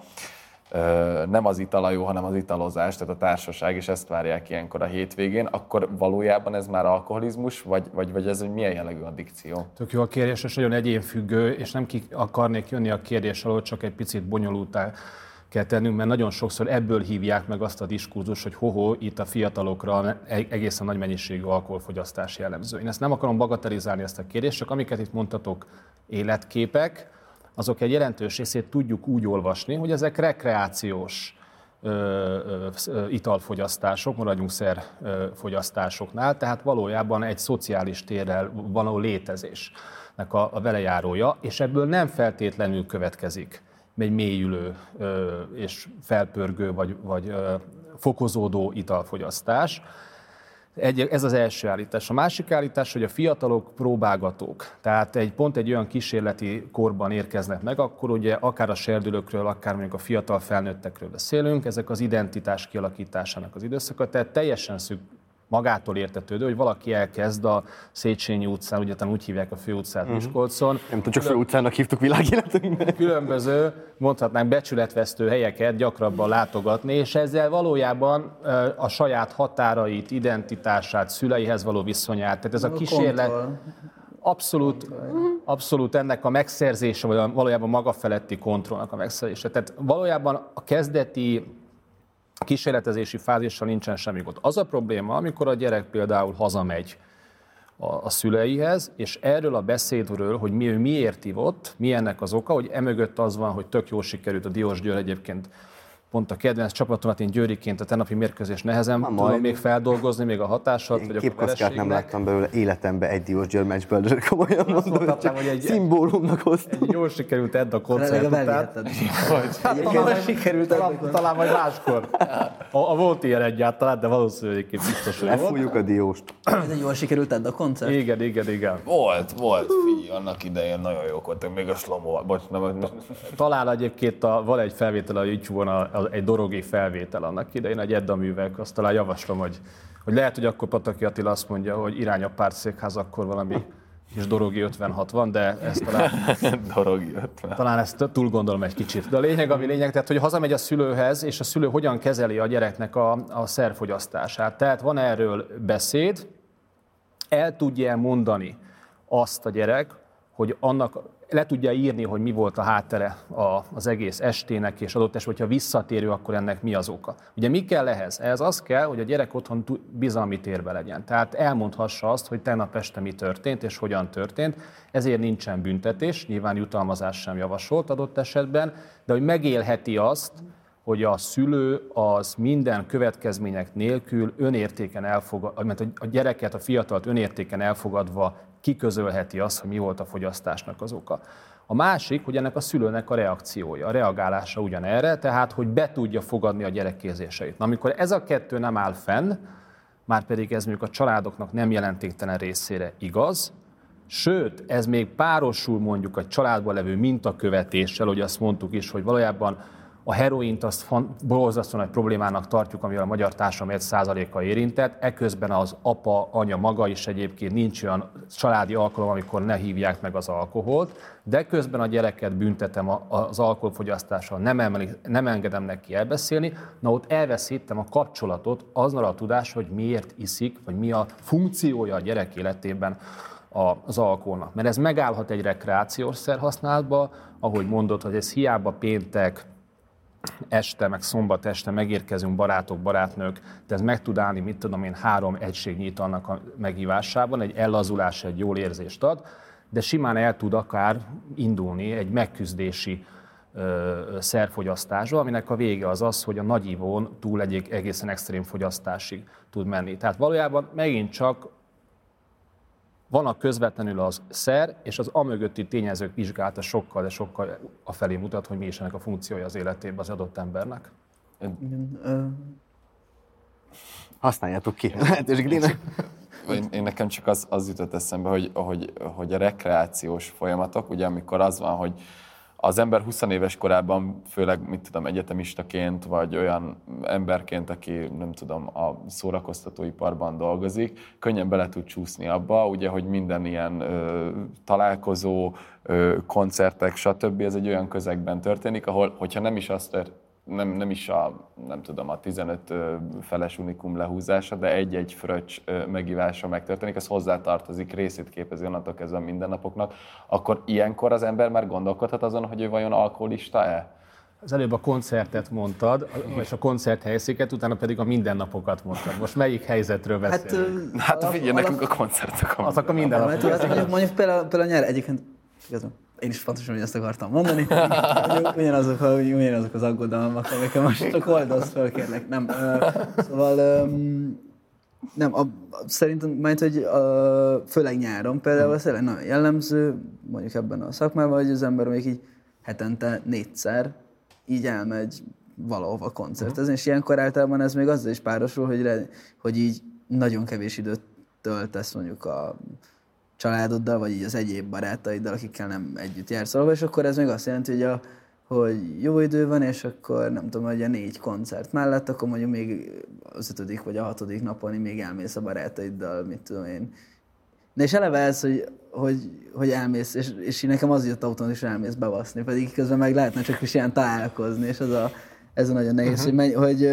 nem az ital a jó, hanem az italozás, tehát a társaság, és ezt várják ilyenkor a hétvégén, akkor valójában ez már alkoholizmus, vagy ez egy milyen jellegű addikció? Tök jó a kérdés, és nagyon egyénfüggő, és nem ki akarnék jönni a kérdés alól, csak egy picit bonyolultá kell tennünk, mert nagyon sokszor ebből hívják meg azt a diskurzust, hogy itt a fiatalokra egészen nagy mennyiségű alkoholfogyasztás jellemző. Én ezt nem akarom bagatelizálni, ezt a kérdést, csak amiket itt mondtatok, életképek, azok egy jelentős részét tudjuk úgy olvasni, hogy ezek rekreációs italfogyasztások, maradjunk szerfogyasztásoknál, tehát valójában egy szociális térrel való létezésnek a velejárója, és ebből nem feltétlenül következik egy mélyülő és felpörgő vagy fokozódó italfogyasztás. Ez az első állítás. A másik állítás, hogy a fiatalok próbálgatók, tehát pont egy olyan kísérleti korban érkeznek meg, akkor ugye akár a serdülőkről, akár mondjuk a fiatal felnőttekről beszélünk, ezek az identitás kialakításának az időszaka, tehát teljesen magától értetődő, hogy valaki elkezd a Széchenyi utcán, ugye úgy hívják a főutcát Miskolcon. Nem tudom, csak főutcának hívtuk világéletünkben. Különböző, mondhatnánk becsületvesztő helyeket gyakrabban látogatni, és ezzel valójában a saját határait, identitását, szüleihez való viszonyát, tehát ez a kísérlet abszolút ennek a megszerzése, vagy valójában maga feletti kontrollnak a megszerzése. Tehát valójában a kezdeti kísérletezési fázissal nincsen semmi gond. Az a probléma, amikor a gyerek például hazamegy a szüleihez, és erről a beszédről, hogy miért ivott, mi ennek az oka, hogy emögött az van, hogy tök jól sikerült a Diós Győr egyébként, pont a kedvenc csapatomat, én győriként a tegnapi mérkőzés nehezen tudom még feldolgozni, még a hatásat, vagy a képkockát nem láttam belőle életemben egy Diós Győr meccsből, de komolyan mondom, hogy csak egy szimbólumnak hoztam. Egy jól sikerült Edda koncert után. Talán majd máskor. Volt ilyen egyáltalán, de valószínűleg biztos, hogy lefújjuk a Dióst. Ez egy jól sikerült Edda koncert? Igen. Volt, annak idején nagyon jók voltak, még a Slomó. Talán egyébként van egy felvétel a YouTube-on, egy dorogi felvétel annak idején, egy Edda művek, azt talán javaslom, hogy lehet, hogy akkor Pataki Attila azt mondja, hogy irány a pártszékház, akkor valami kis dorogi 56 van, de ezt talán, dorogi 50. Talán ezt túl gondolom egy kicsit. De a lényeg, tehát hogy hazamegy a szülőhez, és a szülő hogyan kezeli a gyereknek a szerfogyasztását. Tehát van erről beszéd, el tudja mondani azt a gyerek, hogy annak le tudja írni, hogy mi volt a háttere az egész estének, és adott esetben, hogyha visszatérő, akkor ennek mi az oka. Ugye mi kell ehhez? Ehhez az kell, hogy a gyerek otthon bizalmi térbe legyen. Tehát elmondhassa azt, hogy tegnap este mi történt, és hogyan történt. Ezért nincsen büntetés, nyilván jutalmazás sem javasolt adott esetben, de hogy megélheti azt, hogy a szülő az minden következmények nélkül önértéken elfogadva, mert a gyereket, a fiatalt önértéken elfogadva kiközölheti azt, hogy mi volt a fogyasztásnak az oka. A másik, hogy ennek a szülőnek a reakciója, a reagálása ugyanerre, tehát hogy be tudja fogadni a gyerek érzéseit. Na, amikor ez a kettő nem áll fenn, márpedig ez mondjuk a családoknak nem jelentéktelen részére igaz, sőt, ez még párosul mondjuk a családban levő mintakövetéssel, hogy azt mondtuk is, hogy valójában a heroint azt borzasztóan nagy problémának tartjuk, amivel a magyar társadalom 1%-a érintett, eközben az apa, anya maga is egyébként nincs olyan családi alkalom, amikor ne hívják meg az alkoholt, de közben a gyereket büntetem az alkoholfogyasztással, nem engedem neki elbeszélni, na ott elveszítem a kapcsolatot azzal a tudással, hogy miért iszik, vagy mi a funkciója a gyerek életében az alkoholnak. Mert ez megállhat egy rekreációs szerhasználatba, ahogy mondod, hogy ez hiába péntek, este, meg szombat este megérkezünk barátok, barátnők, de ez meg tud állni, mit tudom én, 3 egységnyi italnak a meghívásában, egy ellazulás, egy jól érzést ad, de simán el tud akár indulni egy megküzdési szerfogyasztásba, aminek a vége az az, hogy a nagyivón túl egy egészen extrém fogyasztásig tud menni. Tehát valójában megint csak vannak közvetlenül az szer, és az amögötti tényezők vizsgálata sokkal afelé mutat, hogy mi is ennek a funkciója az életében az adott embernek. Használjátok ki. Én nekem csak az jutott eszembe, hogy a rekreációs folyamatok, ugye amikor az van, hogy az ember 20 éves korában, főleg, mit tudom, egyetemistaként, vagy olyan emberként, aki, nem tudom, a szórakoztatóiparban dolgozik, könnyen bele tud csúszni abba, ugye, hogy minden ilyen találkozó, koncertek, stb. Ez egy olyan közegben történik, ahol, hogyha nem is azt nem is a 15 feles unikum lehúzása, de egy-egy fröccs megívása megtörténik, ez hozzátartozik, részét képezi onnantól kezdve a mindennapoknak, akkor ilyenkor az ember már gondolkodhat azon, hogy ő vajon alkoholista-e? Az előbb a koncertet mondtad, és a koncerthelyszéket, utána pedig a mindennapokat mondtad. Most melyik helyzetről beszélünk? Hát figyelj, nekünk a koncertek. Azok a mindennapok. Mondjuk például nyár egyébként én is pontosan ezt akartam mondani, ugyanazok az aggodalmak, amiket most csak oldasz fel, kérlek. Nem, szóval szerintem majd, hogy főleg nyáron például az nagyon jellemző, mondjuk ebben a szakmában, hogy az ember még így hetente 4-szer így elmegy valahova koncertezni, és ilyenkor általában ez még azzal is párosul, hogy így nagyon kevés időt töltesz mondjuk a családoddal, vagy így az egyéb barátaiddal, akikkel nem együtt jársz valahol, és akkor ez még azt jelenti, hogy jó idő van, és akkor nem tudom, hogy a 4 koncert mellett, akkor mondjuk még az 5. vagy a 6. napon még elmész a barátaiddal, mit tudom én. De és eleve ez, hogy elmész, és nekem az jött automatikusan elmész bebaszni, pedig közben meg lehetne csak is ilyen találkozni, és ez a nagyon nehéz, hogy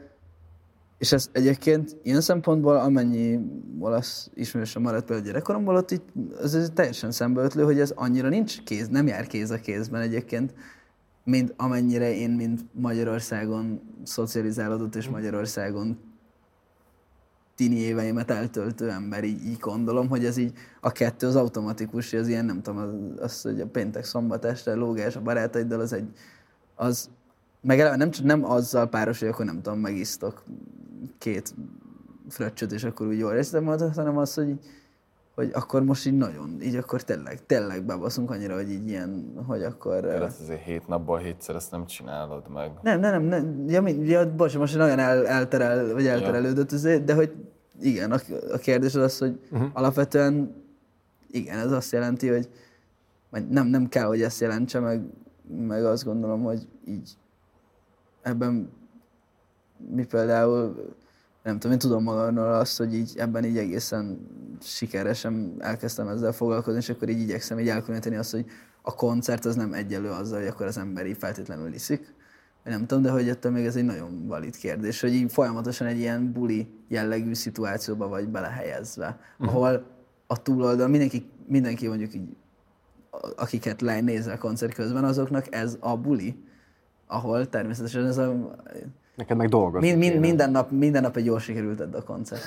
és ez egyébként ilyen szempontból, amennyi olasz ismerősen maradt például gyerekkoromból, ott így az teljesen szembeötlő, hogy ez annyira nincs kéz, nem jár kéz a kézben egyébként, mint amennyire én, mint Magyarországon szocializálódott, és Magyarországon tini éveimet eltöltő ember, így gondolom, hogy ez így a kettő az automatikus, az ilyen, nem tudom, az, hogy a péntek-szombat este lógás a barátaiddal, az meg eleve nem azzal páros, hogy akkor nem tudom, megisztok 2 fröccsöt, és akkor úgy jól érzem magad, hanem az, hogy akkor most így nagyon, így akkor tényleg bebaszunk annyira, hogy így ilyen, hogy akkor... Ez azért 7 napból 7-szer ezt nem csinálod meg. Nem. Bocs, most nagyon elterelődött, de hogy igen, a kérdés az, hogy alapvetően igen, ez azt jelenti, hogy nem kell, hogy ezt jelentse, meg azt gondolom, hogy így ebben mi például, nem tudom, én tudom magamról azt, hogy így ebben így egészen sikeresen elkezdtem ezzel foglalkozni, és akkor így igyekszem így elkülöníteni azt, hogy a koncert az nem egyenlő azzal, hogy akkor az ember így feltétlenül iszik. Nem tudom, de hogy ettől még ez egy nagyon valid kérdés, hogy így folyamatosan egy ilyen buli jellegű szituációba vagy belehelyezve, ahol a túloldal mindenki mondjuk így, akiket nézel koncert közben, azoknak ez a buli, ahol természetesen ez a... Neked meg dolgozni minden nap egy jól sikerült edd a koncert.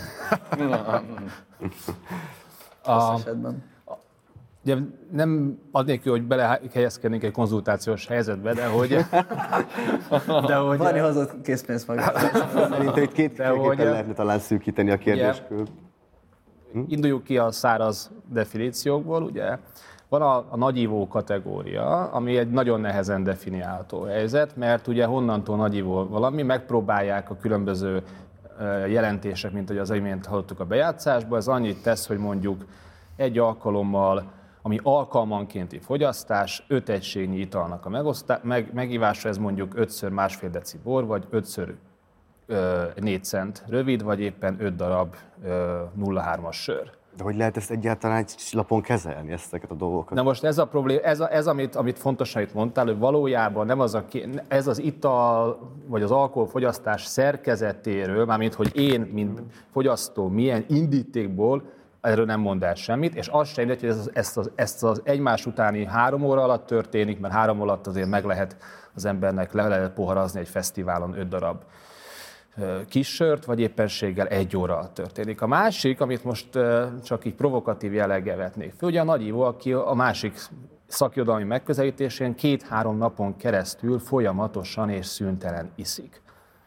Esetben. Ugye nem adnék, hogy belehelyezkednénk egy konzultációs helyzetbe, de hogy... Várni hozott készpénzt magára. Szerintem itt kétképpen lehetne talán szűkíteni a kérdéskört. Induljuk ki a száraz definíciókból, ugye. Van a nagyívó kategória, ami egy nagyon nehezen definiálható helyzet, mert ugye honnantól nagyívó valami, megpróbálják a különböző jelentések, mint hogy az imént hallottuk a bejátszásban, ez annyit tesz, hogy mondjuk egy alkalommal, ami alkalmankénti fogyasztás, 5 egységnyi italnak a megívása, ez mondjuk 5-ször 1,5 deci bor, vagy 5-ször 4 cent rövid, vagy éppen 5 darab 0,3-as sör. De hogy lehet ezt egyáltalán egy lapon kezelni, ezeket a dolgokat? Na most ez a probléma, ez amit fontosan itt mondtál, hogy valójában nem ez az ital, vagy az alkoholfogyasztás szerkezetéről, mármint hogy én, mint fogyasztó, milyen indítékból, erről nem mond el semmit, és az sem mindegy, hogy ezt az egymás utáni 3 óra alatt történik, mert 3 óra alatt azért meg lehet az embernek le lehet poharazni egy fesztiválon 5 darab kis sört, vagy éppenséggel 1 óra alatt történik. A másik, amit most csak így provokatív jelleggel vetnék föl, ugye a nagyívó, aki a másik szakirodalmi megközelítésén 2-3 napon keresztül folyamatosan és szüntelen iszik.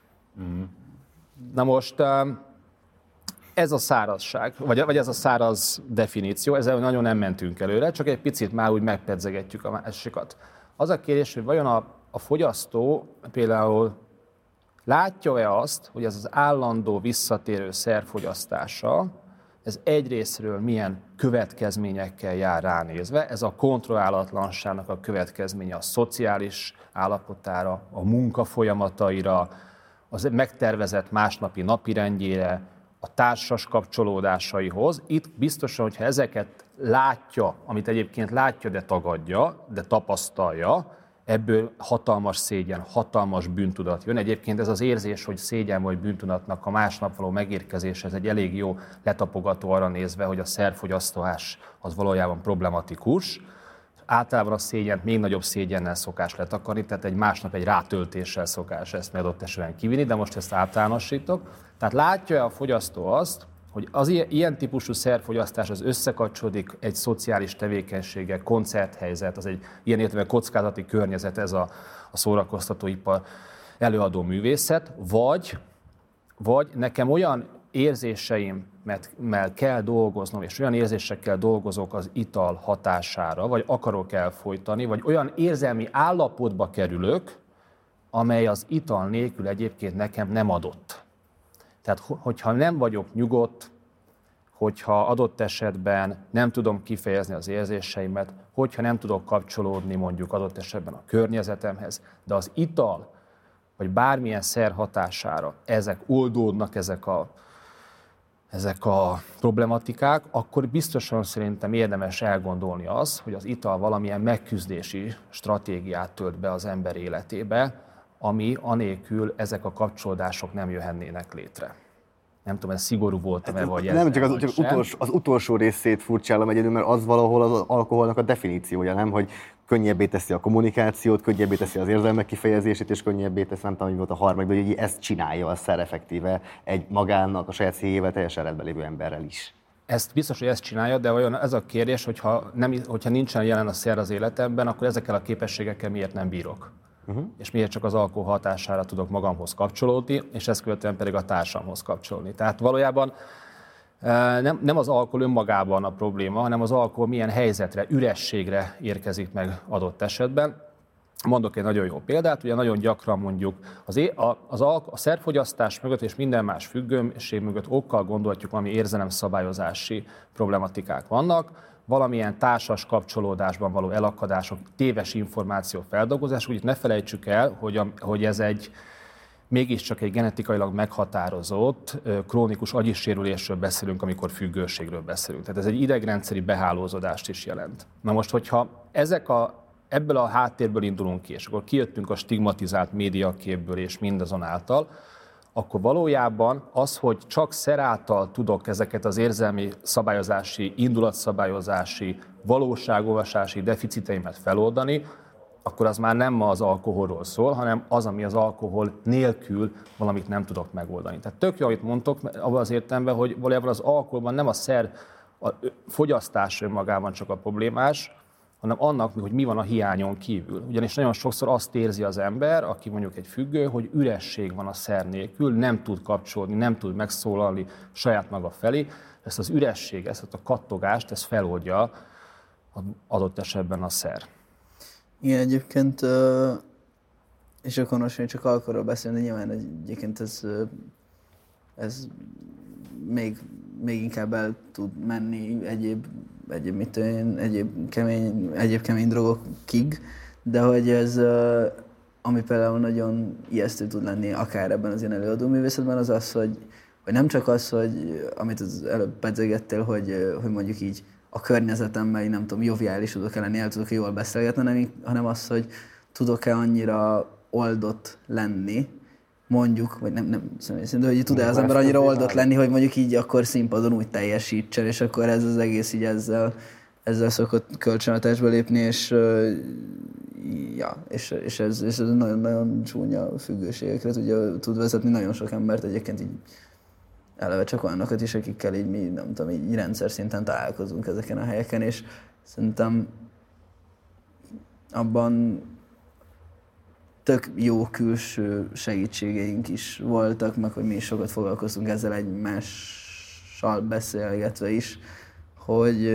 Na most ez a szárazság, vagy ez a száraz definíció, ezzel nagyon nem mentünk előre, csak egy picit már úgy megpedzegetjük a másikat. Az a kérdés, hogy vajon a fogyasztó például látja-e azt, hogy ez az állandó visszatérő szerfogyasztása, ez egyrészről milyen következményekkel jár ránézve, ez a kontrollálatlanságnak a következménye a szociális állapotára, a munka folyamataira, az megtervezett másnapi napirendjére, a társas kapcsolódásaihoz. Itt biztosan, hogyha ezeket látja, amit egyébként látja, de tagadja, de tapasztalja, ebből hatalmas szégyen, hatalmas bűntudat jön. Egyébként ez az érzés, hogy szégyen vagy bűntudatnak a másnap való megérkezése, ez egy elég jó letapogató arra nézve, hogy a szerfogyasztás az valójában problematikus. Általában a szégyent még nagyobb szégyennel szokás letakarni, tehát egy másnap egy rátöltéssel szokás ezt adott esetben kivinni, de most ezt általánosítok. Tehát látja a fogyasztó azt, hogy az ilyen típusú szerfogyasztás az összekapcsolódik egy szociális tevékenységgel, koncerthelyzet, az egy ilyen értelemben kockázati környezet, ez a szórakoztatóipar, előadó művészet, vagy nekem olyan érzéseimmel kell dolgoznom, és olyan érzésekkel dolgozok az ital hatására, vagy akarok elfojtani, vagy olyan érzelmi állapotba kerülök, amely az ital nélkül egyébként nekem nem adott. Tehát, hogyha nem vagyok nyugodt, hogyha adott esetben nem tudom kifejezni az érzéseimet, hogyha nem tudok kapcsolódni mondjuk adott esetben a környezetemhez, de az ital, vagy bármilyen szer hatására ezek oldódnak, ezek a problematikák, akkor biztosan szerintem érdemes elgondolni az, hogy az ital valamilyen megküzdési stratégiát tölt be az ember életébe, ami anélkül ezek a kapcsolódások nem jöhetnének létre. Nem tudom, ez szigorú voltam-e, vagy nem, csak az utolsó részét furcsálom egyedül, mert az valahol az alkoholnak a definíciója, nem? Hogy könnyebbé teszi a kommunikációt, könnyebbé teszi az érzelmek kifejezését, és könnyebbé teszi, nem tudom, hogy volt a harmadik, de hogy ezt csinálja a szer effektíve egy magának, a saját szíjével teljesen rendben lévő emberrel is. Ezt biztos, hogy ezt csinálja, de olyan ez a kérdés, hogyha nincsen jelen a szer az életemben, akkor ezekkel a képességekkel miért nem bírok? És miért csak az alkohol hatására tudok magamhoz kapcsolódni, és ezt követően pedig a társamhoz kapcsolni. Tehát valójában nem az alkohol önmagában a probléma, hanem az alkohol milyen helyzetre, ürességre érkezik meg adott esetben. Mondok egy nagyon jó példát, ugye nagyon gyakran mondjuk a szerfogyasztás mögött és minden más függőség mögött okkal gondolhatjuk, valami érzelemszabályozási problematikák vannak, valamilyen társas kapcsolódásban való elakadások, téves információ feldolgozás, úgyhogy ne felejtsük el, hogy ez mégiscsak egy genetikailag meghatározott, krónikus agyi sérülésről beszélünk, amikor függőségről beszélünk. Tehát ez egy idegrendszeri behálózódást is jelent. Na most, hogyha ebből a háttérből indulunk ki, és akkor kijöttünk a stigmatizált médiaképből és mindazonáltal, akkor valójában az, hogy csak szer által tudok ezeket az érzelmi szabályozási, indulatszabályozási, valóságolvasási deficiteimet feloldani, akkor az már nem az alkoholról szól, hanem az, ami az alkohol nélkül valamit nem tudok megoldani. Tehát tök jó, amit mondtok, abban az értelemben, hogy valójában az alkoholban nem a szer, a fogyasztás önmagában csak a problémás, hanem annak, hogy mi van a hiányon kívül. Ugyanis nagyon sokszor azt érzi az ember, aki mondjuk egy függő, hogy üresség van a szer nélkül, nem tud kapcsolódni, nem tud megszólalni saját maga felé. Ezt az üresség, ezt a kattogást, ezt feloldja adott esetben a szer. Igen, egyébként, és akkor most még csak alkoholról beszélni, nyilván egyébként ez még inkább el tud menni egyéb kemény drogokig, de hogy ez, ami például nagyon ijesztő tud lenni akár ebben az ilyen előadó művészetben, az az, hogy nem csak az, hogy amit az előbb pedzegettél, hogy mondjuk így a környezetemmel, nem tudom, joviális tudok-e lenni, el tudok-e jól beszélgetni, hanem az, hogy tudok-e annyira oldott lenni, mondjuk, vagy nem személy szerint, de hogy tud-e az ember annyira oldott lenni, hogy mondjuk így akkor színpadon úgy teljesítsen, és akkor ez az egész így ezzel szokott kölcsönhatásba lépni, és ez nagyon-nagyon csúnya függőségekre tud vezetni nagyon sok embert, egyébként így eleve csak olyanokat is, akikkel így mi, nem tudom, így rendszer szinten találkozunk ezeken a helyeken, és szerintem abban tök jó külső segítségeink is voltak, meg hogy mi is sokat foglalkoztunk ezzel egymással beszélgetve is, hogy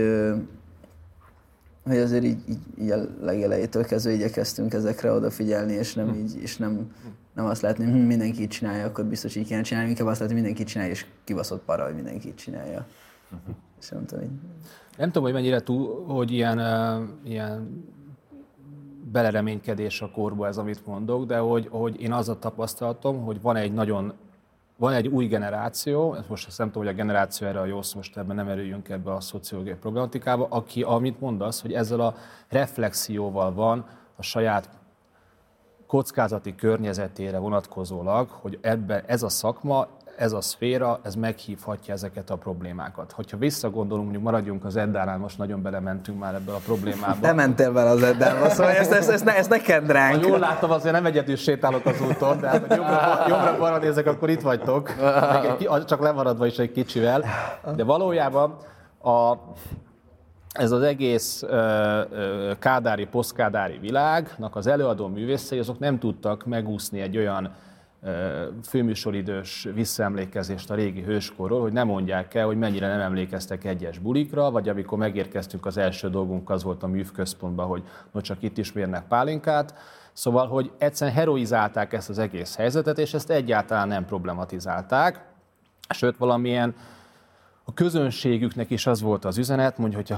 azért így a legelejétől kezdve igyekeztünk ezekre odafigyelni, és nem azt látni, hogy mindenki így csinálja, akkor biztos így kéne csinálni, inkább azt látni, hogy mindenki csinálja, és kibaszott para, hogy mindenki így csinálja. És nem tudom, hogy mennyire hogy ilyen belereménykedés a korba ez, amit mondok, de hogy én azt tapasztaltam, hogy van egy új generáció, most azt nem tudom, hogy a generáció erre a jó szó, most ebben nem erüljünk ebbe a szociológiai problematikába, aki, amit mondasz, hogy ezzel a reflexióval van a saját kockázati környezetére vonatkozólag, hogy ebben ez a szakma ez a szféra, ez meghívhatja ezeket a problémákat. Hogyha visszagondolunk, mondjuk maradjunk az Eddánál, most nagyon belementünk már ebbe a problémába. Nem mentél vele az Eddába, szóval ezt ne kedd ránk. Ha jól láttam, azért nem egyedül sétálok az úton, de hát, jobbra-balra nézek, akkor itt vagytok, csak lemaradva is egy kicsivel. De valójában ez az egész kádári, posztkádári világnak az előadó művészei, azok nem tudtak megúszni egy olyan főműsoridős visszaemlékezést a régi hőskorról, hogy nem mondják el, hogy mennyire nem emlékeztek egyes bulikra, vagy amikor megérkeztünk, az első dolgunk az volt a művközpontban, hogy no csak itt is mérnek pálinkát. Szóval, hogy egyszerűen heroizálták ezt az egész helyzetet, és ezt egyáltalán nem problematizálták. Sőt, valamilyen a közönségüknek is az volt az üzenet, mondja,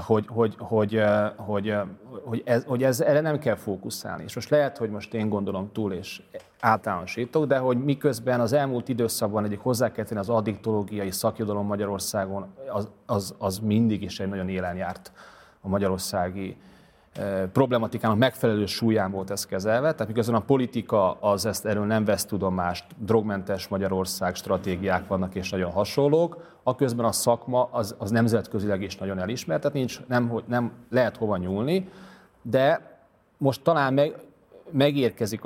hogy erre nem kell fókuszálni. És most lehet, hogy most én gondolom túl és általánosítok, de hogy miközben az elmúlt időszakban egyik hozzá kell tenni, az addiktológiai szakirodalom Magyarországon az mindig is egy nagyon élen járt a magyarországi problematikának megfelelő súlyán volt ez kezelve, tehát miközben a politika az erről nem vesz tudomást, drogmentes Magyarország stratégiák vannak és nagyon hasonlók, aközben a szakma az nemzetközileg is nagyon elismert, tehát nem lehet hova nyúlni, de most talán megérkezik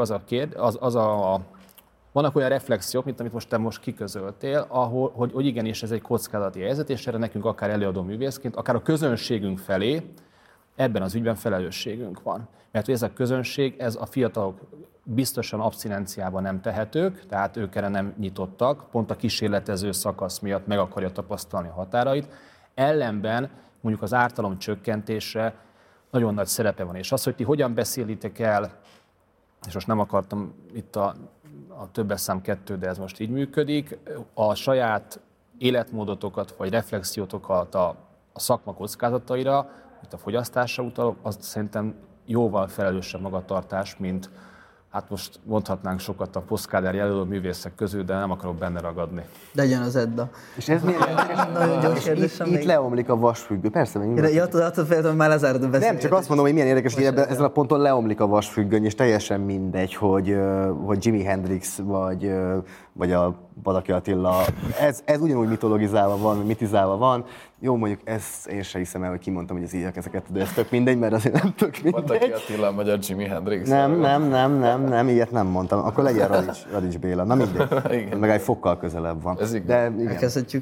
vannak olyan reflexiók, mint amit te most kiközöltél, hogy igenis ez egy kockázati helyzet, és erre nekünk akár előadó művészként, akár a közönségünk felé ebben az ügyben felelősségünk van. Mert ez a közönség, ez a fiatalok biztosan abszinenciában nem tehetők, tehát ők erre nem nyitottak, pont a kísérletező szakasz miatt meg akarja tapasztalni a határait. Ellenben mondjuk az ártalom csökkentésre nagyon nagy szerepe van. És az, hogy ti hogyan beszélitek el, és most nem akartam itt a többes szám 2, de ez most így működik, a saját életmódotokat vagy reflexiótokat a szakma kockázataira, itt a fogyasztásra utalok, az szerintem jóval felelősebb magatartás, mint hát most mondhatnánk sokat a posztkádári előadó művészek közül, de nem akarok benne ragadni. Legyen az Edda. És ez milyen nagyon gyors kérdés. Itt leomlik a vasfüggő. Persze, attól már lezárd a beszélgetést. Nem, csak azt mondom, hogy milyen érdekes, hogy ezen a ponton leomlik a vasfüggöny, és teljesen mindegy, hogy Jimi Hendrix vagy a Badaki Attila, ez ugyanúgy mitologizálva van, mitizálva van. Jó, mondjuk ezt én sem hiszem el, hogy kimondtam, hogy ez így ezeket, de ez tök mindegy, mert azért nem tök mindegy. Badaki Attila a magyar Jimi Hendrix. Nem, ilyet nem mondtam. Akkor legyen Radics Béla. Na mindegy. Meg egy fokkal közelebb van. Ez igaz. De igen. Elkezdhetjük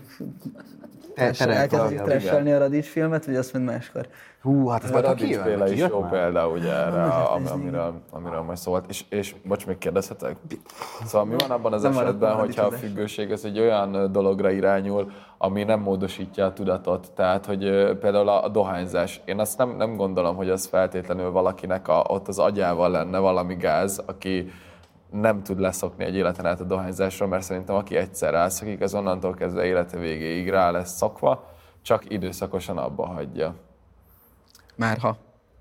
trashelni a Radics filmet, vagy azt mondom máskor? Hú, hát ez a Radics Béla is jó példa ugye erre, amiről majd szólt. És bocs, még kérdezhetek? Szóval mi van abban az esetben, hogyha a függőség ez egy olyan dologra irányul, ami nem módosítja a tudatot? Tehát, hogy például a dohányzás. Én azt nem gondolom, hogy az feltétlenül valakinek ott az agyával lenne valami gáz, aki nem tud leszokni egy életen át a dohányzásról, mert szerintem aki egyszer rászokik, az onnantól kezdve élete végéig rá lesz szokva, csak időszakosan abba hagyja. Márha.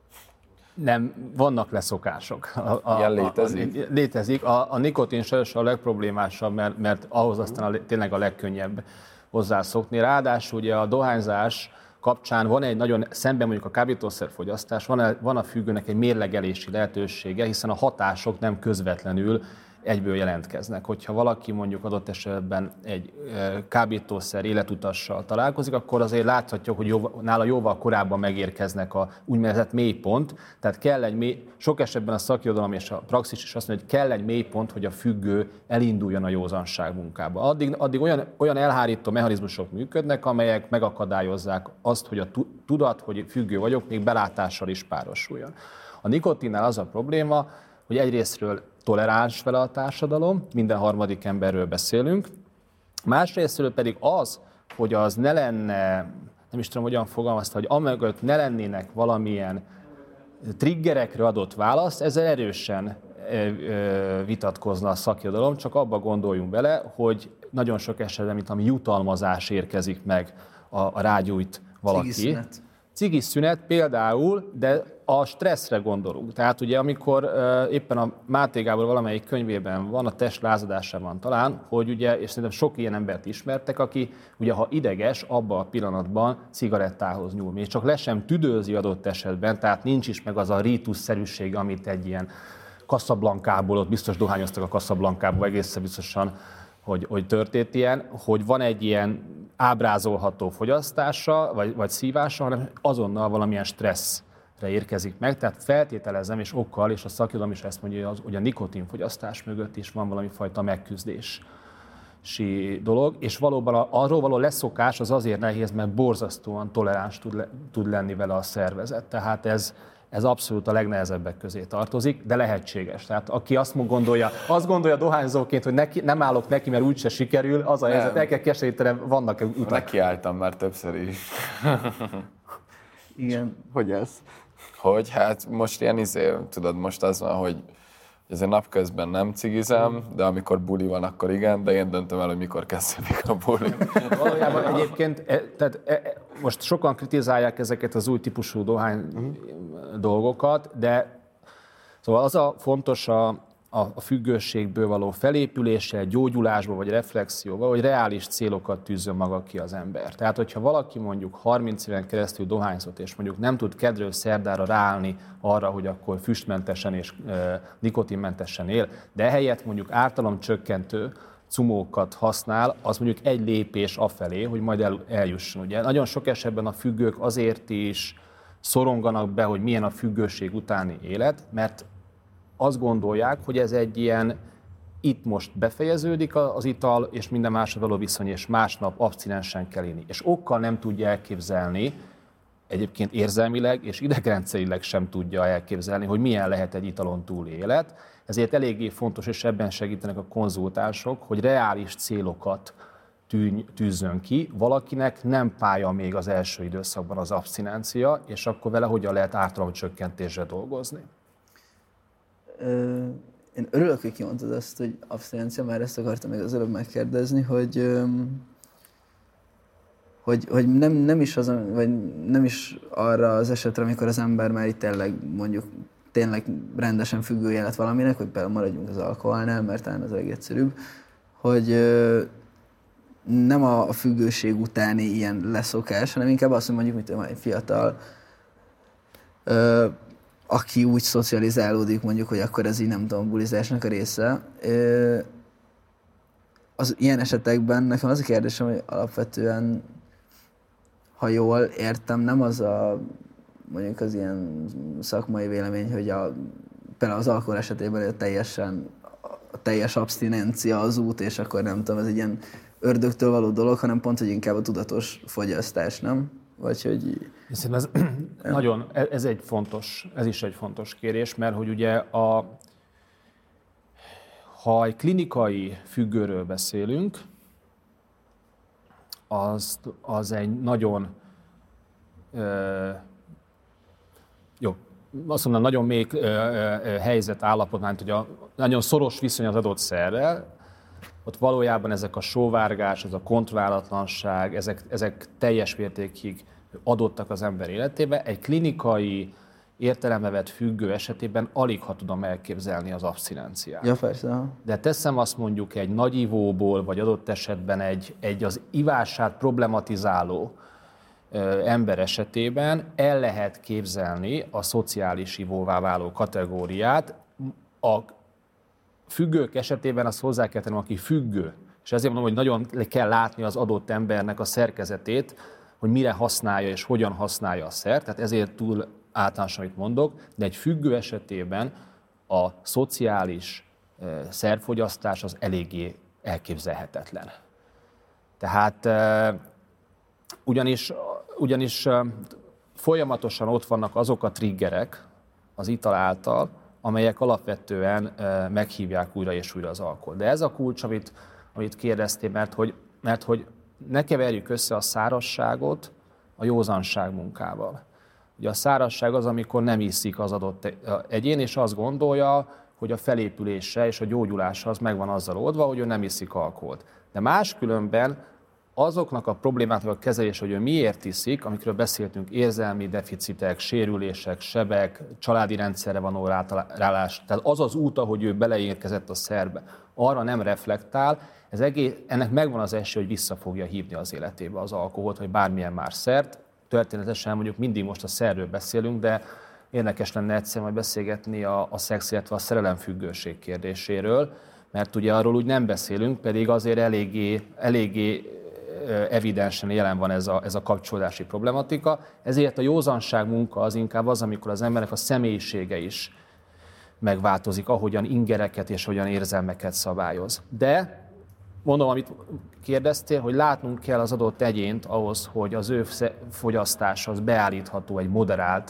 Nem, vannak leszokások. Ilyen létezik? Létezik. A nikotin sajnos a legproblémásabb, mert ahhoz aztán tényleg a legkönnyebb hozzászokni. Ráadásul ugye a dohányzás kapcsán van egy nagyon, szemben mondjuk a kábítószerfogyasztás, van a függőnek egy mérlegelési lehetősége, hiszen a hatások nem közvetlenül egyből jelentkeznek. Hogyha valaki mondjuk adott esetben egy kábítószer életutassal találkozik, akkor azért láthatja, hogy nála jóval korábban megérkeznek a úgynevezett mélypont. Tehát kell sok esetben a szakirodalom és a praxis is azt mondja, hogy kell egy mélypont, hogy a függő elinduljon a józanság munkába. Addig olyan elhárító mechanizmusok működnek, amelyek megakadályozzák azt, hogy a tudat, hogy függő vagyok, még belátással is párosuljon. A nikotinnál az a probléma, hogy egyrésztről toleráns vele a társadalom, minden harmadik emberről beszélünk, másrésztről pedig az, hogy az ne lenne, nem is tudom, hogyan fogalmazta, hogy amögött ne lennének valamilyen triggerekre adott válasz, ezzel erősen vitatkozna a szakirodalom, csak abba gondoljunk bele, hogy nagyon sok esetben, mint ami jutalmazás érkezik meg a rágyújt valaki. Cigis szünet például, de a stresszre gondolunk. Tehát ugye amikor éppen a Máté Gábor valamelyik könyvében van, a test lázadásában talán, hogy ugye, és szerintem sok ilyen embert ismertek, aki ugye ha ideges, abban a pillanatban cigarettához nyúl. Még csak le sem tüdőzi adott esetben, tehát nincs is meg az a rítuszszerűség, amit egy ilyen Casablanca-ból, ott biztos dohányoztak a Casablanca-ból egészen biztosan hogy történt ilyen, hogy van egy ilyen ábrázolható fogyasztása, vagy szívása, hanem azonnal valamilyen stresszre érkezik meg. Tehát feltételezem, és okkal, és a szakirodalom is ezt mondja, hogy a nikotinfogyasztás mögött is van valami fajta megküzdési dolog, és valóban arról való leszokás az azért nehéz, mert borzasztóan toleráns tud lenni vele a szervezet. Tehát ez abszolút a legnehezebbek közé tartozik, de lehetséges. Tehát aki azt gondolja dohányzóként, hogy nem állok neki, mert úgyse sikerül, az a helyzet, el kell keseríteni, vannak utak. Nekiálltam már többször is. Igen. Hogy ez? Hogy hát most ilyen tudod, most az van, hogy azért napközben nem cigizem, de amikor buli van, akkor igen, de én döntöm el, hogy mikor kezdődik a buli. Valójában egyébként, most sokan kritizálják ezeket az új típusú dohány dolgokat, de szóval az a fontos a függőségből való felépüléssel, gyógyulásba vagy reflexióval, hogy reális célokat tűzön maga ki az ember. Tehát, hogyha valaki mondjuk 30 éven keresztül dohányzott, és mondjuk nem tud kedről szerdára ráállni arra, hogy akkor füstmentesen és nikotinmentesen él, de ehelyett mondjuk ártalomcsökkentő cumókat használ, az mondjuk egy lépés afelé, hogy majd eljusson. Ugye nagyon sok esetben a függők azért is szoronganak be, hogy milyen a függőség utáni élet, mert azt gondolják, hogy ez egy ilyen, itt most befejeződik az ital, és minden másra való viszony, és másnap abszinensen kell inni. És okkal nem tudja elképzelni, egyébként érzelmileg és idegrendszerileg sem tudja elképzelni, hogy milyen lehet egy italon túl élet. Ezért eléggé fontos, és ebben segítenek a konzultánsok, hogy reális célokat tűzzön ki. Valakinek nem pálya még az első időszakban az abszinencia, és akkor vele hogyan lehet ártalomcsökkentésre dolgozni. Én örülök, hogy kimondtad azt, hogy abszinencia, már ezt akartam még az előbb megkérdezni, hogy nem is vagy nem is arra az esetre, amikor az ember már itt tényleg rendesen függő élet valaminek, hogy például maradjunk az alkoholnál, mert talán az a legegyszerűbb, hogy nem a függőség utáni ilyen leszokás, hanem inkább azt, hogy mondjuk, mint egy fiatal, aki úgy szocializálódik, mondjuk, hogy akkor ez így nem tudom, bulizásnak a része. Az ilyen esetekben nekem az a kérdésem, hogy alapvetően, ha jól értem, nem az mondjuk az ilyen szakmai vélemény, hogy például az alkohol esetében a teljes abszinencia az út, és akkor nem tudom, ez egy ilyen ördögtől való dolog, hanem pont, hogy inkább a tudatos fogyasztás, nem? Vagy hogy... Szerintem ez is egy fontos kérés, mert hogy ugye ha egy klinikai függőről beszélünk, az egy nagyon azt mondom, nagyon mély helyzet állapot, mert hogy nagyon szoros viszony az adott szerrel, ott valójában ezek a sóvárgás, ez a kontrollálatlanság, ezek teljes mértékig adottak az ember életébe. Egy klinikai értelembe vett függő esetében alig ha tudom elképzelni az abszinenciát. Ja, persze. De teszem azt mondjuk egy nagyivóból, vagy adott esetben egy az ivását problematizáló ember esetében el lehet képzelni a szociális ivóvá váló kategóriát. A függők esetében azt hozzá kell tenni, aki függő. És ezért mondom, hogy nagyon kell látni az adott embernek a szerkezetét, hogy mire használja és hogyan használja a szert. Tehát ezért túl általános, amit mondok, de egy függő esetében a szociális szerfogyasztás az eléggé elképzelhetetlen. Tehát ugyanis folyamatosan ott vannak azok a triggerek az ital által, amelyek alapvetően meghívják újra és újra az alkoholt. De ez a kulcs, amit kérdeztél, mert hogy ne keverjük össze a szárazságot a józanság munkával. Ugye a szárazság az, amikor nem iszik az adott egyén, és azt gondolja, hogy a felépülése és a gyógyulása az megvan azzal oldva, hogy ő nem iszik alkoholt. De máskülönben azoknak a problémáknak a kezelés, hogy ő miért iszik, amikről beszéltünk, érzelmi deficitek, sérülések, sebek, családi rendszerre van rálás, tehát az az út, ahogy ő beleérkezett a szerbe, arra nem reflektál, ennek megvan az esély, hogy vissza fogja hívni az életébe az alkoholt, vagy bármilyen más szert. Történetesen mondjuk mindig most a szerről beszélünk, de érdekes lenne egyszer majd beszélgetni a szex, illetve a szerelemfüggőség kérdéséről, mert ugye arról úgy nem beszélünk, pedig azért eléggé evidensen jelen van ez a kapcsolódási problematika. Ezért a józanság munka az inkább az, amikor az embernek a személyisége is megváltozik, ahogyan ingereket és hogyan érzelmeket szabályoz. De mondom, amit kérdeztél, hogy látnunk kell az adott egyént ahhoz, hogy az ő fogyasztása az beállítható egy moderált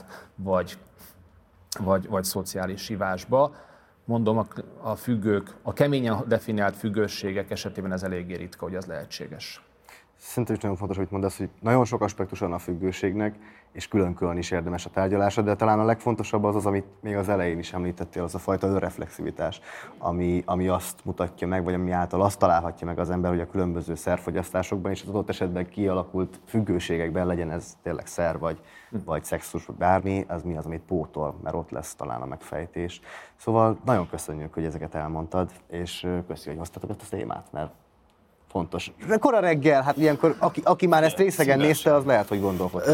vagy szociális ivásba. Mondom, a függők, a keményen definiált függőségek esetében ez eléggé ritka, hogy az lehetséges. Szerintem is nagyon fontos, hogy mondasz, hogy nagyon sok aspektus van a függőségnek, és külön-külön is érdemes a tárgyalása, de talán a legfontosabb az, amit még az elején is említettél, az a fajta önreflexivitás, ami azt mutatja meg, vagy ami által azt találhatja meg az ember, hogy a különböző szerfogyasztásokban és az adott esetben kialakult függőségekben, legyen ez tényleg szer, vagy szexus, vagy bármi, az mi az, amit pótol, mert ott lesz talán a megfejtés. Szóval nagyon köszönjük, hogy ezeket elmondtad, és köszönjük, hogy hoztatok ezt a témát, mert fontos. De kora reggel, hát ilyenkor, aki már ezt részegen nézte, az lehet, hogy gondolkodott.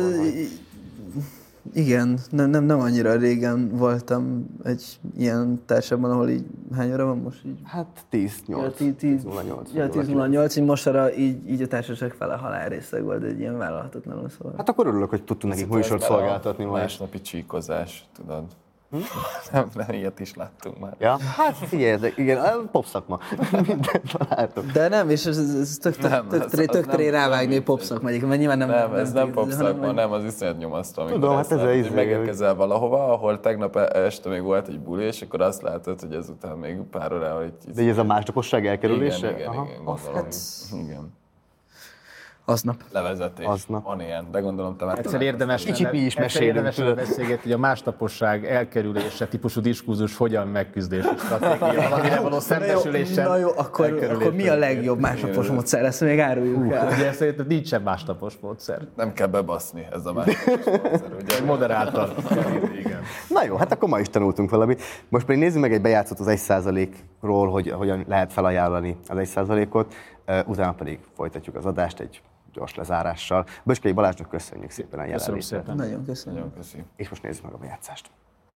Igen, nem annyira régen voltam egy ilyen társaságban, ahol így hány óra van most? Így? Hát 10-08. 10-08, így mostanra így a társaság fele halálrészeg volt, egy ilyen vállalhatatlanul szóval. Hát akkor örülök, hogy tudtunk nekik műsort szolgáltatni majd. Másnapi csíkozás, tudod. Nem, ilyet is láttunk már. Ja? Hát figyelj, igen, popszakma. Mindent találtok. De nem, és ez tök terén rávágni popszakma, mert nyilván nem... Ez nem popszakma, nem, az iszonyat nyomasztó. Tudom, hát ez hogy megérkezel valahova, ahol tegnap este még volt egy buli, és akkor azt látod, hogy ezután még pár óra, hogy... De ez a másnaposság elkerülése? Igen, gondolom. Igen. Aznap. Levezetés. Aznap. Van ilyen, de gondolom te már... Egyszer érdemes beszélgetni, hogy a másnaposság elkerülése típusú diskurzus hogyan megküzdési stratégia, valamire való szembesüléssel. Na jó, akkor mi a legjobb másnapos módszer? Ezt még áruljuk el. Ugye szerintem nincsen másnapos módszer. Nem kell bebaszni, ez a másnapos módszer, ugye? Moderáltan. Igen. Na jó, hát akkor ma is tanultunk valamit. Most pedig nézzük meg egy bejátszót az 1%-ról, hogy hogyan lehet felajánlani az 1%-ot, utána pedig folytatjuk az adást egy gyors lezárással. Böskei Balázsnak köszönjük szépen a jelenlétet. Nagyon köszönöm. Nagyon köszönöm. És most nézzük meg a bejátszást.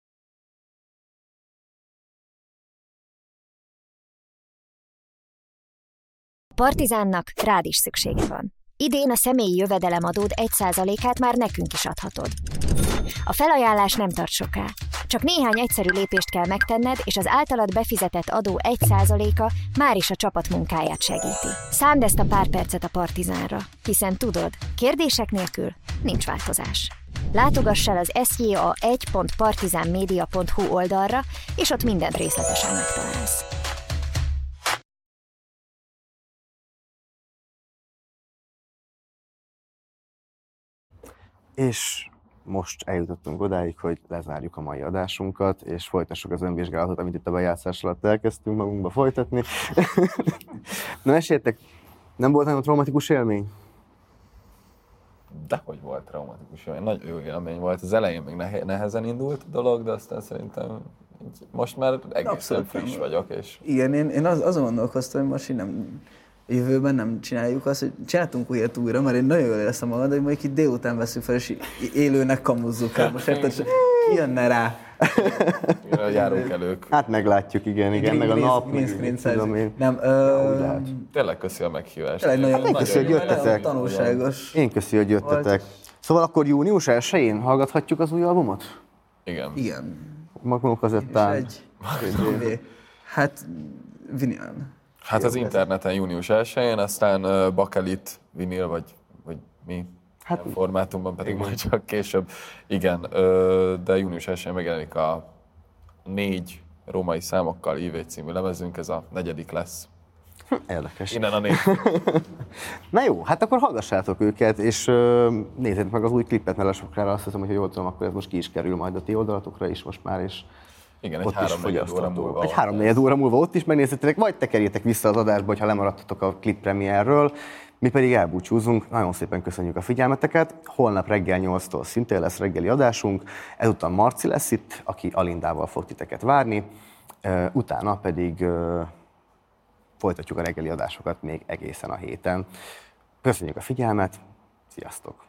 A Partizánnak rád is szüksége van. Idén a személyi jövedelemadód 1%-át már nekünk is adhatod. A felajánlás nem tart soká. Csak néhány egyszerű lépést kell megtenned, és az általad befizetett adó 1%-a már is a csapat munkáját segíti. Szánd ezt a pár percet a Partizánra, hiszen tudod, kérdések nélkül nincs változás. Látogass el az sja1.partizanmedia.hu oldalra, és ott mindent részletesen megtalálsz. És most eljutottunk odáig, hogy lezárjuk a mai adásunkat, és folytassuk az önvizsgálatot, amit itt a bejátszás alatt elkezdtünk magunkba folytatni. Na meséltek, nem volt nagyon traumatikus élmény? Dehogy volt traumatikus élmény, nagy jó élmény volt. Az elején még nehezen indult a dolog, de aztán szerintem most már egészen friss vagyok. És... Igen, én azon gondolkoztam, hogy most így nem... Jövőben nem csináljuk azt, hogy csináltunk újra, mert én nagyon jól éreztem magam, de hogy mondjuk itt délután veszünk fel, és élőnek kamuzzuk el. Most érted, ki jönne rá? Járunk elők. Hát meglátjuk, igen, meg a nap. Nem, tényleg köszi a meghívást. Én köszi, hogy jöttetek. Tanulságos. Én köszi, hogy jöttetek. Szóval akkor június 1-én hallgathatjuk az új albumot? Igen. Magunk kazettán. Hát, vinylen. Hát az interneten június 1-én, aztán bakelit, vinil, vagy mi formátumban pedig majd csak később. Igen, de június 1-én megjelenik a 4 római számokkal IV című lemezünk, ez a 4. lesz. Érdekes. Innen a 4. Na jó, hát akkor hallgassátok őket, és nézzétek meg az új klippet, mert lasokra azt hiszem, hogy jól tudom, akkor ez most ki is kerül majd a ti oldalatokra is most már, és igen, egy 3-4 óra múlva. Egy 3-4 óra múlva ott is megnézhetek, vagy tekerjétek vissza az adásba, ha lemaradtatok a klip premierről. Mi pedig elbúcsúzunk. Nagyon szépen köszönjük a figyelmeteket. Holnap reggel 8-tól szintén lesz reggeli adásunk. Ezután Marci lesz itt, aki Alindával fog titeket várni. Utána pedig folytatjuk a reggeli adásokat még egészen a héten. Köszönjük a figyelmet. Sziasztok!